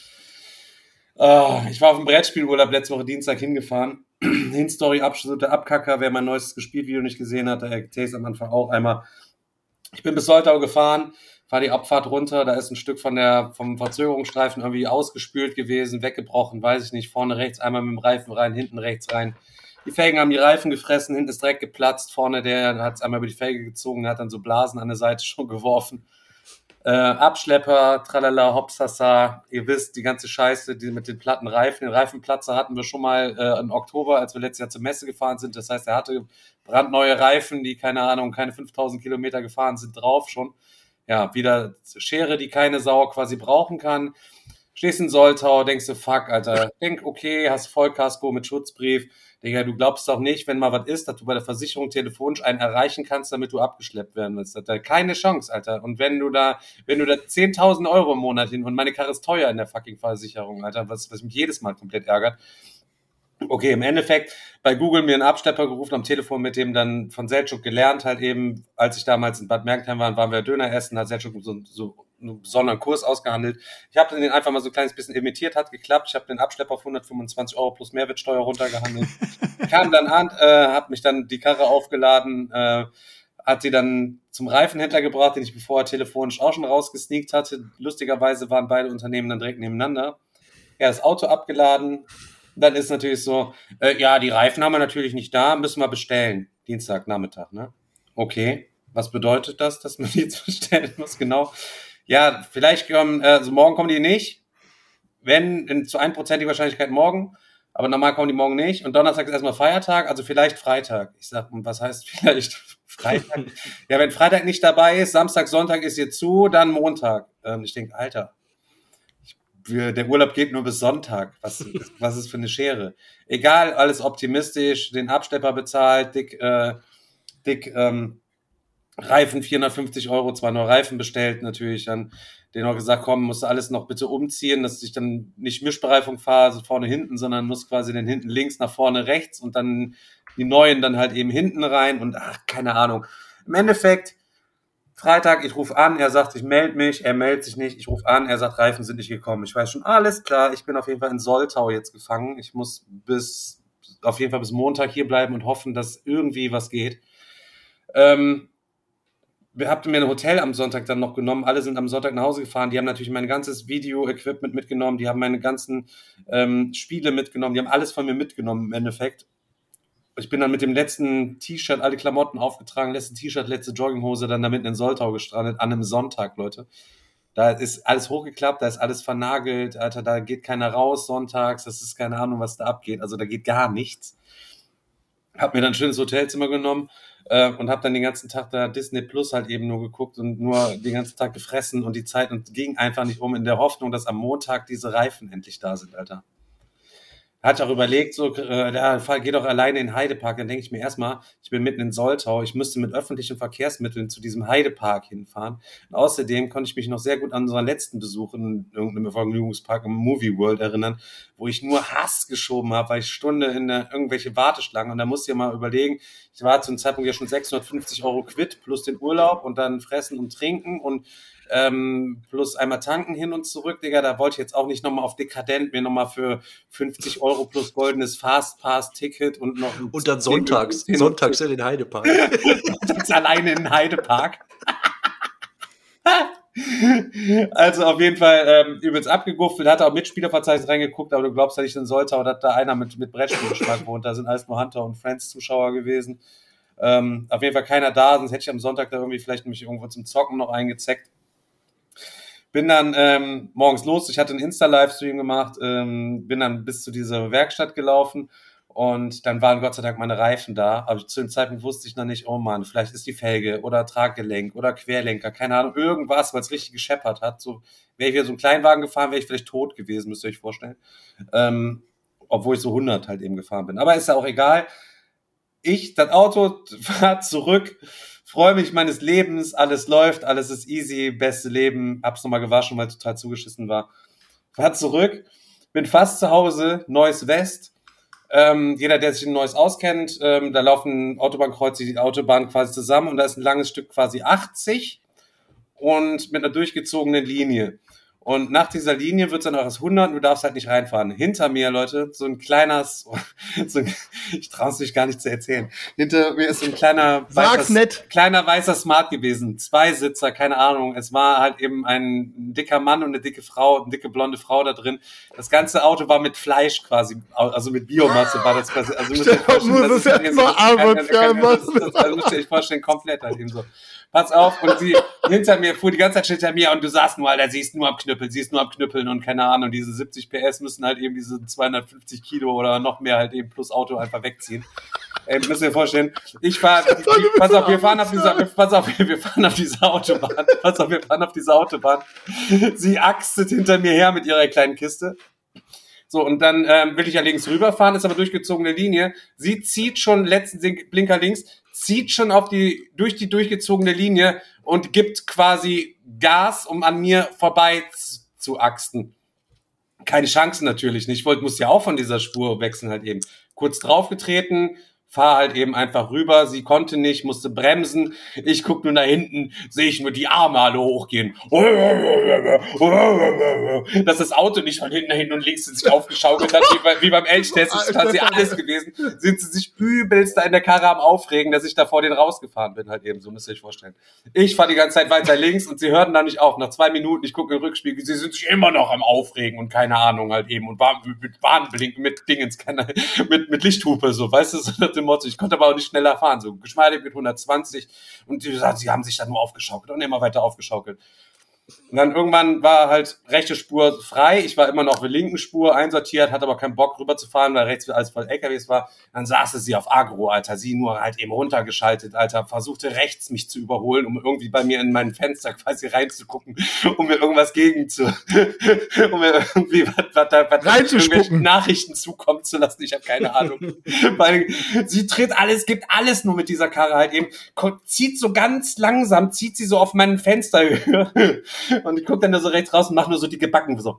Ich war auf dem Brettspielurlaub letzte Woche Dienstag hingefahren. Hinstory, absolute Abkacker. Wer mein neuestes Gespielt-Video nicht gesehen hat, der erzählt es am Anfang auch einmal. Ich bin bis Soltau gefahren, fahre die Abfahrt runter, da ist ein Stück vom Verzögerungsstreifen irgendwie ausgespült gewesen, weggebrochen, weiß ich nicht, vorne rechts einmal mit dem Reifen rein, hinten rechts rein. Die Felgen haben die Reifen gefressen, hinten ist direkt geplatzt, vorne der hat es einmal über die Felge gezogen, hat dann so Blasen an der Seite schon geworfen. Abschlepper, tralala, hopsasa, ihr wisst, die ganze Scheiße, die mit den platten Reifen. Den Reifenplatzer hatten wir schon mal im Oktober, als wir letztes Jahr zur Messe gefahren sind. Das heißt, er hatte brandneue Reifen, die, keine 5000 Kilometer gefahren sind, drauf schon. Ja, wieder Schere, die keine Sau quasi brauchen kann. Stehst in Soltau, denkst du, fuck, Alter. Denk, okay, hast Vollkasko mit Schutzbrief. Digga, du glaubst doch nicht, wenn mal was ist, dass du bei der Versicherung telefonisch einen erreichen kannst, damit du abgeschleppt werden willst. Alter. Keine Chance, Alter. Und wenn du da 10.000 Euro im Monat hin, und meine Karre ist teuer in der fucking Versicherung, Alter, was mich jedes Mal komplett ärgert. Okay, im Endeffekt bei Google mir einen Abschlepper gerufen am Telefon, mit dem dann von Selçuk gelernt, halt eben, als ich damals in Bad Mergentheim war, waren wir Döner essen, hat Selçuk so einen besonderen Kurs ausgehandelt. Ich habe den einfach mal so ein kleines bisschen imitiert, hat geklappt. Ich habe den Abschlepper auf 125 Euro plus Mehrwertsteuer runtergehandelt. Kam dann an, habe mich dann die Karre aufgeladen, hat sie dann zum Reifenhändler gebracht, den ich bevor telefonisch auch schon rausgesneakt hatte. Lustigerweise waren beide Unternehmen dann direkt nebeneinander. Ja, das Auto abgeladen. Dann ist natürlich so, die Reifen haben wir natürlich nicht da, müssen wir bestellen. Dienstagnachmittag, ne? Okay, was bedeutet das, dass man die jetzt bestellen muss? Genau. Ja, vielleicht morgen kommen die nicht. Wenn, zu 1% Wahrscheinlichkeit morgen. Aber normal kommen die morgen nicht. Und Donnerstag ist erstmal Feiertag, also vielleicht Freitag. Ich sag, was heißt vielleicht Freitag? Ja, wenn Freitag nicht dabei ist, Samstag, Sonntag ist hier zu, dann Montag. Ich denke, Alter, der Urlaub geht nur bis Sonntag. Was ist für eine Schere? Egal, alles optimistisch, den Abschlepper bezahlt, dick Reifen 450 €, 2 neue Reifen bestellt natürlich, dann denen auch gesagt, komm, musst du alles noch bitte umziehen, dass ich dann nicht Mischbereifung fahre, also vorne, hinten, sondern muss quasi den hinten links nach vorne rechts und dann die neuen dann halt eben hinten rein und keine Ahnung. Im Endeffekt, Freitag, ich rufe an, er sagt, ich melde mich, er meldet sich nicht, ich rufe an, er sagt, Reifen sind nicht gekommen. Ich weiß schon, alles klar, ich bin auf jeden Fall in Soltau jetzt gefangen. Ich muss auf jeden Fall bis Montag hier bleiben und hoffen, dass irgendwie was geht. Habt mir ein Hotel am Sonntag dann noch genommen. Alle sind am Sonntag nach Hause gefahren. Die haben natürlich mein ganzes Video-Equipment mitgenommen. Die haben meine ganzen Spiele mitgenommen. Die haben alles von mir mitgenommen im Endeffekt. Ich bin dann mit dem letzten T-Shirt, alle Klamotten aufgetragen, letzte T-Shirt, letzte Jogginghose, dann damit in Soltau gestrandet, an einem Sonntag, Leute. Da ist alles hochgeklappt, da ist alles vernagelt, Alter, da geht keiner raus sonntags, das ist keine Ahnung, was da abgeht. Also da geht gar nichts. Hab mir dann ein schönes Hotelzimmer genommen und hab dann den ganzen Tag da Disney Plus halt eben nur geguckt und nur den ganzen Tag gefressen und die Zeit und ging einfach nicht um in der Hoffnung, dass am Montag diese Reifen endlich da sind, Alter. Hat auch überlegt, so, geh doch alleine in den Heidepark. Dann denke ich mir erstmal, ich bin mitten in Soltau, ich müsste mit öffentlichen Verkehrsmitteln zu diesem Heidepark hinfahren. Und außerdem konnte ich mich noch sehr gut an unseren letzten Besuch in irgendeinem Vergnügungspark im Movie World erinnern, wo ich nur Hass geschoben habe, weil ich Stunde in irgendwelche Warteschlangen und da musst du dir mal überlegen, ich war zu einem Zeitpunkt ja schon 650 € quitt plus den Urlaub und dann Fressen und Trinken und plus einmal tanken hin und zurück, Digga, da wollte ich jetzt auch nicht nochmal auf dekadent mir nochmal für 50 € plus goldenes Fastpass-Ticket und noch... Und dann sonntags in den Heidepark. Sonntags alleine in den Heidepark. Also auf jeden Fall übelst abgeguffelt, hat auch Mitspielerverzeichnis reingeguckt, aber du glaubst ja nicht in Soltau, dass da einer mit Brettspielgeschmack wohnt, da sind alles nur Hunter und Friends Zuschauer gewesen. Auf jeden Fall keiner da, sonst hätte ich am Sonntag da irgendwie vielleicht mich irgendwo zum Zocken noch eingezeckt. Bin dann morgens los, ich hatte einen Insta-Livestream gemacht, bin dann bis zu dieser Werkstatt gelaufen und dann waren Gott sei Dank meine Reifen da, aber zu dem Zeitpunkt wusste ich noch nicht, oh Mann, vielleicht ist die Felge oder Traggelenk oder Querlenker, keine Ahnung, irgendwas, weil es richtig gescheppert hat. So, wäre ich wieder so einen Kleinwagen gefahren, wäre ich vielleicht tot gewesen, müsst ihr euch vorstellen. Obwohl ich so 100 halt eben gefahren bin. Aber ist ja auch egal. Das Auto fahrt zurück, freue mich meines Lebens, alles läuft, alles ist easy, beste Leben, hab's nochmal gewaschen, weil es total zugeschissen war. Fahr zurück, bin fast zu Hause, Neues West. Jeder, der sich in Neues auskennt, da laufen Autobahnkreuze, die Autobahn quasi zusammen und da ist ein langes Stück quasi 80 und mit einer durchgezogenen Linie. Und nach dieser Linie wird's dann auch als 100 und du darfst halt nicht reinfahren. Hinter mir, Leute, so ein kleines, ich traue mich gar nicht zu erzählen. Hinter mir ist so ein kleiner weißer Smart gewesen. 2 Sitzer, keine Ahnung. Es war halt eben ein dicker Mann und eine dicke Frau, eine dicke blonde Frau da drin. Das ganze Auto war mit Fleisch quasi, also mit Biomasse war das quasi. Also müsst ihr euch vorstellen, komplett halt eben so. Pass auf, und sie hinter mir fuhr die ganze Zeit hinter mir und du saßt nur, Alter, sie ist nur am Knüppeln und keine Ahnung, diese 70 PS müssen halt eben diese 250 Kilo oder noch mehr halt eben plus Auto einfach wegziehen. Müsst ihr vorstellen, wir fahren auf diese Autobahn. Sie axtet hinter mir her mit ihrer kleinen Kiste. So, und dann will ich ja links rüberfahren, ist aber durchgezogene Linie. Sie zieht schon, letzten Blinker links, zieht schon durch die durchgezogene Linie und gibt quasi Gas, um an mir vorbei zu axten. Keine Chance natürlich nicht. Ich musste ja auch von dieser Spur wechseln halt eben. Kurz draufgetreten, fahr halt eben einfach rüber. Sie konnte nicht, musste bremsen. Ich guck nur nach hinten, sehe ich nur die Arme alle hochgehen. Dass das Auto nicht von hinten nach hinten und links sich aufgeschaukelt hat, wie beim Elchtest. Das ist quasi alles gewesen. Sind sie sich übelst da in der Karre am Aufregen, dass ich da vor denen rausgefahren bin halt eben. So müsst ihr euch vorstellen. Ich fahre die ganze Zeit weiter links und sie hörten da nicht auf. Nach 2 Minuten, ich gucke im Rückspiegel, sie sind sich immer noch am Aufregen und keine Ahnung halt eben. Und mit Warnblinken, mit Dingens, mit Lichthupe, so, weißt du, so nach dem Motto. Ich konnte aber auch nicht schneller fahren, so geschmeidig mit 120. Und sie haben sich dann nur aufgeschaukelt und immer weiter aufgeschaukelt. Und dann irgendwann war halt rechte Spur frei. Ich war immer noch auf der linken Spur einsortiert, hatte aber keinen Bock rüberzufahren, weil rechts alles voll LKWs war. Dann saß sie auf Agro, Alter. Sie nur halt eben runtergeschaltet, Alter. Versuchte rechts mich zu überholen, um irgendwie bei mir in mein Fenster quasi reinzugucken, um mir irgendwas um mir irgendwie was reinzuspucken, Nachrichten zukommen zu lassen. Ich habe keine Ahnung. Weil sie gibt alles nur mit dieser Karre halt eben. Zieht so ganz langsam, zieht sie so auf mein Fenster. Und ich gucke dann nur so rechts raus und mache nur so dicke Backen. So.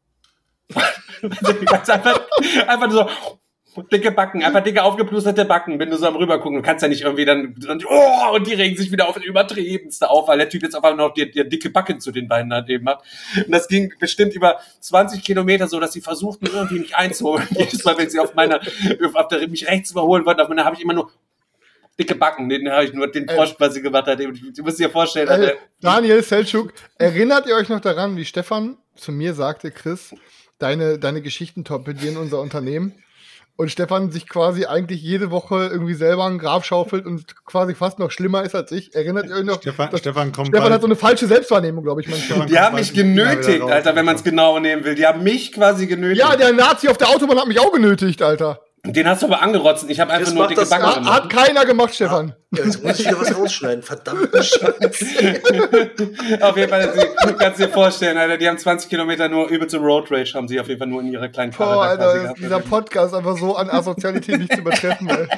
einfach nur so dicke Backen, einfach dicke aufgeplusterte Backen, wenn du so am rübergucken. Du kannst ja nicht irgendwie dann und die regen sich wieder auf das Übertriebenste auf, weil der Typ jetzt einfach noch die dicke Backen zu den Beinen daneben hat. Und das ging bestimmt über 20 Kilometer so, dass sie versuchten, irgendwie mich einzuholen. Jedes Mal, wenn sie mich rechts überholen wollten, dann habe ich immer nur dicke Backen, den habe ich nur den Frosch, was sie gemacht hat. Du musst dir vorstellen. Daniel Selçuk, erinnert ihr euch noch daran, wie Stefan zu mir sagte, Chris, deine Geschichten torpedieren unser Unternehmen? Und Stefan sich quasi eigentlich jede Woche irgendwie selber einen Grab schaufelt und quasi fast noch schlimmer ist als ich. Erinnert ihr euch noch? Stefan hat so eine falsche Selbstwahrnehmung, glaube ich. Die haben mich genötigt, Alter, wenn man es genau nehmen will. Die haben mich quasi genötigt. Ja, der Nazi auf der Autobahn hat mich auch genötigt, Alter. Den hast du aber angerotzt. Ich habe einfach nur dicke Backen gemacht. Hat keiner gemacht, Stefan. Ja, jetzt muss ich wieder was rausschneiden. Verdammte Scheiße. Auf jeden Fall, du kannst dir vorstellen, Alter, die haben 20 Kilometer nur übelste Road Rage, haben sie auf jeden Fall nur in ihrer kleinen Karre. Boah, Alter, dieser Podcast einfach so an Asozialität nicht zu übertreffen, ey.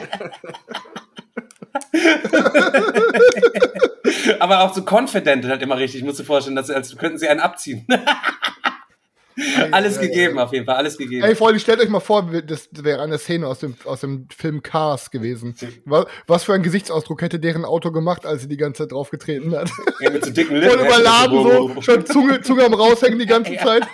Aber auch so confident halt immer richtig. Ich muss dir vorstellen, als könnten sie einen abziehen. Alles gegeben, auf jeden Fall, alles gegeben. Ey, Freunde, stellt euch mal vor, das wäre eine Szene aus dem Film Cars gewesen. Was für ein Gesichtsausdruck hätte deren Auto gemacht, als sie die ganze Zeit draufgetreten hat? Ja, mit so dicken Lippen. Voll überladen, so, schon Zunge am raushängen die ganze Zeit.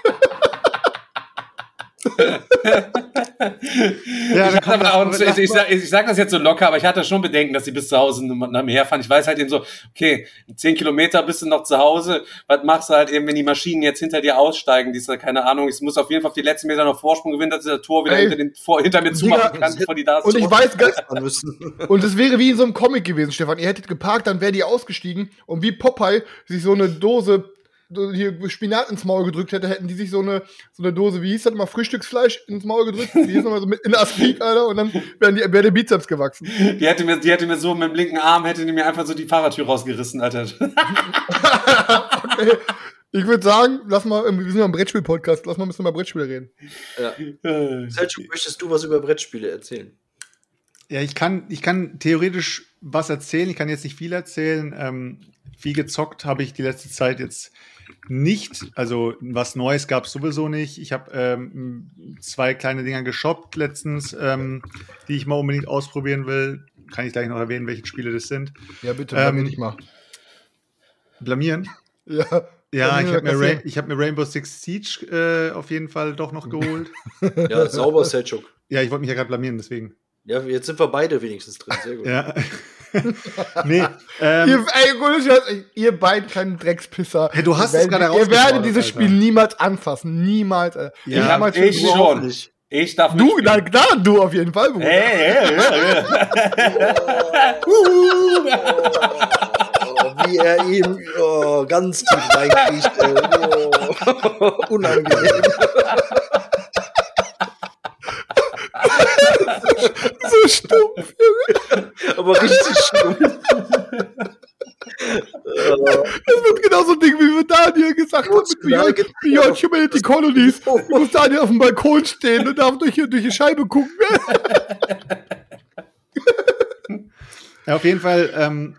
Ich sag das jetzt so locker, aber ich hatte schon Bedenken, dass sie bis zu Hause nach mir herfahren. Ich weiß halt eben so, okay, 10 Kilometer bist du noch zu Hause. Was machst du halt eben, wenn die Maschinen jetzt hinter dir aussteigen? Die ist halt, keine Ahnung, ich muss auf jeden Fall auf die letzten Meter noch Vorsprung gewinnen, dass der Tor wieder hinter mir zumachen kann, bevor die da sind. Und ich weiß und es wäre wie in so einem Comic gewesen, Stefan. Ihr hättet geparkt, dann wäre die ausgestiegen und wie Popeye sich so eine Dose hier Spinat ins Maul gedrückt hätten die sich so eine Dose, wie hieß das mal, Frühstücksfleisch ins Maul gedrückt, die hieß nochmal so mit in der Aspik, Alter, und dann wäre der Bizeps gewachsen. Die hätte mir so mit dem linken Arm, hätte die mir einfach so die Fahrertür rausgerissen, Alter. Okay. Ich würde sagen, wir sind ja im Brettspiel-Podcast, lass mal ein bisschen über Brettspiele reden. Ja. Selçuk, möchtest du was über Brettspiele erzählen? Ja, ich kann theoretisch was erzählen, ich kann jetzt nicht viel erzählen. Viel gezockt habe ich die letzte Zeit jetzt nicht, also was Neues gab es sowieso nicht. Ich habe 2 kleine Dinger geshoppt letztens, die ich mal unbedingt ausprobieren will. Kann ich gleich noch erwähnen, welche Spiele das sind. Ja, bitte, blamier dich mal. Blamieren? Ja. Ja, ich hab mir Rainbow Six Siege auf jeden Fall doch noch geholt. Ja, sauber, Selçuk. Ja, ich wollte mich ja gerade blamieren, deswegen. Ja, jetzt sind wir beide wenigstens drin, sehr gut. Ja. Nee, ihr beiden kleinen Dreckspisser. Hey, du hast es gerade rausgefunden. Ihr werdet dieses Spiel niemals anfassen. Niemals. Ja, ich schon nicht. Ich darf nicht. Du, na klar, du auf jeden Fall. Wie er ihm ganz tief reinkriecht. Unangenehm. So stumpf, Junge. Aber richtig stumpf. Das wird genau so ein Ding, wie wir Daniel gesagt haben, mit Beyond Humanity Colonies. Du musst Daniel auf dem Balkon stehen und darf durch die Scheibe gucken. Ja, auf jeden Fall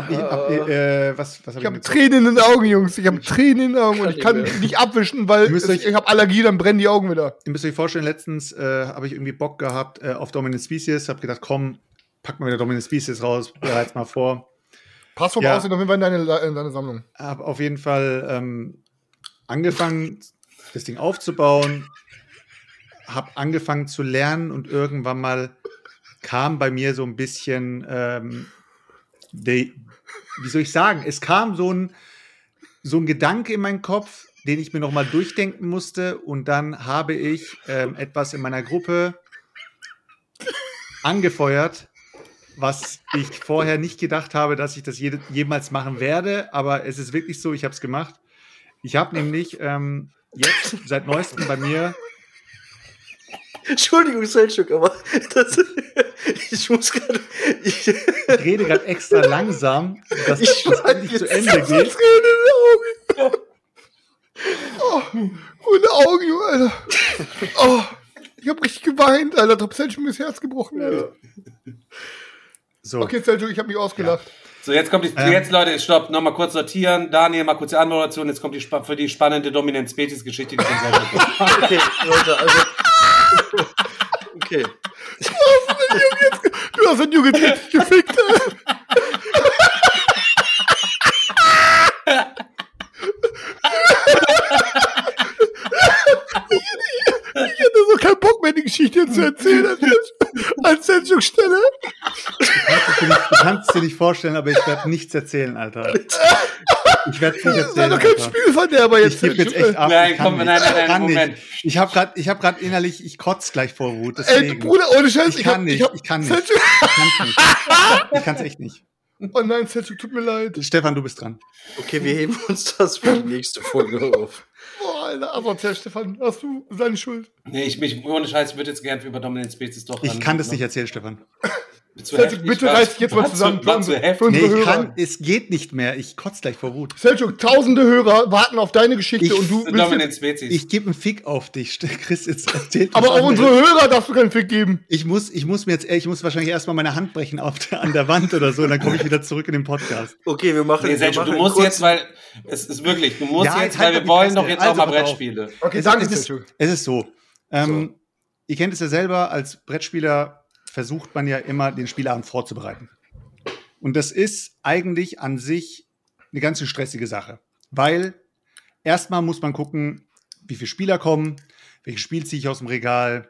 ich habe Tränen in den Augen, Jungs. Ich habe Tränen in den Augen und ich kann nicht abwischen, weil ich habe Allergie, dann brennen die Augen wieder. Ihr müsst euch vorstellen, letztens habe ich irgendwie Bock gehabt auf Dominant Species. Habe gedacht, komm, pack mal wieder Dominant Species raus, bereits mal vor. Passwort aussieht auf jeden Fall in deine Sammlung. Habe auf jeden Fall angefangen, das Ding aufzubauen. Habe angefangen zu lernen und irgendwann mal kam bei mir so ein bisschen wie soll ich sagen, es kam so ein Gedanke in meinen Kopf, den ich mir noch mal durchdenken musste und dann habe ich etwas in meiner Gruppe angefeuert, was ich vorher nicht gedacht habe, dass ich das jemals machen werde, aber es ist wirklich so, ich habe es gemacht. Ich habe nämlich jetzt seit neuestem bei mir. Entschuldigung, Selçuk, aber ich muss gerade. Ich rede gerade extra langsam, dass es endlich zu Ende geht. Oh, meine Augen, Junge, Alter. Oh, ich hab richtig geweint, Alter. Top Selçuk mir das Herz gebrochen, Alter. So. Okay, Selçuk, ich hab mich ausgelacht. Ja. So, jetzt kommt jetzt, Leute, stopp, nochmal kurz sortieren. Daniel, mal kurz die Anmoderation. Jetzt kommt für die spannende Dominant Species-Geschichte, die von Selçuk. Okay, Leute, also. Okay. Du hast den Junge richtig gefickt. Ich hätte so keinen Bock mehr, die Geschichte zu erzählen als Selçuk-Stelle. Du kannst es dir nicht vorstellen, aber ich werde nichts erzählen, Alter. Ich werde es nicht erzählen. Sei doch kein Spielverderber jetzt. Ich gebe jetzt echt ab. Nein, komm, nein, Moment. Ich habe gerade innerlich, ich kotze gleich vor Wut. Deswegen. Ey, Bruder, ohne Scheiß. Ich kann nicht. Ich kann es echt nicht. Oh nein, Selçuk, tut mir leid. Stefan, du bist dran. Okay, wir heben uns das für die nächste Folge auf. Boah, Alter, aber Stefan, hast du seine Schuld? Nee, ohne Scheiß, ich würde jetzt gerne über Dominant Species doch Ich kann das nicht erzählen, Stefan. Selçuk, bitte reiß dich jetzt mal zusammen. Es geht nicht mehr. Ich kotze gleich vor Wut. Selçuk, tausende Hörer warten auf deine Geschichte und du willst jetzt, ich gebe einen Fick auf dich, Chris, jetzt erzählt. Aber auch unsere Hörer darfst du keinen Fick geben. Ich muss wahrscheinlich erstmal meine Hand brechen an der Wand oder so, und dann komme ich wieder zurück in den Podcast. Okay, wir machen. Nee, Selçuk, du musst jetzt, weil es ist wirklich, du musst jetzt, weil wir wollen doch jetzt auch mal Brettspiele. Okay, danke, Selçuk. Es ist so. Ihr kennt es ja selber, als Brettspieler versucht man ja immer, den Spielabend vorzubereiten. Und das ist eigentlich an sich eine ganz stressige Sache. Weil erstmal muss man gucken, wie viele Spieler kommen, welches Spiel ziehe ich aus dem Regal,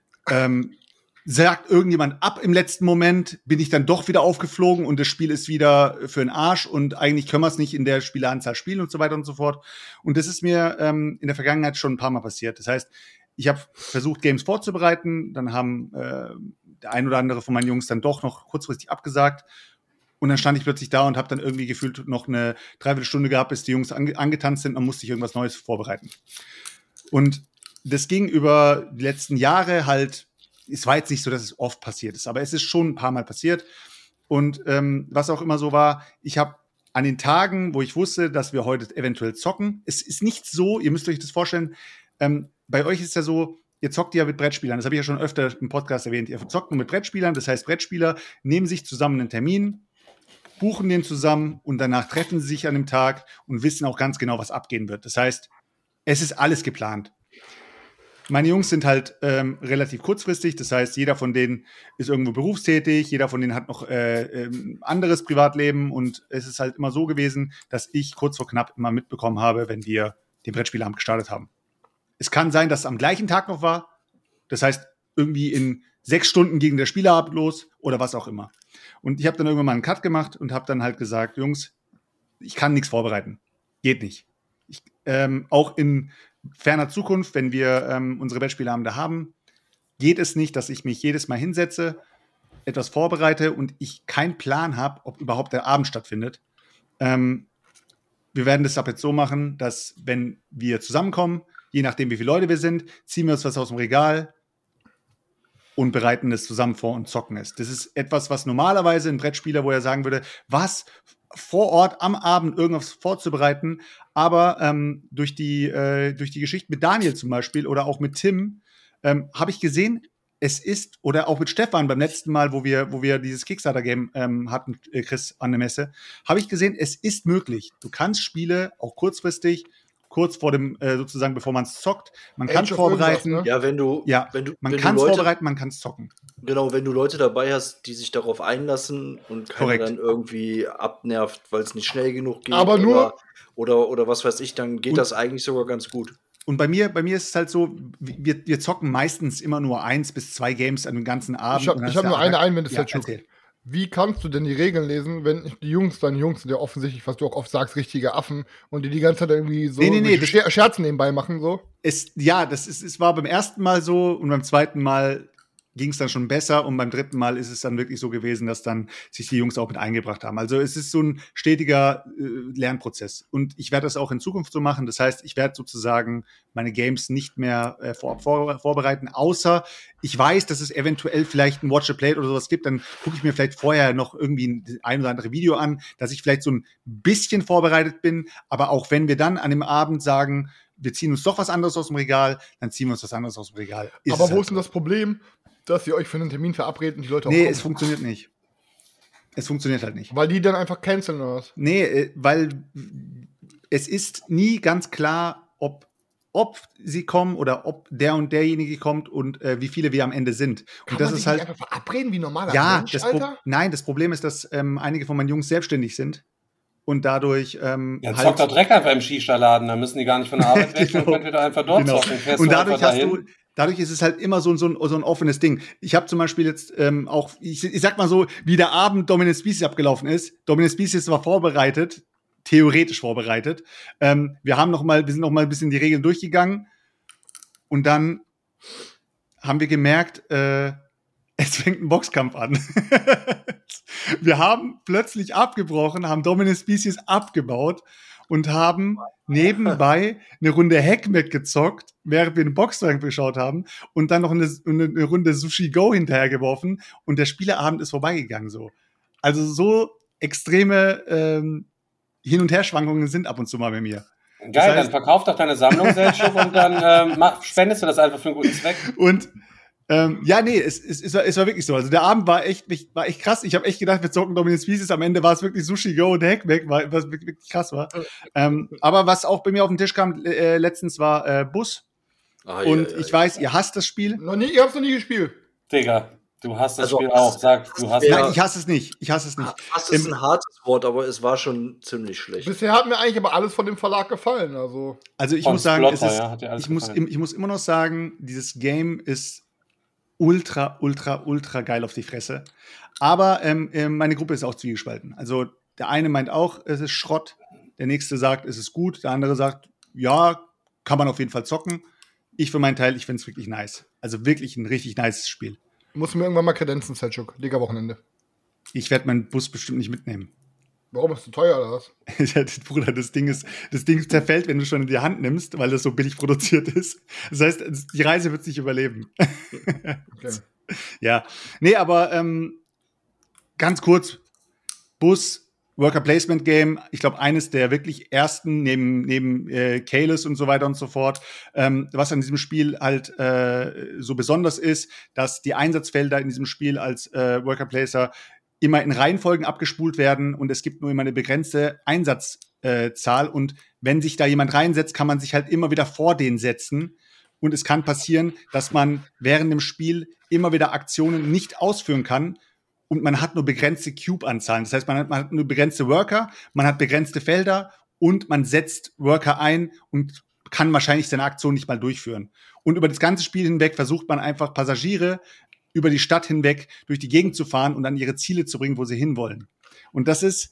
sagt irgendjemand ab im letzten Moment, bin ich dann doch wieder aufgeflogen und das Spiel ist wieder für den Arsch und eigentlich können wir es nicht in der Spieleranzahl spielen und so weiter und so fort. Und das ist mir in der Vergangenheit schon ein paar Mal passiert. Das heißt, ich habe versucht, Games vorzubereiten, dann haben der ein oder andere von meinen Jungs dann doch noch kurzfristig abgesagt. Und dann stand ich plötzlich da und habe dann irgendwie gefühlt noch eine Dreiviertelstunde gehabt, bis die Jungs angetanzt sind und musste ich irgendwas Neues vorbereiten. Und das ging über die letzten Jahre halt, es war jetzt nicht so, dass es oft passiert ist, aber es ist schon ein paar Mal passiert. Und was auch immer so war, ich habe an den Tagen, wo ich wusste, dass wir heute eventuell zocken, es ist nicht so, ihr müsst euch das vorstellen, bei euch ist ja so, ihr zockt ja mit Brettspielern, das habe ich ja schon öfter im Podcast erwähnt, ihr zockt nur mit Brettspielern, das heißt, Brettspieler nehmen sich zusammen einen Termin, buchen den zusammen und danach treffen sie sich an dem Tag und wissen auch ganz genau, was abgehen wird. Das heißt, es ist alles geplant. Meine Jungs sind halt relativ kurzfristig, das heißt, jeder von denen ist irgendwo berufstätig, jeder von denen hat noch anderes Privatleben und es ist halt immer so gewesen, dass ich kurz vor knapp immer mitbekommen habe, wenn wir den Brettspielabend gestartet haben. Es kann sein, dass es am gleichen Tag noch war. Das heißt, irgendwie in 6 Stunden ging der Spielabend los oder was auch immer. Und ich habe dann irgendwann mal einen Cut gemacht und habe dann halt gesagt, Jungs, ich kann nichts vorbereiten. Geht nicht. Auch in ferner Zukunft, wenn wir unsere Brettspielabende haben, geht es nicht, dass ich mich jedes Mal hinsetze, etwas vorbereite und ich keinen Plan habe, ob überhaupt der Abend stattfindet. Wir werden das ab jetzt so machen, dass wenn wir zusammenkommen, je nachdem, wie viele Leute wir sind, ziehen wir uns was aus dem Regal und bereiten es zusammen vor und zocken es. Das ist etwas, was normalerweise ein Brettspieler, wo er sagen würde, was vor Ort am Abend irgendwas vorzubereiten, aber durch die Geschichte mit Daniel zum Beispiel oder auch mit Tim habe ich gesehen, es ist, oder auch mit Stefan beim letzten Mal, wo wir dieses Kickstarter-Game hatten, Chris, an der Messe, habe ich gesehen, es ist möglich. Du kannst Spiele auch kurzfristig, kurz vor dem, sozusagen, bevor man es zockt. Man kann es vorbereiten. Ne? Ja, man kann es vorbereiten, man kann es zocken. Genau, wenn du Leute dabei hast, die sich darauf einlassen und keiner dann irgendwie abnervt, weil es nicht schnell genug geht. Aber nur oder was weiß ich, dann geht das eigentlich sogar ganz gut. Und bei mir ist es halt so, wir zocken meistens immer nur 1 bis 2 Games an dem ganzen Abend. Ich hab nur eine Einwände, Selçuk. Wie kannst du denn die Regeln lesen, wenn die Jungs sind ja offensichtlich, was du auch oft sagst, richtige Affen und die ganze Zeit irgendwie so Scherzen nebenbei machen, so? Es war beim ersten Mal so und beim zweiten Mal ging es dann schon besser und beim dritten Mal ist es dann wirklich so gewesen, dass dann sich die Jungs auch mit eingebracht haben. Also es ist so ein stetiger Lernprozess und ich werde das auch in Zukunft so machen. Das heißt, ich werde sozusagen meine Games nicht mehr vorab vorbereiten, außer ich weiß, dass es eventuell vielleicht ein Watch a Plate oder sowas gibt, dann gucke ich mir vielleicht vorher noch irgendwie ein oder andere Video an, dass ich vielleicht so ein bisschen vorbereitet bin, aber auch wenn wir dann an dem Abend sagen, wir ziehen uns doch was anderes aus dem Regal, dann ziehen wir uns was anderes aus dem Regal. Aber wo ist denn das Problem, dass ihr euch für einen Termin verabreden und die Leute auch Nee, kommen? es funktioniert nicht. Es funktioniert halt nicht. Weil die dann einfach canceln oder was? Nee, weil es ist nie ganz klar, ob sie kommen oder ob der und derjenige kommt und wie viele wir am Ende sind. Kann und das man ist sich halt nicht einfach verabreden wie normaler ja, Mensch, Alter? nein, das Problem ist, dass einige von meinen Jungs selbstständig sind und dadurch zockt doch Dreck einfach im Shisha-Laden, da müssen die gar nicht von der Arbeit weg, dann könnt ihr doch einfach dort zocken. Und dadurch ist es halt immer so ein offenes Ding. Ich habe zum Beispiel jetzt auch, ich sag mal so, wie der Abend Dominant Species abgelaufen ist. Dominant Species war vorbereitet, theoretisch vorbereitet. Wir sind noch mal ein bisschen die Regeln durchgegangen und dann haben wir gemerkt, es fängt ein Boxkampf an. Wir haben plötzlich abgebrochen, haben Dominant Species abgebaut und haben nebenbei eine Runde Hackmack gezockt, während wir den Boxring geschaut haben und dann noch eine Runde Sushi Go hinterhergeworfen und der Spieleabend ist vorbeigegangen so. Also so extreme Hin- und Herschwankungen sind ab und zu mal bei mir. Geil, das heißt, dann verkauf doch deine Sammlung selbst und dann spendest du das einfach für einen guten Zweck. Und es war wirklich so. Also der Abend war echt krass. Ich habe echt gedacht, wir zocken Dominant Species. Am Ende war es wirklich Sushi Go und Hackback, was wirklich krass war. Aber was auch bei mir auf den Tisch kam letztens war Bus. Ich weiß, ihr hasst das Spiel. Ihr habt es noch nie gespielt. Digga, du hast das Spiel auch. Sag, du hast Nein, ich hasse es nicht. Hass ist ein hartes Wort, aber es war schon ziemlich schlecht. Bisher hat mir eigentlich aber alles von dem Verlag gefallen. Also ich muss sagen, ich muss immer noch sagen, dieses Game ist ultra geil auf die Fresse. Aber meine Gruppe ist auch zwiegespalten. Also der eine meint auch, es ist Schrott. Der nächste sagt, es ist gut. Der andere sagt, ja, kann man auf jeden Fall zocken. Ich für meinen Teil, ich finde es wirklich nice. Also wirklich ein richtig nice Spiel. Du musst mir irgendwann mal kredenzen, Selchuk. Liga-Wochenende. Ich werde meinen Bus bestimmt nicht mitnehmen. Warum? Ist es zu teuer oder was? Bruder, das Ding zerfällt, wenn du schon in die Hand nimmst, weil das so billig produziert ist. Das heißt, die Reise wird es nicht überleben. Okay. Ja. Nee, aber ganz kurz. Bus, Worker Placement Game. Ich glaube, eines der wirklich ersten neben Kalis und so weiter und so fort. Was an diesem Spiel halt so besonders ist, dass die Einsatzfelder in diesem Spiel als Worker Placer immer in Reihenfolgen abgespult werden und es gibt nur immer eine begrenzte Einsatzzahl und wenn sich da jemand reinsetzt, kann man sich halt immer wieder vor den setzen und es kann passieren, dass man während dem Spiel immer wieder Aktionen nicht ausführen kann und man hat nur begrenzte Cube-Anzahlen. Das heißt, man hat nur begrenzte Worker, man hat begrenzte Felder und man setzt Worker ein und kann wahrscheinlich seine Aktion nicht mal durchführen. Und über das ganze Spiel hinweg versucht man einfach Passagiere über die Stadt hinweg durch die Gegend zu fahren und an ihre Ziele zu bringen, wo sie hinwollen. Und das ist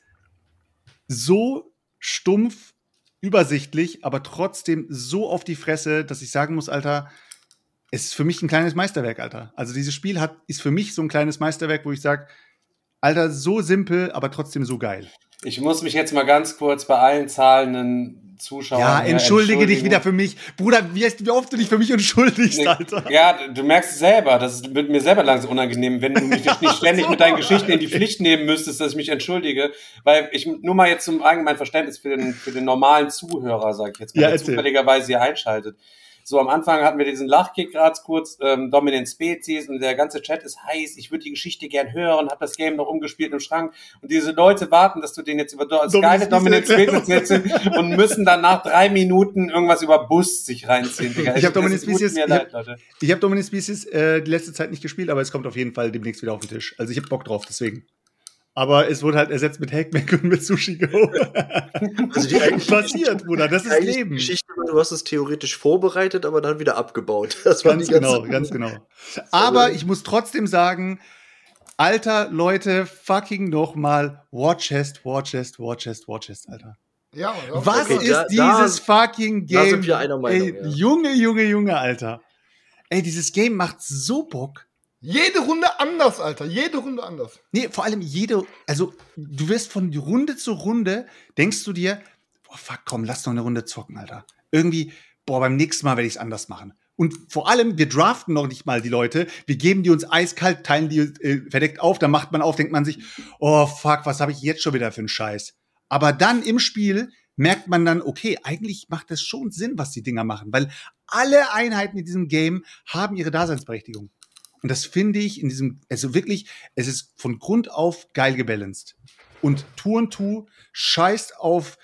so stumpf, übersichtlich, aber trotzdem so auf die Fresse, dass ich sagen muss, Alter, es ist für mich ein kleines Meisterwerk, Alter. Also dieses Spiel ist für mich so ein kleines Meisterwerk, wo ich sage, Alter, so simpel, aber trotzdem so geil. Ich muss mich jetzt mal ganz kurz bei allen zahlenden Zuschauern entschuldige dich wieder für mich. Bruder, wie oft du dich für mich entschuldigst, Alter. Ja, du merkst es selber, das wird mir selber langsam unangenehm, wenn du mich nicht ständig mit deinen Geschichten in die Pflicht nehmen müsstest, dass ich mich entschuldige. Weil ich nur mal jetzt zum allgemeinen Verständnis für den normalen Zuhörer, sag ich jetzt mal, der zufälligerweise hier einschaltet. So, am Anfang hatten wir diesen Lachkick gerade kurz, Dominant Species und der ganze Chat ist heiß, ich würde die Geschichte gern hören, hab das Game noch umgespielt im Schrank und diese Leute warten, dass du denen jetzt über das geile Dominant Species erzählst und müssen dann nach 3 Minuten irgendwas über Bus sich reinziehen. Ich habe Dominant Species die letzte Zeit nicht gespielt, aber es kommt auf jeden Fall demnächst wieder auf den Tisch. Also ich habe Bock drauf, deswegen. Aber es wurde halt ersetzt mit Hackback und mit Sushi Go. Also die eigentlich passiert, Bruder, das ist Leben. Geschichte, du hast es theoretisch vorbereitet, aber dann wieder abgebaut. Das war ganz genau. Aber ich muss trotzdem sagen, Alter, Leute, fucking nochmal War Chest, Alter. Ja, was ist dieses fucking Game? Da sind wir einer Meinung, Junge, Alter. Ey, dieses Game macht so Bock. Jede Runde anders, Alter. Jede Runde anders. Nee, vor allem also du wirst von Runde zu Runde, denkst du dir, boah, fuck, komm, lass noch eine Runde zocken, Alter. Irgendwie, boah, beim nächsten Mal werde ich es anders machen. Und vor allem, wir draften noch nicht mal die Leute, wir geben die uns eiskalt, teilen die verdeckt auf, dann macht man auf, denkt man sich, oh fuck, was habe ich jetzt schon wieder für einen Scheiß? Aber dann im Spiel merkt man dann, okay, eigentlich macht das schon Sinn, was die Dinger machen, weil alle Einheiten in diesem Game haben ihre Daseinsberechtigung. Und das finde ich also wirklich, es ist von Grund auf geil gebalanced. Und Two scheißt auf,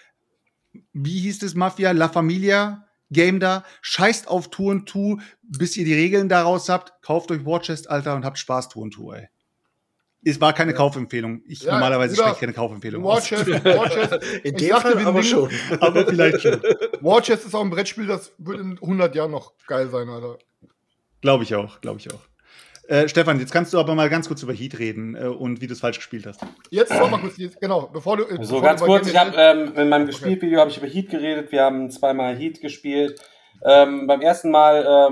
wie hieß das Mafia, La Familia Game da, scheißt auf Two, bis ihr die Regeln daraus habt, kauft euch War Chest, Alter, und habt Spaß, Two, ey. Es war keine Kaufempfehlung. Normalerweise spreche ich keine Kaufempfehlung War Chest. In dem Fall aber schon. Aber vielleicht schon. War Chest ist auch ein Brettspiel, das wird in 100 Jahren noch geil sein, Alter. Glaube ich auch. Stefan, jetzt kannst du aber mal ganz kurz über Heat reden und wie du es falsch gespielt hast. Jetzt mal kurz, genau, bevor du... Ganz kurz, ich habe in meinem Gespielvideo habe ich über Heat geredet, wir haben 2-mal Heat gespielt. Beim ersten Mal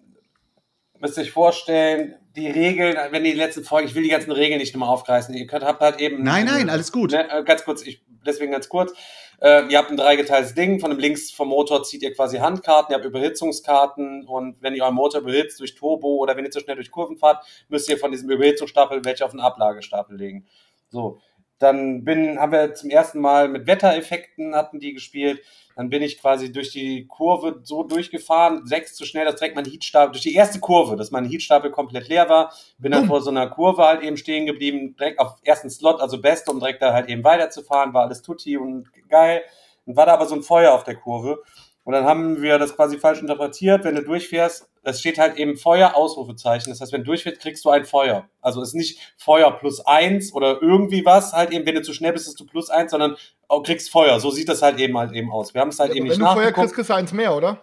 müsst ihr euch vorstellen, die Regeln, wenn die letzten Folgen, ich will die ganzen Regeln nicht nochmal aufreißen, habt halt eben... Nein, alles gut. Ganz kurz, deswegen ganz kurz. Ihr habt ein dreigeteiltes Ding, von dem links vom Motor zieht ihr quasi Handkarten, ihr habt Überhitzungskarten und wenn ihr euren Motor überhitzt durch Turbo oder wenn ihr zu schnell durch Kurven fahrt, müsst ihr von diesem Überhitzungsstapel welche auf den Ablagestapel legen. So, dann haben wir zum ersten Mal mit Wettereffekten hatten die gespielt, dann bin ich quasi durch die Kurve so durchgefahren, 6 zu schnell, dass direkt mein Heatstapel, durch die erste Kurve, dass mein Heatstapel komplett leer war, bin dann vor so einer Kurve halt eben stehen geblieben, direkt auf ersten Slot, also Beste, um direkt da halt eben weiterzufahren, war alles tutti und geil. Dann war da aber so ein Feuer auf der Kurve und dann haben wir das quasi falsch interpretiert, wenn du durchfährst, es steht halt eben Feuer, Ausrufezeichen, das heißt, wenn du durchfährst, kriegst du ein Feuer. Also es ist nicht Feuer +1 oder irgendwie was, halt eben, wenn du zu schnell bist, ist du +1, sondern auch kriegst Feuer. So sieht das halt eben aus. Wir haben es halt eben nicht nachgeguckt. Wenn du Feuer kriegst du eins mehr, oder?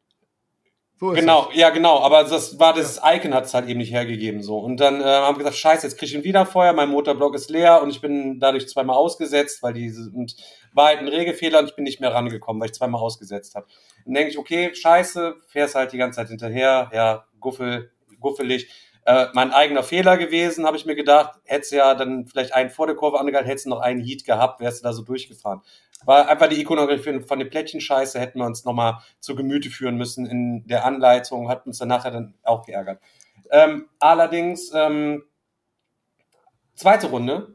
So ist genau, ja genau, aber das Icon hat es halt eben nicht hergegeben so. Und dann haben wir gesagt, scheiße, jetzt krieg ich wieder Feuer, mein Motorblock ist leer und ich bin dadurch 2-mal ausgesetzt, und war halt ein Regefehler und ich bin nicht mehr rangekommen, weil ich 2-mal ausgesetzt habe. Dann denke ich, okay, scheiße, fährst halt die ganze Zeit hinterher, ja, guffelig. Mein eigener Fehler gewesen, habe ich mir gedacht, hättest ja dann vielleicht einen vor der Kurve angehalten, hättest du noch einen Heat gehabt, wärst du da so durchgefahren. War einfach die Ikonografie von den Plättchenscheiße, hätten wir uns nochmal zu Gemüte führen müssen in der Anleitung, hat uns dann nachher dann auch geärgert. Allerdings, zweite Runde,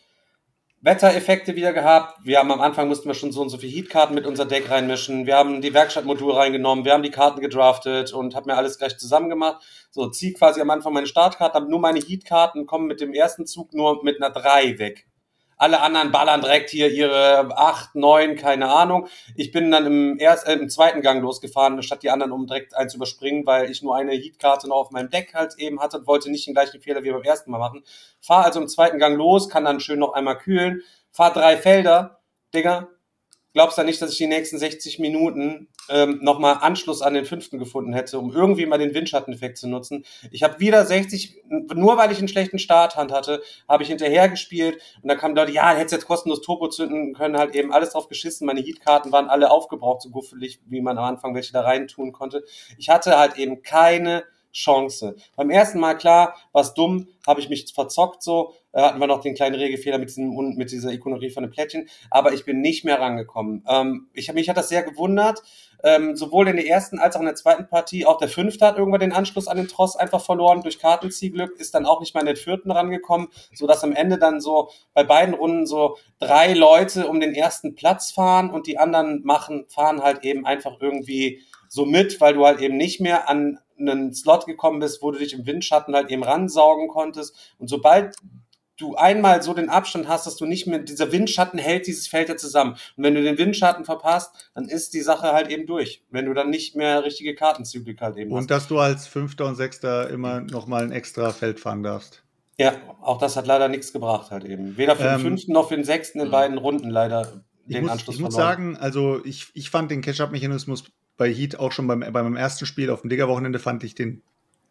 Wettereffekte wieder gehabt. Wir haben am Anfang mussten wir schon so und so viele Heatkarten mit unser Deck reinmischen. Wir haben die Werkstattmodule reingenommen. Wir haben die Karten gedraftet und hab mir alles gleich zusammen gemacht. So, zieh quasi am Anfang meine Startkarten, hab nur meine Heatkarten, kommen mit dem ersten Zug nur mit einer 3 weg. Alle anderen ballern direkt hier ihre 8, 9, keine Ahnung. Ich bin dann im zweiten Gang losgefahren, statt die anderen, um direkt einen zu überspringen, weil ich nur eine Heatkarte noch auf meinem Deck halt eben hatte und wollte nicht den gleichen Fehler wie beim ersten Mal machen. Fahr also im zweiten Gang los, kann dann schön noch einmal kühlen, fahr 3 Felder, Digga. Glaubst du nicht, dass ich die nächsten 60 Minuten nochmal Anschluss an den 5. gefunden hätte, um irgendwie mal den Windschatteneffekt zu nutzen? Ich habe wieder 60, nur weil ich einen schlechten Starthand hatte, habe ich hinterher gespielt und da kamen Leute, ja, hättest jetzt kostenlos Turbo zünden können, halt eben alles drauf geschissen. Meine Heatkarten waren alle aufgebraucht, so guffelig, wie man am Anfang welche da rein tun konnte. Ich hatte halt eben keine Chance. Beim ersten Mal, klar, war's dumm, habe ich mich verzockt so, hatten wir noch den kleinen Regefehler mit dieser Ikonographie von den Plättchen, aber ich bin nicht mehr rangekommen. Mich hat das sehr gewundert, sowohl in der ersten als auch in der zweiten Partie. Auch der 5. hat irgendwann den Anschluss an den Tross einfach verloren durch Kartenziehglück, ist dann auch nicht mal in den 4. rangekommen, sodass am Ende dann so bei beiden Runden so 3 Leute um den ersten Platz fahren und die anderen fahren halt eben einfach irgendwie so mit, weil du halt eben nicht mehr an einen Slot gekommen bist, wo du dich im Windschatten halt eben ransaugen konntest. Und sobald du einmal so den Abstand hast, dass du nicht mehr, dieser Windschatten hält dieses Feld ja zusammen. Und wenn du den Windschatten verpasst, dann ist die Sache halt eben durch. Wenn du dann nicht mehr richtige Kartenzyklik halt eben hast. Und dass du als 5. und 6. immer nochmal ein extra Feld fahren darfst. Ja, auch das hat leider nichts gebracht halt eben. Weder für den 5. noch für den 6. in beiden Runden leider den Anschluss verloren. Ich muss sagen, also ich fand den Catch-up-Mechanismus bei Heat auch schon beim ersten Spiel auf dem Digger-Wochenende fand ich den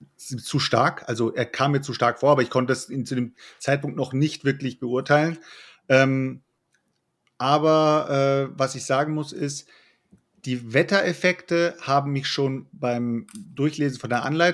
zu stark. Also er kam mir zu stark vor, aber ich konnte es zu dem Zeitpunkt noch nicht wirklich beurteilen. Aber was ich sagen muss ist, die Wettereffekte haben mich schon beim Durchlesen von der Anleitung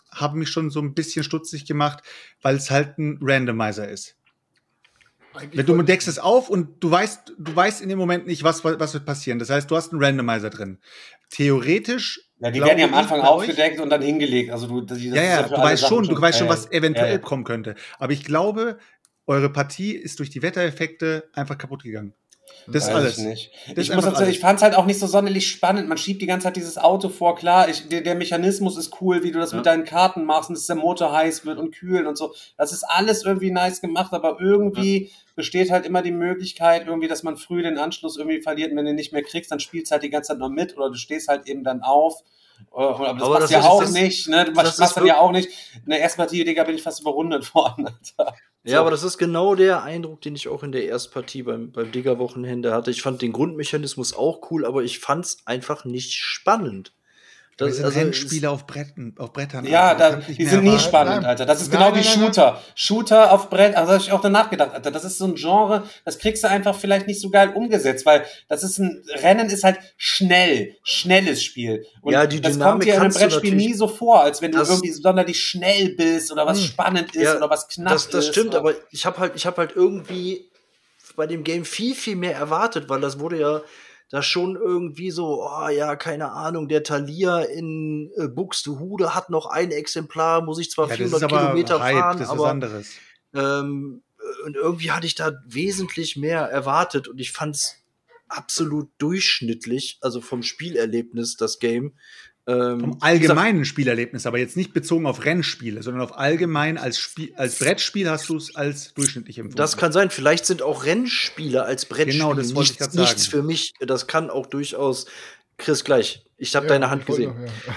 haben mich schon so ein bisschen stutzig gemacht, weil es halt ein Randomizer ist. Wenn du deckst es auf und du weißt in dem Moment nicht, was wird passieren. Das heißt, du hast einen Randomizer drin. Theoretisch. Ja, die werden ja am Anfang aufgedeckt und dann hingelegt. Also du weißt schon, was eventuell kommen könnte. Aber ich glaube, eure Partie ist durch die Wettereffekte einfach kaputt gegangen. Das ist alles. Ich fand es halt auch nicht so sonderlich spannend. Man schiebt die ganze Zeit dieses Auto vor. Klar, der Mechanismus ist cool, wie du das mit deinen Karten machst und dass der Motor heiß wird und kühlen und so. Das ist alles irgendwie nice gemacht, aber irgendwie besteht halt immer die Möglichkeit, irgendwie, dass man früh den Anschluss irgendwie verliert und wenn du ihn nicht mehr kriegst, dann spielst du halt die ganze Zeit noch mit oder du stehst halt eben dann auf. Aber das machst du ja auch nicht, ne? Du machst dann ja auch nicht. In der ersten Partie, Digga, bin ich fast überrundet worden, Alter. So. Ja, aber das ist genau der Eindruck, den ich auch in der ersten Partie beim Digger-Wochenende hatte. Ich fand den Grundmechanismus auch cool, aber ich fand's einfach nicht spannend. Das sind Rennspiele auf Brettern. Ja, die sind nie spannend, Alter. Das ist genau wie Shooter. Shooter auf Brett, also habe ich auch danach gedacht, Alter, das ist so ein Genre, das kriegst du einfach vielleicht nicht so geil umgesetzt, weil das ist Rennen ist halt schnelles Spiel. Und ja, die das kommt dir in einem Brettspiel nie so vor, als wenn du irgendwie sonderlich schnell bist oder was spannend ist oder was knapp ist. Das stimmt, aber ich hab halt irgendwie bei dem Game viel, viel mehr erwartet, weil das wurde ja da schon irgendwie so, keine Ahnung, der Thalia in Buxtehude hat noch ein Exemplar, muss ich zwar 400 Kilometer fahren, das ist was anderes. Und irgendwie hatte ich da wesentlich mehr erwartet und ich fand's absolut durchschnittlich, also vom Spielerlebnis, das Game. Vom allgemeinen Spielerlebnis, aber jetzt nicht bezogen auf Rennspiele, sondern auf allgemein als Brettspiel hast du es als durchschnittlich empfunden. Das kann sein. Vielleicht sind auch Rennspiele als Brettspiele das wollte ich gerade sagen. Nichts für mich. Das kann auch durchaus. Chris, gleich. Ich habe deine Hand gesehen.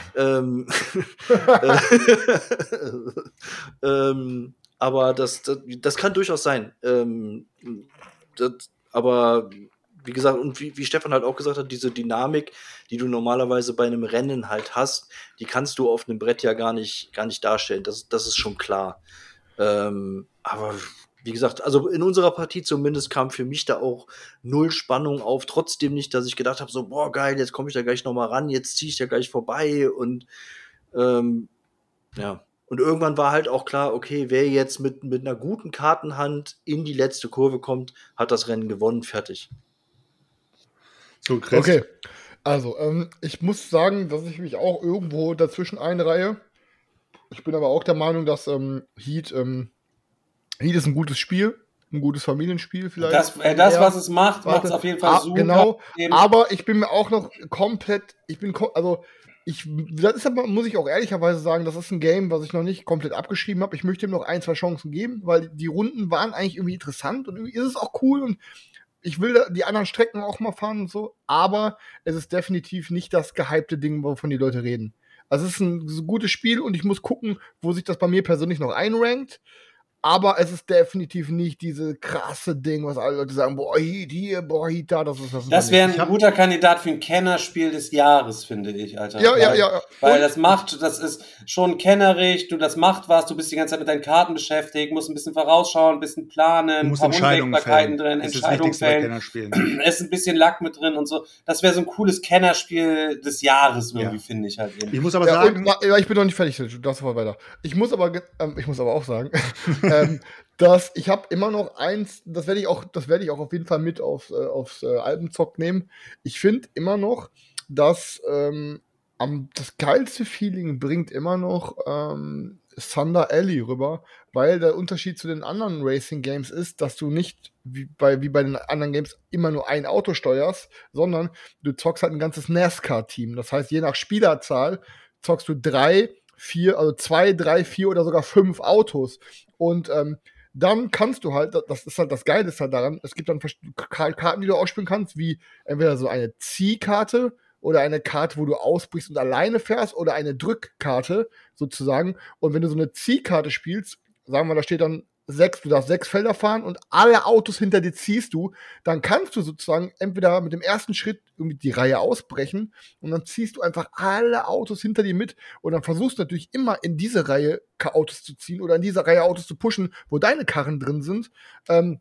Aber das kann durchaus sein. Aber wie gesagt, und wie Stefan halt auch gesagt hat, diese Dynamik, die du normalerweise bei einem Rennen halt hast, die kannst du auf einem Brett ja gar nicht darstellen. Das ist schon klar. Aber wie gesagt, also in unserer Partie zumindest kam für mich da auch null Spannung auf. Trotzdem nicht, dass ich gedacht habe, so, boah, geil, jetzt komme ich da gleich noch mal ran, jetzt ziehe ich da gleich vorbei. Und ja. Und irgendwann war halt auch klar, okay, wer jetzt mit einer guten Kartenhand in die letzte Kurve kommt, hat das Rennen gewonnen, fertig. So, Chris. Okay, also ich muss sagen, dass ich mich auch irgendwo dazwischen einreihe. Ich bin aber auch der Meinung, dass Heat ist ein gutes Spiel, ein gutes Familienspiel vielleicht. Was es macht es auf jeden Fall super. Genau, aber ich bin mir auch noch komplett, muss ich auch ehrlicherweise sagen, das ist ein Game, was ich noch nicht komplett abgeschrieben habe. Ich möchte ihm noch 1-2 Chancen geben, weil die Runden waren eigentlich irgendwie interessant und irgendwie ist es auch cool und ich will die anderen Strecken auch mal fahren und so, aber es ist definitiv nicht das gehypte Ding, wovon die Leute reden. Also es ist ein so gutes Spiel und ich muss gucken, wo sich das bei mir persönlich noch einrankt. Aber es ist definitiv nicht diese krasse Ding, was alle Leute sagen, boah, Heat da, das ist das. Das wäre ein guter Kandidat für ein Kennerspiel des Jahres, finde ich, Alter. Ja. Weil das ist schon kennerig, das macht was, du bist die ganze Zeit mit deinen Karten beschäftigt, musst ein bisschen vorausschauen, ein bisschen planen, ein paar Unwägbarkeiten drin, Entscheidungen fällen. Es ist ein bisschen Lack mit drin und so. Das wäre so ein cooles Kennerspiel des Jahres irgendwie, finde ich halt eben. Ich muss aber sagen... ich bin noch nicht fertig, du darfst mal weiter. Ich muss aber auch sagen... dass ich habe immer noch eins, das werde ich auch auf jeden Fall mit aufs Albenzock nehmen. Ich finde immer noch, dass das geilste Feeling bringt immer noch Thunder Alley rüber, weil der Unterschied zu den anderen Racing Games ist, dass du nicht wie bei den anderen Games immer nur ein Auto steuerst, sondern du zockst halt ein ganzes NASCAR-Team. Das heißt, je nach Spielerzahl zockst du 2, 3, 4 oder sogar 5 Autos. Und dann kannst du halt, das ist halt das Geile ist halt daran, es gibt dann Karten, die du ausspielen kannst, wie entweder so eine Ziehkarte oder eine Karte, wo du ausbrichst und alleine fährst oder eine Drückkarte sozusagen. Und wenn du so eine Ziehkarte spielst, sagen wir, da steht dann du darfst 6 Felder fahren und alle Autos hinter dir ziehst du, dann kannst du sozusagen entweder mit dem ersten Schritt irgendwie die Reihe ausbrechen und dann ziehst du einfach alle Autos hinter dir mit und dann versuchst du natürlich immer in diese Reihe Autos zu ziehen oder in dieser Reihe Autos zu pushen, wo deine Karren drin sind.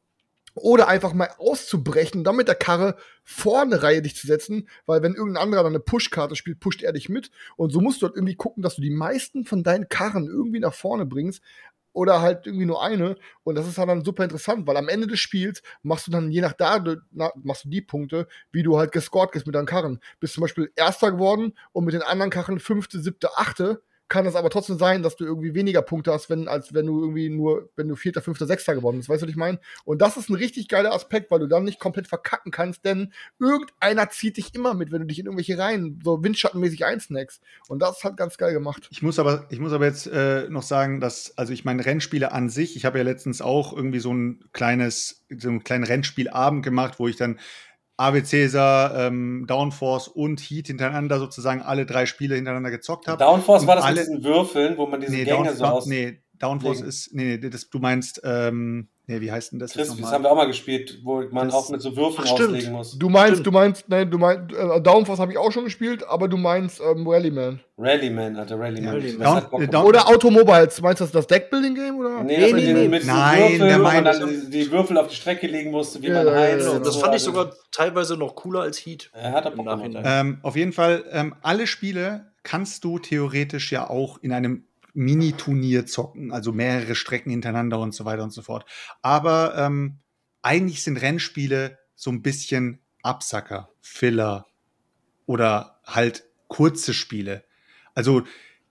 Oder einfach mal auszubrechen, dann mit der Karre vor eine Reihe dich zu setzen, weil wenn irgendein anderer dann eine Push-Karte spielt, pusht er dich mit. Und so musst du halt irgendwie gucken, dass du die meisten von deinen Karren irgendwie nach vorne bringst. Oder halt irgendwie nur eine. Und das ist halt dann super interessant, weil am Ende des Spiels machst du dann machst du die Punkte, wie du halt gescored bist mit deinen Karren. Bist zum Beispiel Erster geworden und mit den anderen Karren 5., 7., 8., kann es aber trotzdem sein, dass du irgendwie weniger Punkte hast, wenn du irgendwie wenn du 4., 5., 6. geworden bist. Weißt du, was ich meine? Und das ist ein richtig geiler Aspekt, weil du dann nicht komplett verkacken kannst, denn irgendeiner zieht dich immer mit, wenn du dich in irgendwelche Reihen so windschattenmäßig einsnackst. Und das ist halt ganz geil gemacht. Ich muss aber jetzt noch sagen, dass, also ich meine, Rennspiele an sich, ich habe ja letztens auch irgendwie so einen kleinen Rennspielabend gemacht, wo ich dann AW Caesar, Downforce und Heat hintereinander sozusagen alle 3 Spiele hintereinander gezockt habe. Downforce war das mit diesen Würfeln, wo man diese Gänge so aus... Downforce ist, du meinst, wie heißt denn das jetzt nochmal? Das haben wir auch mal gespielt, wo man auch mit so Würfeln auslegen muss. Du meinst, Downforce habe ich auch schon gespielt, aber du meinst Rallyman. Rallyman, Alter, Rallyman. Oder Automobiles, meinst du das Deckbuilding-Game? Oder? Nee, mit Würfeln, wo man dann die Würfel auf die Strecke legen musste, wie man heizt. Das fand ich sogar teilweise noch cooler als Heat. Hat er im Nachhinein. Auf jeden Fall, alle Spiele kannst du theoretisch ja auch in einem Mini-Turnier zocken, also mehrere Strecken hintereinander und so weiter und so fort. Aber eigentlich sind Rennspiele so ein bisschen Absacker, Filler oder halt kurze Spiele. Also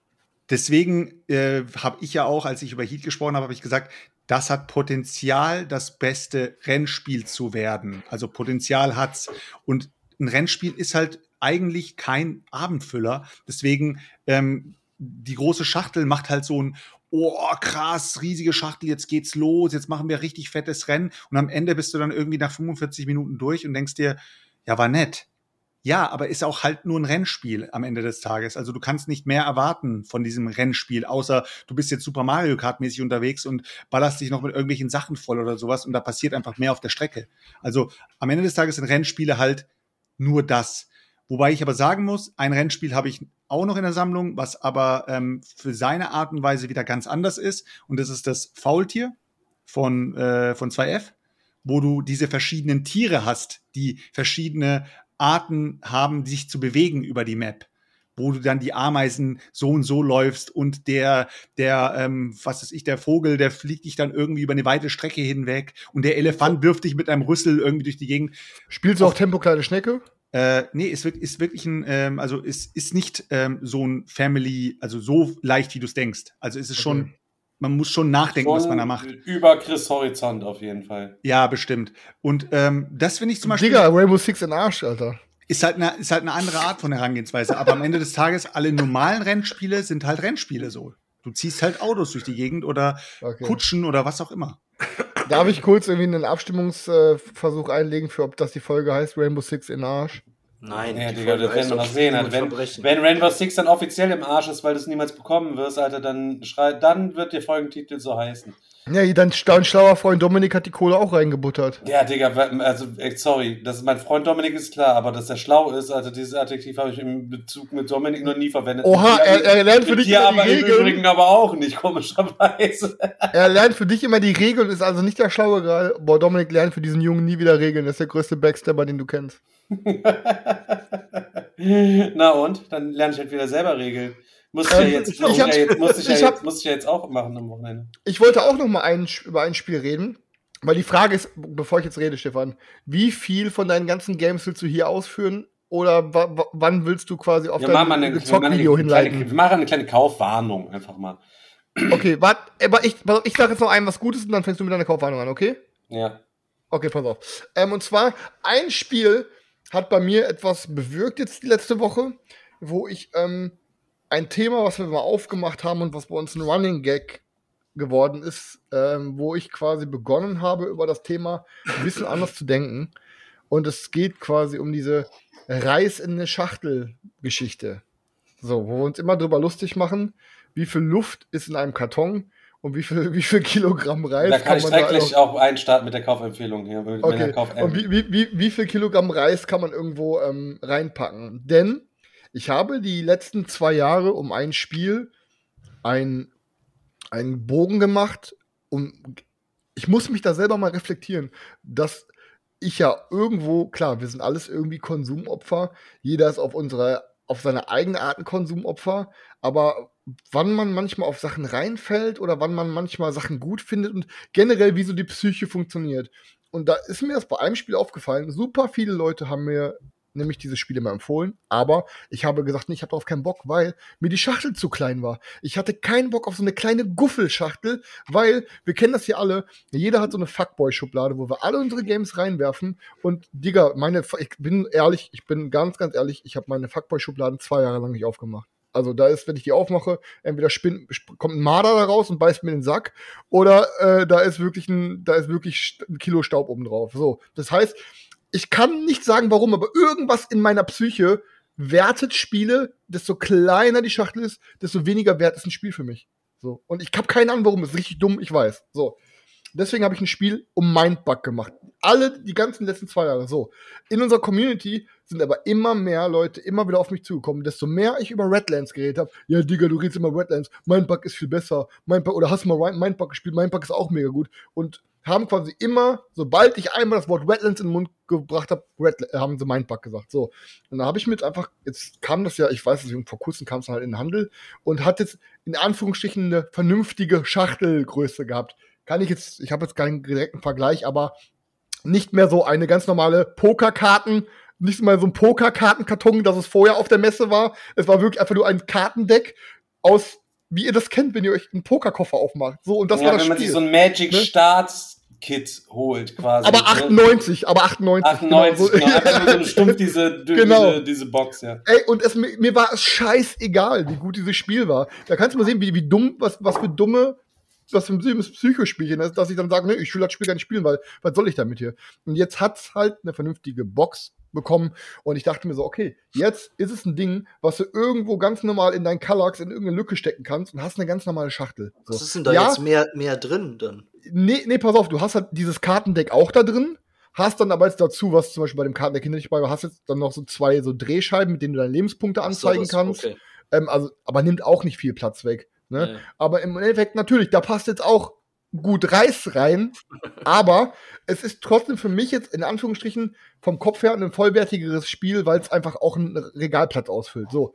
deswegen habe ich ja auch, als ich über Heat gesprochen habe, habe ich gesagt, das hat Potenzial, das beste Rennspiel zu werden. Also Potenzial hat's. Und ein Rennspiel ist halt eigentlich kein Abendfüller. Deswegen die große Schachtel macht halt so ein, oh krass, riesige Schachtel, jetzt geht's los, jetzt machen wir richtig fettes Rennen. Und am Ende bist du dann irgendwie nach 45 Minuten durch und denkst dir, ja, war nett. Ja, aber ist auch halt nur ein Rennspiel am Ende des Tages. Also du kannst nicht mehr erwarten von diesem Rennspiel, außer du bist jetzt Super Mario Kart mäßig unterwegs und ballerst dich noch mit irgendwelchen Sachen voll oder sowas und da passiert einfach mehr auf der Strecke. Also am Ende des Tages sind Rennspiele halt nur das. Wobei ich aber sagen muss, ein Rennspiel habe ich auch noch in der Sammlung, was aber für seine Art und Weise wieder ganz anders ist. Und das ist das Faultier von 2F, wo du diese verschiedenen Tiere hast, die verschiedene Arten haben, sich zu bewegen über die Map. Wo du dann die Ameisen so und so läufst und der Vogel, der fliegt dich dann irgendwie über eine weite Strecke hinweg und der Elefant wirft dich mit einem Rüssel irgendwie durch die Gegend. Spielst du auch Tempo kleine Schnecke? Nee, ist wirklich ein, ist nicht so ein Family, also so leicht, wie du es denkst. Also ist es schon, man muss schon nachdenken, was man da macht. Über Chris Horizont auf jeden Fall. Ja, bestimmt. Und das finde ich zum Beispiel. Digga, Rainbow Six in Arsch, Alter. Ist halt eine andere Art von Herangehensweise. Aber am Ende des Tages, alle normalen Rennspiele sind halt Rennspiele so. Du ziehst halt Autos durch die Gegend oder Kutschen oder was auch immer. Darf ich kurz irgendwie einen Abstimmungsversuch einlegen, für ob das die Folge heißt, Rainbow Six in Arsch? Nein, ja, Digga, das werden wir noch sehen. Wenn Rainbow Six dann offiziell im Arsch ist, weil du es niemals bekommen wirst, Alter, dann wird der Folgentitel so heißen. Ja, dann schlauer Freund Dominik hat die Kohle auch reingebuttert. Ja, Digga, also, sorry, mein Freund Dominik ist klar, aber dass er schlau ist, also dieses Adjektiv habe ich im Bezug mit Dominik noch nie verwendet. Oha, er lernt für dich immer die Regeln. Im Übrigen aber auch nicht, komischerweise. Er lernt für dich immer die Regeln, ist also nicht der Schlaue gerade. Boah, Dominik lernt für diesen Jungen nie wieder Regeln, das ist der größte Backstabber, den du kennst. Na und? Dann lerne ich halt wieder selber Regeln. Muss ich ja jetzt auch machen am Wochenende. Ich wollte auch noch mal über ein Spiel reden, weil die Frage ist, bevor ich jetzt rede, Stefan, wie viel von deinen ganzen Games willst du hier ausführen oder wann willst du quasi auf dein Zockvideo hinleiten? Wir machen eine kleine Kaufwarnung einfach mal. Okay, warte, aber ich sage jetzt noch was Gutes und dann fängst du mit deiner Kaufwarnung an, okay? Ja. Okay, pass auf. Und zwar, ein Spiel hat bei mir etwas bewirkt jetzt die letzte Woche, wo ich ein Thema, was wir mal aufgemacht haben und was bei uns ein Running Gag geworden ist, wo ich quasi begonnen habe, über das Thema ein bisschen anders zu denken. Und es geht quasi um diese Reis in eine Schachtel-Geschichte. So, wo wir uns immer drüber lustig machen, wie viel Luft ist in einem Karton und wie viel Kilogramm Reis da kann ich direkt auch einstarten mit der Kaufempfehlung hier. Okay. Und wie viel Kilogramm Reis kann man irgendwo reinpacken? Denn ich habe die letzten 2 Jahre um ein Spiel einen Bogen gemacht. ich muss mich da selber mal reflektieren, dass ich ja irgendwo, klar, wir sind alles irgendwie Konsumopfer, jeder ist auf seine eigene Art ein Konsumopfer, aber wann man manchmal auf Sachen reinfällt oder wann man manchmal Sachen gut findet und generell, wie so die Psyche funktioniert. Und da ist mir das bei einem Spiel aufgefallen, super viele Leute haben mir nämlich diese Spiele mal empfohlen, aber ich habe gesagt, nee, ich habe darauf keinen Bock, weil mir die Schachtel zu klein war. Ich hatte keinen Bock auf so eine kleine Guffelschachtel, weil, wir kennen das hier alle, jeder hat so eine Fuckboy-Schublade, wo wir alle unsere Games reinwerfen und, Digga, ich bin ganz, ganz ehrlich, ich habe meine Fuckboy-Schubladen 2 Jahre lang nicht aufgemacht. Also da ist, wenn ich die aufmache, entweder kommt ein Marder da raus und beißt mir den Sack, oder da ist wirklich ein Kilo Staub oben drauf. So, das heißt, ich kann nicht sagen, warum, aber irgendwas in meiner Psyche wertet Spiele, desto kleiner die Schachtel ist, desto weniger wert ist ein Spiel für mich. So. Und ich habe keine Ahnung, warum. Das ist richtig dumm, ich weiß. So. Deswegen habe ich ein Spiel um Mindbug gemacht. Die ganzen letzten 2 Jahre. So. In unserer Community sind aber immer mehr Leute immer wieder auf mich zugekommen. Desto mehr ich über Redlands geredet habe. Ja, Digga, du redest immer Redlands. Mindbug ist viel besser. Oder hast du mal Mindbug gespielt? Mindbug ist auch mega gut. Und haben quasi immer, sobald ich einmal das Wort Redlands in den Mund gebracht habe, haben sie Mindbug gesagt. So. Und da habe ich mit einfach, jetzt kam das ja, ich weiß es, vor kurzem kam es halt in den Handel und hat jetzt in Anführungsstrichen eine vernünftige Schachtelgröße gehabt. Ich habe jetzt keinen direkten Vergleich, aber nicht mehr so eine ganz normale Pokerkarten, nicht mal so ein Pokerkartenkarton, das es vorher auf der Messe war. Es war wirklich einfach nur ein Kartendeck aus, wie ihr das kennt, wenn ihr euch einen Pokerkoffer aufmacht. So, und das war das Spiel. Wenn man sich so ein Magic Starts-Kit holt, quasi. Aber 98. 98, genau. Einfach nur so stumpf diese Box, ja. Ey, und mir war es scheißegal, wie gut dieses Spiel war. Da kannst du mal sehen, wie dumm, was für ein dummes Psychospielchen ist, dass ich dann sage, ne, ich will das Spiel gar nicht spielen, weil, was soll ich damit hier? Und jetzt hat's halt eine vernünftige Box bekommen und ich dachte mir so, okay, jetzt ist es ein Ding, was du irgendwo ganz normal in deinen Kallax in irgendeine Lücke stecken kannst und hast eine ganz normale Schachtel. So. Was ist denn da jetzt mehr drin dann? Nee, pass auf, du hast halt dieses Kartendeck auch da drin, hast dann aber jetzt dazu, was zum Beispiel bei dem Kartendeck nicht bei war, hast jetzt dann noch so 2 so Drehscheiben, mit denen du deine Lebenspunkte anzeigen kannst. Okay. Aber nimmt auch nicht viel Platz weg. Ne? Ja. Aber im Endeffekt natürlich, da passt jetzt auch gut Reis rein, aber es ist trotzdem für mich jetzt in Anführungsstrichen vom Kopf her ein vollwertigeres Spiel, weil es einfach auch einen Regalplatz ausfüllt. So,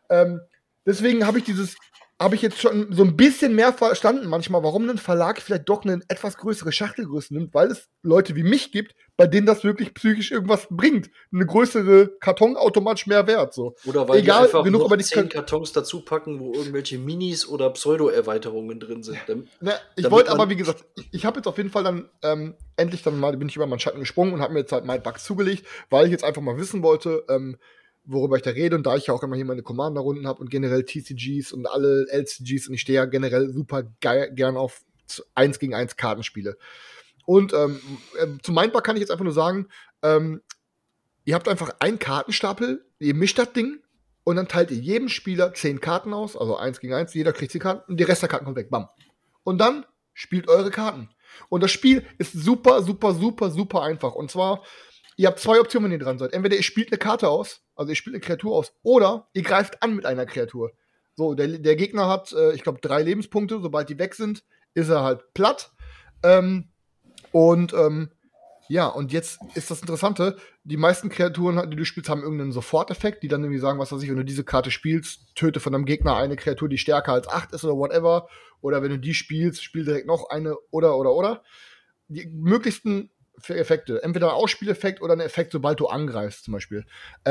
deswegen habe ich jetzt schon so ein bisschen mehr verstanden manchmal, warum ein Verlag vielleicht doch eine etwas größere Schachtelgröße nimmt, weil es Leute wie mich gibt, bei denen das wirklich psychisch irgendwas bringt. Eine größere Karton automatisch mehr wert. So. Oder weil die einfach genug über die 10 Kartons dazu packen, wo irgendwelche Minis oder Pseudo-Erweiterungen drin sind. Ich wollte aber, wie gesagt, ich habe jetzt auf jeden Fall dann endlich dann mal, bin ich über meinen Schatten gesprungen und habe mir jetzt halt Mindbug zugelegt, weil ich jetzt einfach mal wissen wollte, worüber ich da rede, und da ich ja auch immer hier meine Commander-Runden habe und generell TCGs und alle LCGs und ich stehe ja generell super gern auf 1 gegen 1 Kartenspiele. Und zu Mindbug kann ich jetzt einfach nur sagen, ihr habt einfach einen Kartenstapel, ihr mischt das Ding und dann teilt ihr jedem Spieler 10 Karten aus, also 1 gegen 1, jeder kriegt 10 Karten und die Rest der Karten kommt weg, bam. Und dann spielt eure Karten. Und das Spiel ist super, super, super, super einfach. Und zwar, ihr habt 2 Optionen, wenn ihr dran seid. Entweder ihr spielt eine Karte aus, also ihr spielt eine Kreatur aus, oder ihr greift an mit einer Kreatur. So, der Gegner hat, ich glaube, 3 Lebenspunkte. Sobald die weg sind, ist er halt platt. Und jetzt ist das Interessante, die meisten Kreaturen, die du spielst, haben irgendeinen Soforteffekt, die dann irgendwie sagen, was weiß ich, wenn du diese Karte spielst, töte von deinem Gegner eine Kreatur, die stärker als 8 ist oder whatever. Oder wenn du die spielst, spiel direkt noch eine oder. Die möglichsten Effekte. Entweder ein Ausspieleffekt oder ein Effekt, sobald du angreifst, zum Beispiel.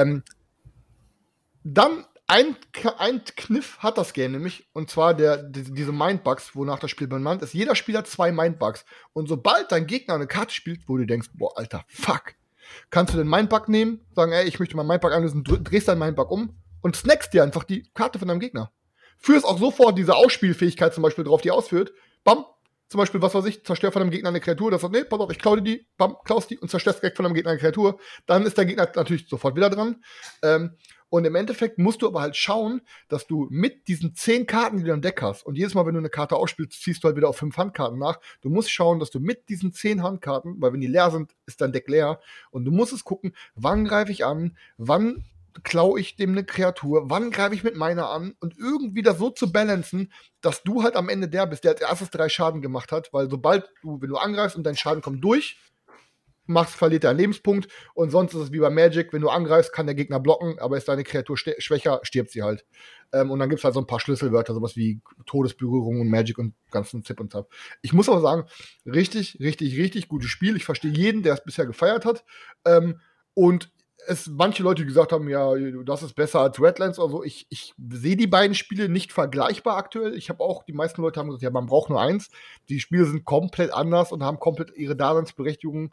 Dann ein Kniff hat das Game nämlich, und zwar diese Mindbugs, wonach das Spiel benannt ist. Jeder Spieler hat 2 Mindbugs. Und sobald dein Gegner eine Karte spielt, wo du denkst, boah, Alter, fuck, kannst du den Mindbug nehmen, sagen, ey, ich möchte meinen Mindbug einlösen, drehst deinen Mindbug um und snackst dir einfach die Karte von deinem Gegner. Führst auch sofort diese Ausspielfähigkeit zum Beispiel drauf, die ausführt. Bam, zum Beispiel, was weiß ich, zerstör von deinem Gegner eine Kreatur, das sagt, nee, pass auf, ich klaue dir die, bam, klaust die und zerstörst direkt von deinem Gegner eine Kreatur. Dann ist der Gegner natürlich sofort wieder dran. Und im Endeffekt musst du aber halt schauen, dass du mit diesen 10 Karten, die du im Deck hast, und jedes Mal, wenn du eine Karte ausspielst, ziehst du halt wieder auf 5 Handkarten nach. Du musst schauen, dass du mit diesen 10 Handkarten, weil wenn die leer sind, ist dein Deck leer. Und du musst es gucken, wann greife ich an, wann klaue ich dem eine Kreatur, wann greife ich mit meiner an und irgendwie das so zu balancen, dass du halt am Ende der bist, der als erstes 3 Schaden gemacht hat, weil wenn du angreifst und dein Schaden kommt durch, verliert er einen Lebenspunkt und sonst ist es wie bei Magic, wenn du angreifst, kann der Gegner blocken, aber ist deine Kreatur schwächer, stirbt sie halt. Und dann gibt es halt so ein paar Schlüsselwörter, sowas wie Todesberührung und Magic und ganzen Zip und Zap. Ich muss aber sagen, richtig, richtig, richtig gutes Spiel. Ich verstehe jeden, der es bisher gefeiert hat. Und manche Leute gesagt haben, ja, das ist besser als Redlands oder so. Ich sehe die beiden Spiele nicht vergleichbar aktuell. Die meisten Leute haben gesagt, ja, man braucht nur eins. Die Spiele sind komplett anders und haben komplett ihre Daseinsberechtigung.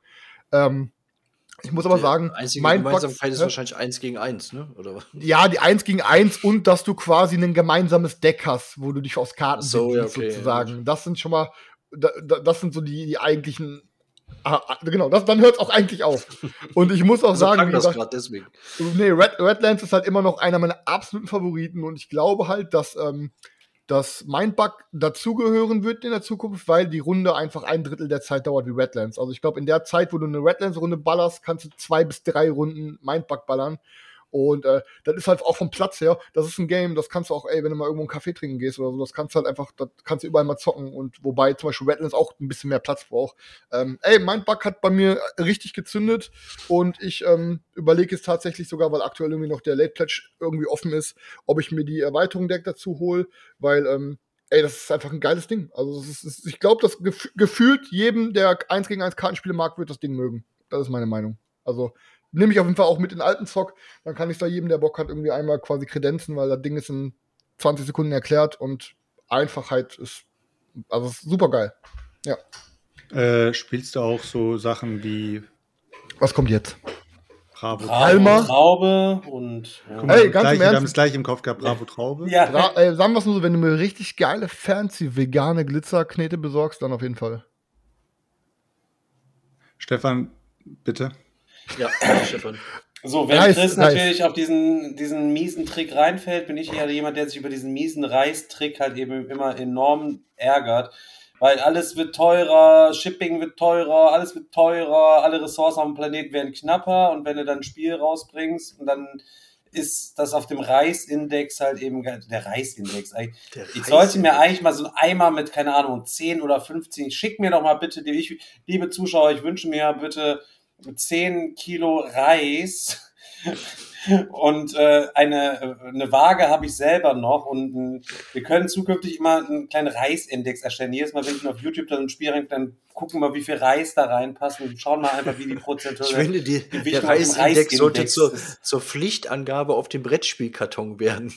Ich muss aber sagen, einzige Gemeinsamkeit ist wahrscheinlich 1 gegen 1, ne? Oder? Ja, die 1 gegen 1 und dass du quasi ein gemeinsames Deck hast, wo du dich aus Karten bedienst, sozusagen. Ja, das sind schon mal, das sind so die eigentlichen. Genau, dann hört es auch eigentlich auf. Und ich muss auch sagen, wie gesagt, deswegen. Nee, Redlands ist halt immer noch einer meiner absoluten Favoriten und ich glaube halt, dass Mindbug dazugehören wird in der Zukunft, weil die Runde einfach 1/3 der Zeit dauert wie Redlands. Also ich glaube, in der Zeit, wo du eine Redlands-Runde ballerst, kannst du 2 bis 3 Runden Mindbug ballern. Und das ist halt auch vom Platz her, das ist ein Game, das kannst du auch, wenn du mal irgendwo einen Kaffee trinken gehst oder so, das kannst du halt einfach, das kannst du überall mal zocken. Und wobei zum Beispiel Redlands auch ein bisschen mehr Platz braucht. Mindbug hat bei mir richtig gezündet und ich überlege es tatsächlich sogar, weil aktuell irgendwie noch der Late Pledge irgendwie offen ist, ob ich mir die Erweiterung Deck dazu hole, weil das ist einfach ein geiles Ding. Also ich glaube, dass gefühlt jedem, der 1 gegen 1 Kartenspiele mag, wird das Ding mögen. Das ist meine Meinung. Also nehme ich auf jeden Fall auch mit in den alten Zock, dann kann ich da jedem, der Bock hat, irgendwie einmal quasi kredenzen, weil das Ding ist in 20 Sekunden erklärt und Einfachheit ist super geil. Ja. Spielst du auch so Sachen wie was kommt jetzt? Bravo Traube und ganz im Ernst, wir haben es gleich im Kopf gehabt, Bravo Traube. Ja. Sagen wir es nur so, wenn du mir richtig geile, fancy, vegane Glitzerknete besorgst, dann auf jeden Fall. Stefan, bitte. Ja, Stefan. So, wenn Chris natürlich auf diesen miesen Trick reinfällt, bin ich ja jemand, der sich über diesen miesen Reistrick halt eben immer enorm ärgert. Weil alles wird teurer, Shipping wird teurer, alles wird teurer, alle Ressourcen auf dem Planeten werden knapper und wenn du dann ein Spiel rausbringst und dann ist das auf dem Reisindex halt eben, der Reisindex eigentlich. Ich sollte mir eigentlich mal so einen Eimer mit, keine Ahnung, 10 oder 15, schick mir doch mal bitte, liebe Zuschauer, ich wünsche mir bitte 10 Kilo Reis und eine Waage habe ich selber noch und wir können zukünftig immer einen kleinen Reisindex erstellen. Jedes Mal, wenn ich auf YouTube dann ein Spiel rein, dann gucken wir, wie viel Reis da reinpasst und schauen mal einfach, wie die prozentuelle. Ich finde, der Reisindex sollte zur Pflichtangabe auf dem Brettspielkarton werden.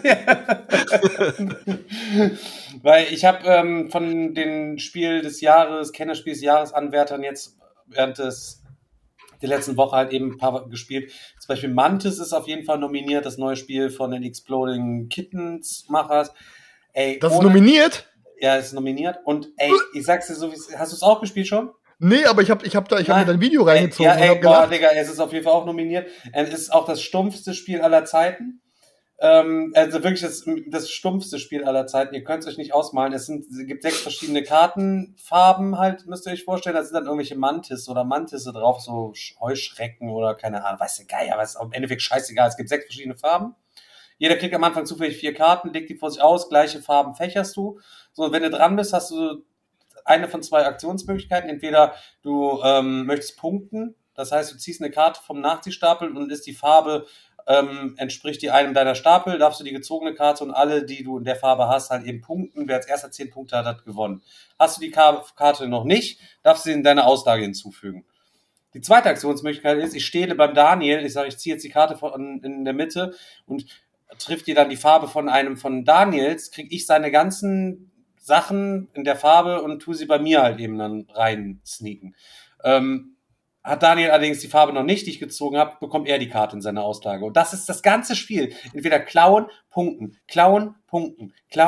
Weil ich habe von den Kennerspiel des Jahresanwärtern jetzt während die letzten Woche halt eben ein paar gespielt. Zum Beispiel Mantis ist auf jeden Fall nominiert, das neue Spiel von den Exploding Kittens Machers. Das ist nominiert? Ja, ist nominiert. Und ich sag's dir so, hast du es auch gespielt schon? Nee, aber ich hab mir dein Video reingezogen. Digga, es ist auf jeden Fall auch nominiert. Es ist auch das stumpfste Spiel aller Zeiten. Also wirklich das stumpfste Spiel aller Zeiten. Ihr könnt es euch nicht ausmalen. Es gibt 6 verschiedene Kartenfarben halt, müsst ihr euch vorstellen. Da sind dann irgendwelche Mantisse drauf, so Heuschrecken oder keine Ahnung, weiß der Geier, was im Endeffekt scheißegal. Es gibt 6 verschiedene Farben. Jeder kriegt am Anfang zufällig 4 Karten, legt die vor sich aus, gleiche Farben fächerst du. So, und wenn du dran bist, hast du eine von 2 Aktionsmöglichkeiten. Entweder du möchtest punkten, das heißt, du ziehst eine Karte vom Nachziehstapel und ist die Farbe entspricht die einem deiner Stapel, darfst du die gezogene Karte und alle, die du in der Farbe hast, halt eben punkten. Wer als erster 10 Punkte hat, hat gewonnen. Hast du die Karte noch nicht, darfst du sie in deine Auslage hinzufügen. Die zweite Aktionsmöglichkeit ist, ich stehle beim Daniel, ich sage, ich ziehe jetzt die Karte in der Mitte und trifft dir dann die Farbe von einem von Daniels, kriege ich seine ganzen Sachen in der Farbe und tue sie bei mir halt eben dann rein sneaken. Hat Daniel allerdings die Farbe noch nicht, die ich gezogen habe, bekommt er die Karte in seine Auslage. Und das ist das ganze Spiel. Entweder klauen, punkten, klauen, punkten, klauen,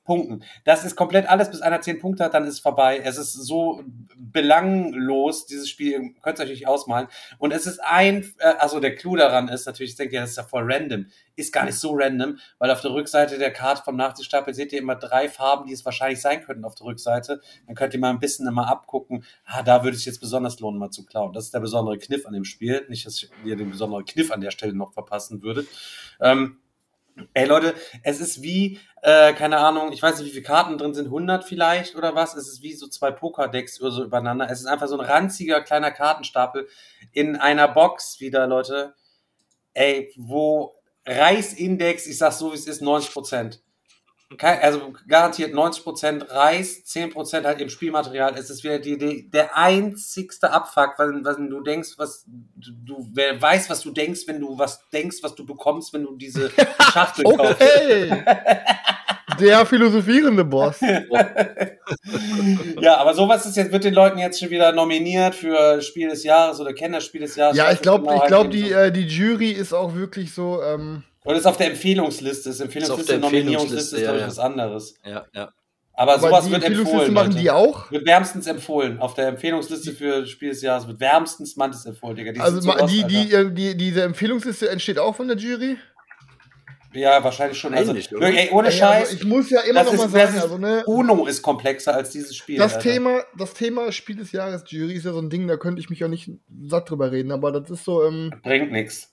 punkten. Das ist komplett alles, bis einer 10 Punkte hat, dann ist es vorbei. Es ist so belanglos, dieses Spiel, ihr könnt es euch nicht ausmalen. Und es ist also der Clou daran ist natürlich, ich denke, das ist ja voll random. Ist gar nicht so random, weil auf der Rückseite der Karte vom Nachziehstapel seht ihr immer 3 Farben, die es wahrscheinlich sein könnten auf der Rückseite. Dann könnt ihr mal ein bisschen immer abgucken, da würde es jetzt besonders lohnen, mal zu klauen. Das ist der besondere Kniff an dem Spiel. Nicht, dass ihr den besonderen Kniff an der Stelle noch verpassen würdet. Ey Leute, es ist wie, keine Ahnung, ich weiß nicht, wie viele Karten drin sind, 100 vielleicht oder was? Es ist wie so 2 Poker-Decks oder so übereinander. Es ist einfach so ein ranziger kleiner Kartenstapel in einer Box wieder, Leute. Ey, wo Reisindex, ich sag's so wie es ist, 90%. Also garantiert 90% Reis, 10% halt eben Spielmaterial. Es ist wieder der einzigste Abfuck, wenn du denkst, wer weiß, was du denkst, wenn du was denkst, was du bekommst, wenn du diese Schachtel kaufst. Okay. Der philosophierende Boss. Ja, aber sowas wird den Leuten jetzt schon wieder nominiert für Spiel des Jahres oder Kennerspiel des Jahres. Ja, ich glaube, die Jury ist auch wirklich so, oder ist auf der Empfehlungsliste. Nominierungsliste ist, glaube ich, was anderes. Ja. Aber sowas wird empfohlen. Machen die auch? Wird wärmstens empfohlen. Auf der Empfehlungsliste für Spiel des Jahres wird wärmstens manches empfohlen, Digga. Diese Empfehlungsliste entsteht auch von der Jury? Ja, wahrscheinlich schon. Also, Ähnlich, ohne Scheiß. Also ich muss ja immer noch mal sagen, UNO ist komplexer als dieses Spiel. Das Thema Spiel des Jahres Jury ist ja so ein Ding, da könnte ich mich auch nicht satt drüber reden, aber das ist so. Bringt nichts.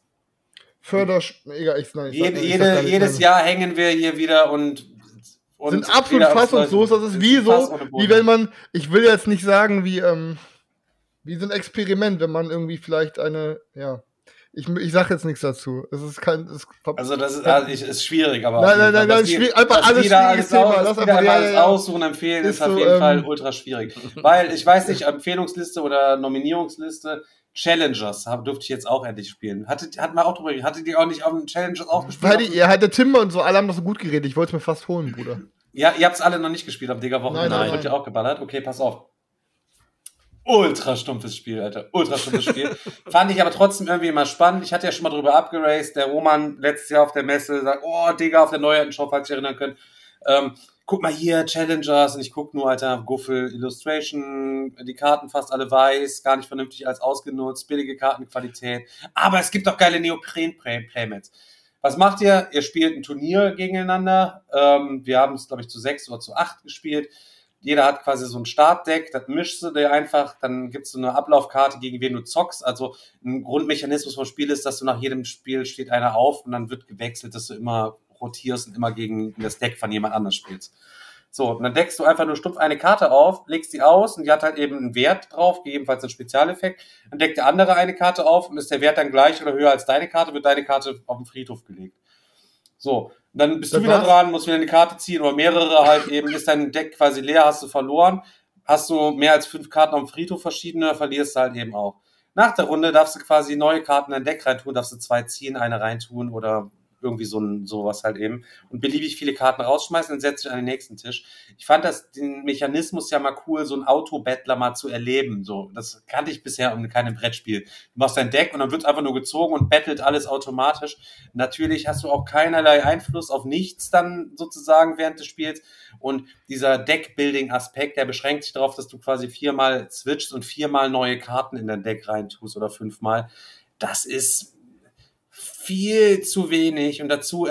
Jedes Jahr hängen wir hier wieder und sind absolut fassungslos. Das ist wie wenn man, ich will jetzt nicht sagen, wie so ein Experiment, wenn man irgendwie vielleicht ich sag jetzt nichts dazu. Es ist ist schwierig, aber nein, einfach alles schwieriges Thema. Lass einfach alles aussuchen, empfehlen ist auf jeden Fall ultra schwierig. Weil, ich weiß nicht, Empfehlungsliste oder Nominierungsliste, Challengers durfte ich jetzt auch endlich spielen. Hatten wir auch drüber, hattet ihr auch nicht auf den Challengers auch gespielt? Der Timmer und so, alle haben das so gut geredet. Ich wollte es mir fast holen, Bruder. Ja, ihr habt es alle noch nicht gespielt am Digga-Wochenende. Nein. Wird ja auch geballert. Okay, pass auf. Ultra stumpfes Spiel, Alter. Ultra stumpfes Spiel. Fand ich aber trotzdem irgendwie immer spannend. Ich hatte ja schon mal drüber abgeraced. Der Roman letztes Jahr auf der Messe sagt, oh, Digga, auf der Neuheiten-Show, falls ihr erinnern könnt. Guck mal hier, Challengers. Und ich guck nur, Alter, Guffel, Illustration, die Karten fast alle weiß, gar nicht vernünftig als ausgenutzt, billige Kartenqualität. Aber es gibt doch geile Neopren-Playmats. Was macht ihr? Ihr spielt ein Turnier gegeneinander. Wir haben es, glaube ich, zu 6 oder zu 8 gespielt. Jeder hat quasi so ein Startdeck, das mischst du dir einfach, dann gibt's so eine Ablaufkarte, gegen wen du zockst. Also ein Grundmechanismus vom Spiel ist, dass du nach jedem Spiel steht einer auf und dann wird gewechselt, dass du immer rotierst und immer gegen das Deck von jemand anders spielst. So, und dann deckst du einfach nur stumpf eine Karte auf, legst die aus und die hat halt eben einen Wert drauf, gegebenenfalls einen Spezialeffekt. Dann deckt der andere eine Karte auf und ist der Wert dann gleich oder höher als deine Karte, wird deine Karte auf den Friedhof gelegt. So, dann bist du wieder dran, musst wieder eine Karte ziehen oder mehrere halt eben, ist dein Deck quasi leer, hast du verloren. Hast du mehr als 5 Karten auf dem Friedhof verschiedene, verlierst du halt eben auch. Nach der Runde darfst du quasi neue Karten in dein Deck reintun, darfst du 2 ziehen, eine reintun oder irgendwie sowas halt eben und beliebig viele Karten rausschmeißen, dann setzt dich an den nächsten Tisch. Ich fand den Mechanismus ja mal cool, so einen Autobattler mal zu erleben. So, das kannte ich bisher in keinem Brettspiel. Du machst dein Deck und dann wird einfach nur gezogen und battelt alles automatisch. Natürlich hast du auch keinerlei Einfluss auf nichts dann sozusagen während des Spiels. Und dieser Deck-Building-Aspekt, der beschränkt sich darauf, dass du quasi 4-mal switchst und 4-mal neue Karten in dein Deck reintust oder 5-mal. Das ist viel zu wenig und dazu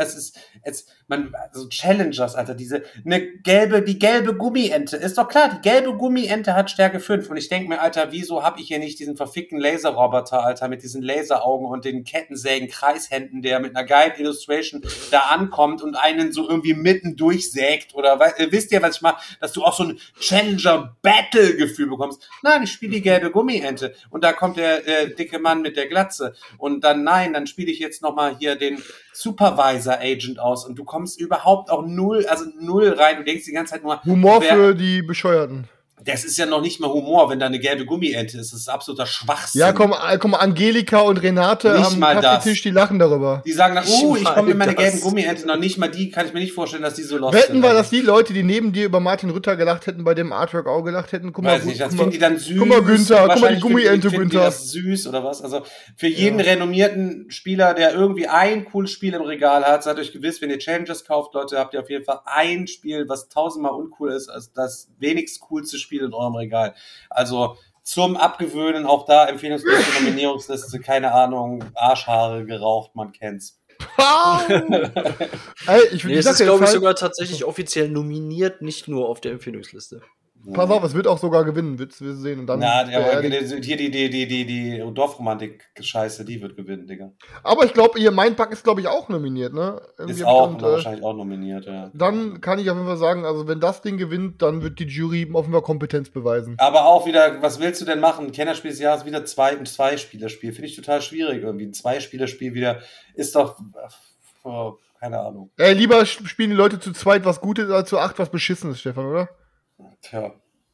Challengers, Alter, die gelbe Gummiente, ist doch klar, die gelbe Gummiente hat Stärke 5 und ich denke mir, Alter, wieso habe ich hier nicht diesen verfickten Laserroboter, Alter, mit diesen Laseraugen und den Kettensägen-Kreishänden, der mit einer geilen Illustration da ankommt und einen so irgendwie mitten durchsägt oder wisst ihr, was ich mache, dass du auch so ein Challenger-Battle-Gefühl bekommst. Nein, ich spiele die gelbe Gummiente und da kommt der dicke Mann mit der Glatze und dann spiele ich jetzt nochmal hier den Supervisor-Agent aus und du kommst überhaupt auch null rein. Du denkst die ganze Zeit nur... Humor für die Bescheuerten. Das ist ja noch nicht mal Humor, wenn da eine gelbe Gummiente ist. Das ist absoluter Schwachsinn. Ja, komm, Angelika und Renate nicht am mal Kaffeetisch, die lachen darüber. Die sagen dann, ich komme mit meiner gelben Gummiente. Noch nicht mal die, kann ich mir nicht vorstellen, dass die so lost Wetten wir, dass die Leute, die neben dir über Martin Rütter gelacht hätten, bei dem Artwork auch gelacht hätten? Guck mal, weiß nicht, das finden die dann süß. Guck mal, Günther, guck mal, die Gummiente, finden die das süß oder was? Also für jeden renommierten Spieler, der irgendwie ein cooles Spiel im Regal hat, seid euch gewiss, wenn ihr Challengers kauft, Leute, habt ihr auf jeden Fall ein Spiel, was 1000-mal uncool ist, als das wenigst coolste Spiel in eurem Regal. Also zum Abgewöhnen, auch da Empfehlungsliste, Nominierungsliste, keine Ahnung, Arschhaare geraucht, man kennt's. Das ist, glaube ich, sogar tatsächlich offiziell nominiert, nicht nur auf der Empfehlungsliste. Pass auf, es wird auch sogar gewinnen, wirst du sehen. Und dann hier die Dorfromantik-Scheiße, die wird gewinnen, Digga. Aber ich glaube, ihr Mindpack ist, glaube ich, auch nominiert, ne? Ist auch wahrscheinlich auch nominiert, ja. Dann kann ich auf jeden Fall sagen, also wenn das Ding gewinnt, dann wird die Jury auf jeden Fall Kompetenz beweisen. Aber auch wieder, was willst du denn machen? Kennerspiel des Jahres wieder ein Zwei-Spieler-Spiel. Finde ich total schwierig irgendwie. Ein Zwei-Spieler-Spiel wieder ist doch, keine Ahnung. Lieber spielen die Leute zu zweit was Gutes als zu 8 was Beschissenes, Stefan, oder? Tja.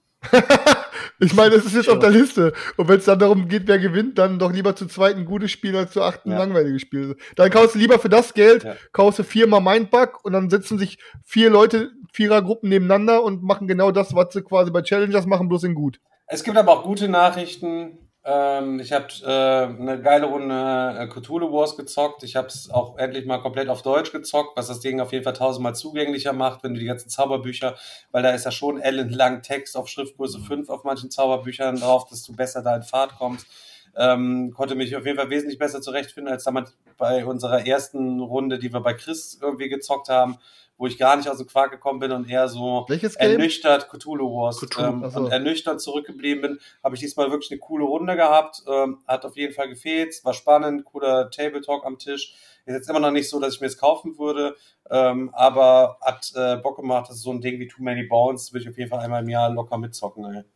Ich meine, das ist jetzt auf der Liste. Und wenn es dann darum geht, wer gewinnt, dann doch lieber zu zweit ein gutes Spiel als zu 8 ein langweiliges Spiel. Dann kaufst du lieber für das Geld, kaufst du 4-mal Mindbug und dann setzen sich 4 Leute, 4er-Gruppen nebeneinander und machen genau das, was sie quasi bei Challengers machen, bloß in gut. Es gibt aber auch gute Nachrichten. Ich habe eine geile Runde Cthulhu Wars gezockt. Ich habe es auch endlich mal komplett auf Deutsch gezockt, was das Ding auf jeden Fall 1000-mal zugänglicher macht, wenn du die ganzen Zauberbücher, weil da ist ja schon ellenlang Text auf Schriftgröße 5 auf manchen Zauberbüchern drauf, dass du besser da in Fahrt kommst. Konnte mich auf jeden Fall wesentlich besser zurechtfinden, als damals bei unserer ersten Runde, die wir bei Chris irgendwie gezockt haben, wo ich gar nicht aus dem Quark gekommen bin und eher so ernüchtert Cthulhu Wars und ernüchtert zurückgeblieben bin, habe ich diesmal wirklich eine coole Runde gehabt, hat auf jeden Fall gefehlt, war spannend, cooler Table Talk am Tisch, ist jetzt immer noch nicht so, dass ich mir es kaufen würde, aber hat Bock gemacht, das ist so ein Ding wie Too Many Bounds, würde ich auf jeden Fall einmal im Jahr locker mitzocken, ey.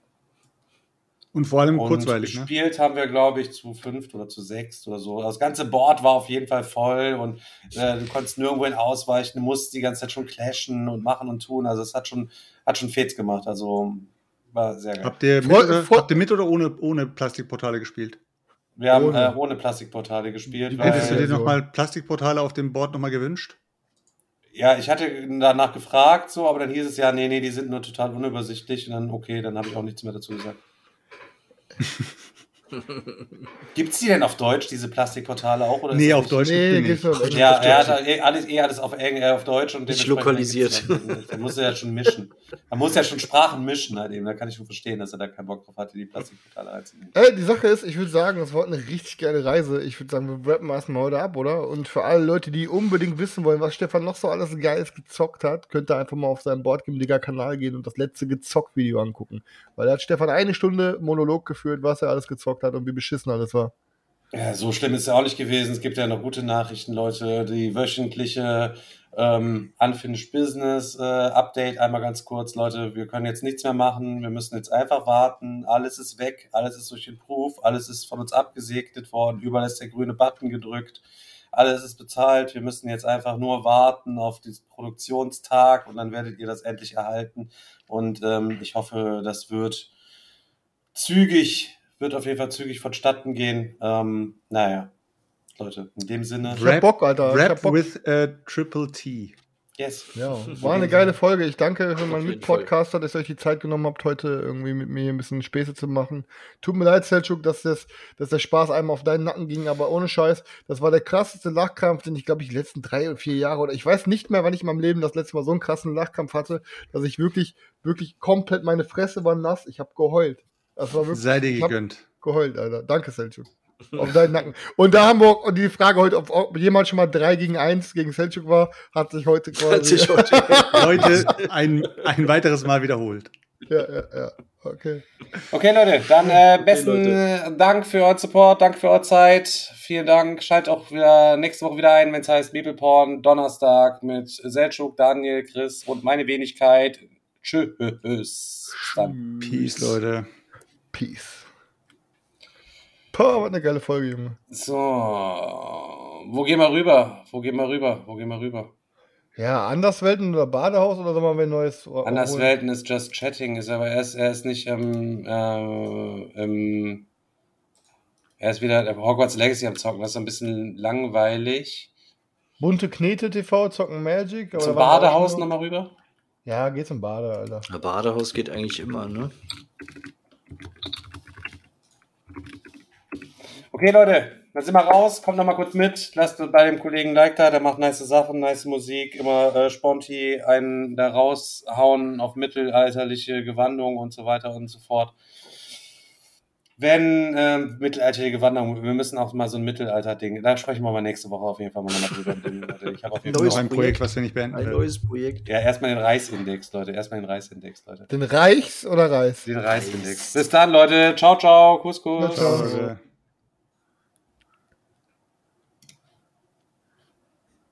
Und vor allem kurzweilig, ne? Gespielt haben wir, glaube ich, zu 5 oder zu 6 oder so. Das ganze Board war auf jeden Fall voll und du konntest nirgendwo hin ausweichen, du musst die ganze Zeit schon clashen und machen und tun. Also es hat schon Fets gemacht. Also war sehr geil. Habt ihr mit oder ohne Plastikportale gespielt? Wir haben ohne Plastikportale gespielt. Hättest du dir nochmal Plastikportale auf dem Board nochmal gewünscht? Ja, ich hatte danach gefragt, so, aber dann hieß es ja, nee, die sind nur total unübersichtlich. Und dann, okay, dann habe ich auch nichts mehr dazu gesagt. Gibt's die denn auf Deutsch, diese Plastikportale auch? Oder nee, auf Deutsch nicht. Ja, er hat alles auf Deutsch und nicht lokalisiert. Da muss er ja schon mischen. Man muss ja schon Sprachen mischen halt eben. Da kann ich schon verstehen, dass er da keinen Bock drauf hatte, die Plastikportale reinzunehmen. Die Sache ist, ich würde sagen, das war eine richtig geile Reise. Ich würde sagen, wir rappen erstmal heute ab, oder? Und für alle Leute, die unbedingt wissen wollen, was Stefan noch so alles Geiles gezockt hat, könnt ihr einfach mal auf seinen Boardgame-Digger-Kanal gehen und das letzte Gezockt-Video angucken. Weil da hat Stefan 1 Stunde Monolog geführt, was er alles gezockt hat und wie beschissen alles war. Ja, so schlimm ist es ja auch nicht gewesen. Es gibt ja noch gute Nachrichten, Leute. Die wöchentliche Unfinished Business Update, einmal ganz kurz. Leute, wir können jetzt nichts mehr machen. Wir müssen jetzt einfach warten. Alles ist weg. Alles ist durch den Proof. Alles ist von uns abgesegnet worden. Überall ist der grüne Button gedrückt. Alles ist bezahlt. Wir müssen jetzt einfach nur warten auf den Produktionstag und dann werdet ihr das endlich erhalten. Und ich hoffe, das wird auf jeden Fall zügig vonstatten gehen. Naja, Leute, in dem Sinne. Ich hab Bock, Alter. Rap with a Triple T. Yes. Ja, war eine geile Folge. Ich danke für meinen Mitpodcaster, dass ihr euch die Zeit genommen habt, heute irgendwie mit mir ein bisschen Späße zu machen. Tut mir leid, Selçuk, dass der Spaß einmal auf deinen Nacken ging, aber ohne Scheiß. Das war der krasseste Lachkampf, den ich, glaube ich, die letzten 3 oder 4 Jahre oder ich weiß nicht mehr, wann ich in meinem Leben das letzte Mal so einen krassen Lachkampf hatte, dass ich wirklich, wirklich komplett, meine Fresse war nass. Ich habe geheult. Das war wirklich, sei dir gegönnt. Geheult, Alter. Danke, Selçuk. Auf deinen Nacken. Und da haben wir, und die Frage heute, ob jemand schon mal 3-1 gegen Selçuk war, hat sich heute quasi heute ein weiteres Mal wiederholt. Ja. Okay. Okay, Leute, dann besten Dank für euren Support, danke für eure Zeit. Vielen Dank. Schaltet auch wieder nächste Woche wieder ein, wenn es heißt Meepleporn, Donnerstag mit Selçuk, Daniel, Chris und meine Wenigkeit. Tschüss. Dann. Peace, Leute. Peace. Was eine geile Folge, Junge. So, wo gehen wir rüber? Ja, Anderswelten oder Badehaus oder sollen wir ein neues? Anderswelten ist Just Chatting, ist aber er ist nicht er ist wieder Hogwarts Legacy am Zocken, das ist ein bisschen langweilig. Bunte Knete TV, zocken Magic. Zum Badehaus nochmal rüber? Ja, geh zum Bade, Alter. Der Badehaus geht eigentlich immer, ne? Okay, Leute, dann sind wir raus. Kommt nochmal kurz mit. Lasst bei dem Kollegen Like da, der macht nice Sachen, nice Musik. Immer Sponti einen da raushauen auf mittelalterliche Gewandung und so weiter und so fort. Wenn mittelalterliche Wanderung, wir müssen auch mal so ein Mittelalter-Ding, da sprechen wir mal nächste Woche auf jeden Fall mal drüber. Ich habe auf jeden Fall noch ein Projekt, was wir nicht beenden Ein neues Projekt. Ja, erstmal den Reichsindex, Leute. Den Reichs oder Reis? Den Reichsindex. Bis dann, Leute. Ciao, ciao. Kuss. Ja, ciao.